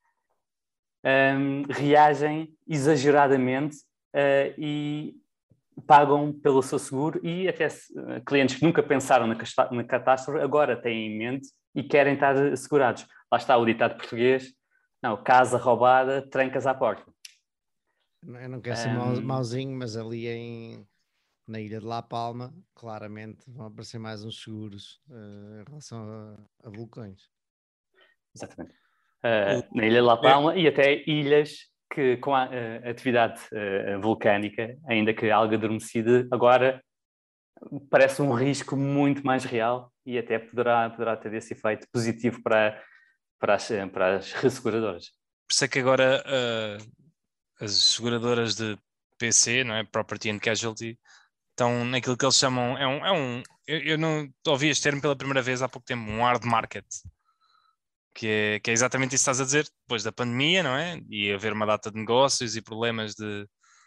um, reagem exageradamente uh, e pagam pelo seu seguro, e até uh, clientes que nunca pensaram na, na catástrofe agora têm em mente e querem estar assegurados. Lá está o ditado português: não, casa roubada, trancas à porta. Eu não quero ser um... mauzinho, mas ali em, na ilha de La Palma, claramente vão aparecer mais uns seguros uh, em relação a, a vulcões. Exatamente. Uh, na ilha de La Palma é. E até ilhas que, com a uh, atividade uh, vulcânica, ainda que algo adormecida, agora parece um risco muito mais real e até poderá, poderá ter esse efeito positivo para, para, as, para as resseguradoras. Por isso é que agora uh, as seguradoras de P C, não é? Property and Casualty, estão naquilo que eles chamam, é um, é um eu, eu não ouvi este termo pela primeira vez há pouco tempo, um hard market, que é, que é exatamente isso que estás a dizer, depois da pandemia, não é? E haver uma data de negócios e problemas de,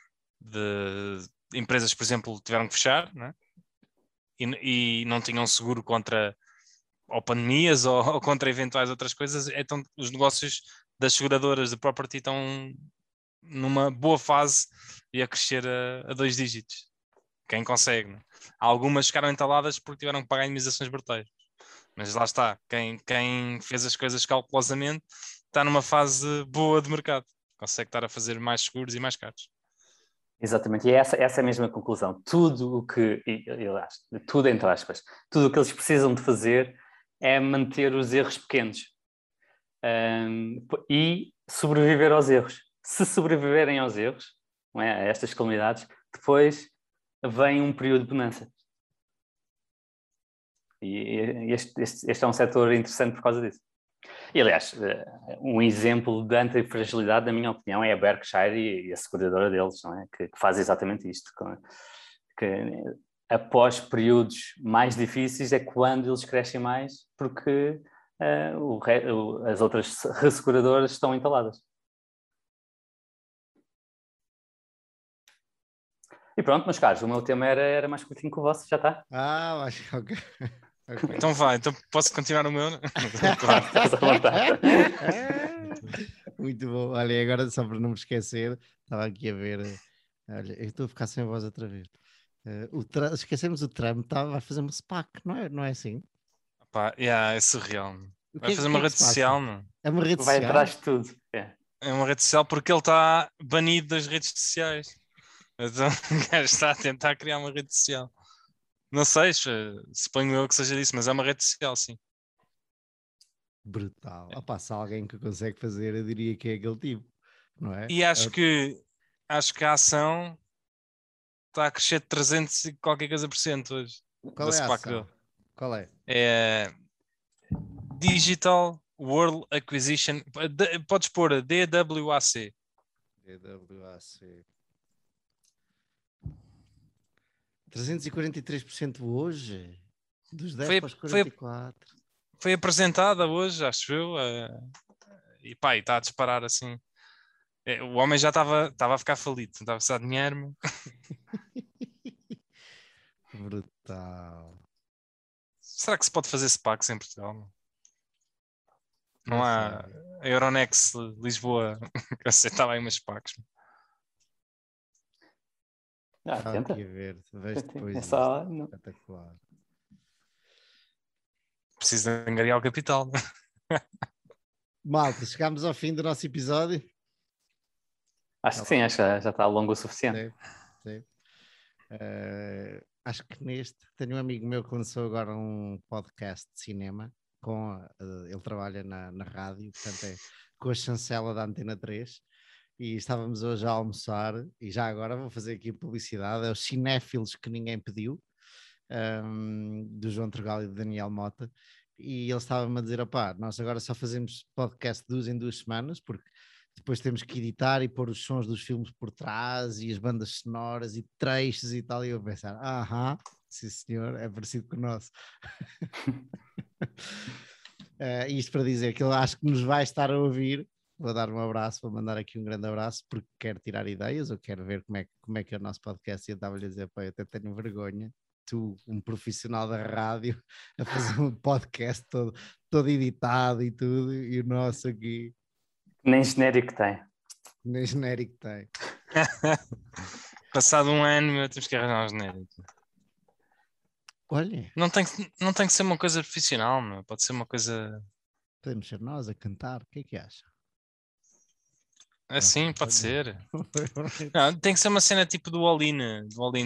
de empresas, por exemplo, tiveram que fechar, não é? E, e não tinham seguro contra ou pandemias ou, ou contra eventuais outras coisas, então os negócios das seguradoras de property estão numa boa fase e a crescer a, a dois dígitos. Quem consegue, não é? Algumas ficaram entaladas porque tiveram que pagar indemnizações brutais. Mas lá está, quem, quem fez as coisas calculosamente está numa fase boa de mercado. Consegue estar a fazer mais seguros e mais caros. Exatamente, e essa, essa é a mesma conclusão. Tudo o que, eu acho, tudo entre aspas, tudo o que eles precisam de fazer é manter os erros pequenos um, e sobreviver aos erros. Se sobreviverem aos erros, não é, a estas calamidades, depois vem um período de bonança. E este, este, este é um setor interessante por causa disso. E, aliás, um exemplo de antifragilidade, na minha opinião, é a Berkshire e a seguradora deles, não é? que, que faz exatamente isto. Que, após períodos mais difíceis é quando eles crescem mais, porque uh, o, o, as outras resseguradoras estão entaladas. E pronto, meus caros, o meu tema era, era mais curtinho que o vosso, já está? Ah, acho que ok. Okay. Então vai, então posso continuar o meu? Muito bom. Olha, agora só para não me esquecer, estava aqui a ver. Olha, eu estou a ficar sem voz outra vez. Uh, o tra... Esquecemos o Trump, tá, vai fazer uma SPAC, não é, não é assim? Pá, yeah, é surreal. Vai que, fazer que uma é rede social, não? É uma rede vai social? Vai atrás de tudo. É. é uma rede social porque ele está banido das redes sociais. Então o gajo está a tentar criar uma rede social. Não sei, suponho eu que seja disso, mas é uma rede social, sim. Brutal. É. Opa, se há alguém que consegue fazer, eu diria que é aquele tipo, não é? E acho é... que acho que a ação está a crescer de trezentos e qualquer coisa por cento hoje. Qual é a ação? Qual é? É Digital World Acquisition. Podes pôr a D W A C. D W A C. trezentos e quarenta e três por cento hoje, dos dez foi, para os quarenta e quatro. Foi, foi apresentada hoje, acho eu, uh, e pá, está a disparar assim. É, o homem já estava estava a ficar falido, não estava a precisar de dinheiro. Brutal. Será que se pode fazer SPACs em Portugal? Não, não, não há a Euronext Lisboa que aceitava aí umas SPACs. Ah, tenta. Aqui a ver, vejo depois é só, não. Espetacular. Precisa de angariar o capital. Malta, chegámos ao fim do nosso episódio. Acho que sim, acho que já, já está longo o suficiente. Sim, sim. Uh, acho que neste, tenho um amigo meu que lançou agora um podcast de cinema, com, uh, ele trabalha na, na rádio, portanto é com a chancela da Antena três, e estávamos hoje a almoçar, e já agora vou fazer aqui publicidade, é os Cinéfilos que ninguém pediu, um, do João Tregal e do Daniel Mota, e ele estava-me a dizer, opá, nós agora só fazemos podcast duas em duas semanas, porque depois temos que editar e pôr os sons dos filmes por trás, e as bandas sonoras, e trechos e tal, e eu pensar, aham, sim senhor, é parecido com o nosso. Uh, isto para dizer que ele acho que nos vai estar a ouvir. Vou dar um abraço, vou mandar aqui um grande abraço, porque quero tirar ideias, eu quero ver como é, como é que é o nosso podcast, e eu estava-lhe a dizer, pá, eu até tenho vergonha, tu, um profissional da rádio, a fazer um podcast todo, todo editado e tudo, e o nosso aqui... Nem genérico tem. Nem genérico tem. Passado um ano, meu, temos que arranjar um genérico. Olha. Não tem, não tem que ser uma coisa profissional, meu. Pode ser uma coisa... Podemos ser nós a cantar, o que é que acha? Assim, pode ser. Não, tem que ser uma cena tipo do All-In, do All-In,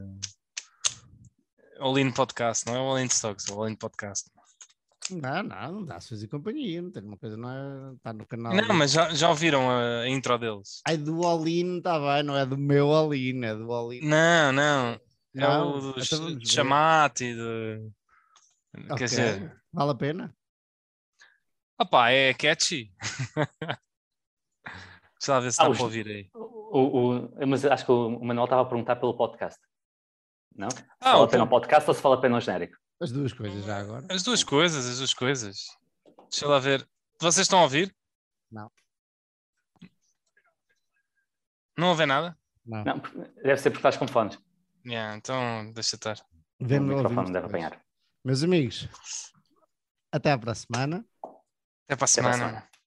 All-In Podcast, não é o All-In Stocks, é o All-In Podcast. Não, não, não dá a fazer companhia, não tem uma coisa, não é, está no canal. Não, mas já, já ouviram a, a intro deles? Ai, do All-In, está bem, não é do meu All-In, é do All-In. Não, não, não, é o do então Chamate e do... Okay. Quer dizer... Vale a pena? Opá, é catchy. Deixa lá ver se ah, está os, para ouvir aí. O, o, mas acho que o Manuel estava a perguntar pelo podcast. Não? Se ah, vale o a pena o podcast ou se vale a pena o genérico? As duas coisas já agora. As duas coisas, as duas coisas. Deixa lá ver. Vocês estão a ouvir? Não. Não ouvem nada? Não. Não, deve ser porque estás com fones. Yeah, então deixa estar. Vemos o microfone deve apanhar. Meus amigos, até para a semana. Até para a semana.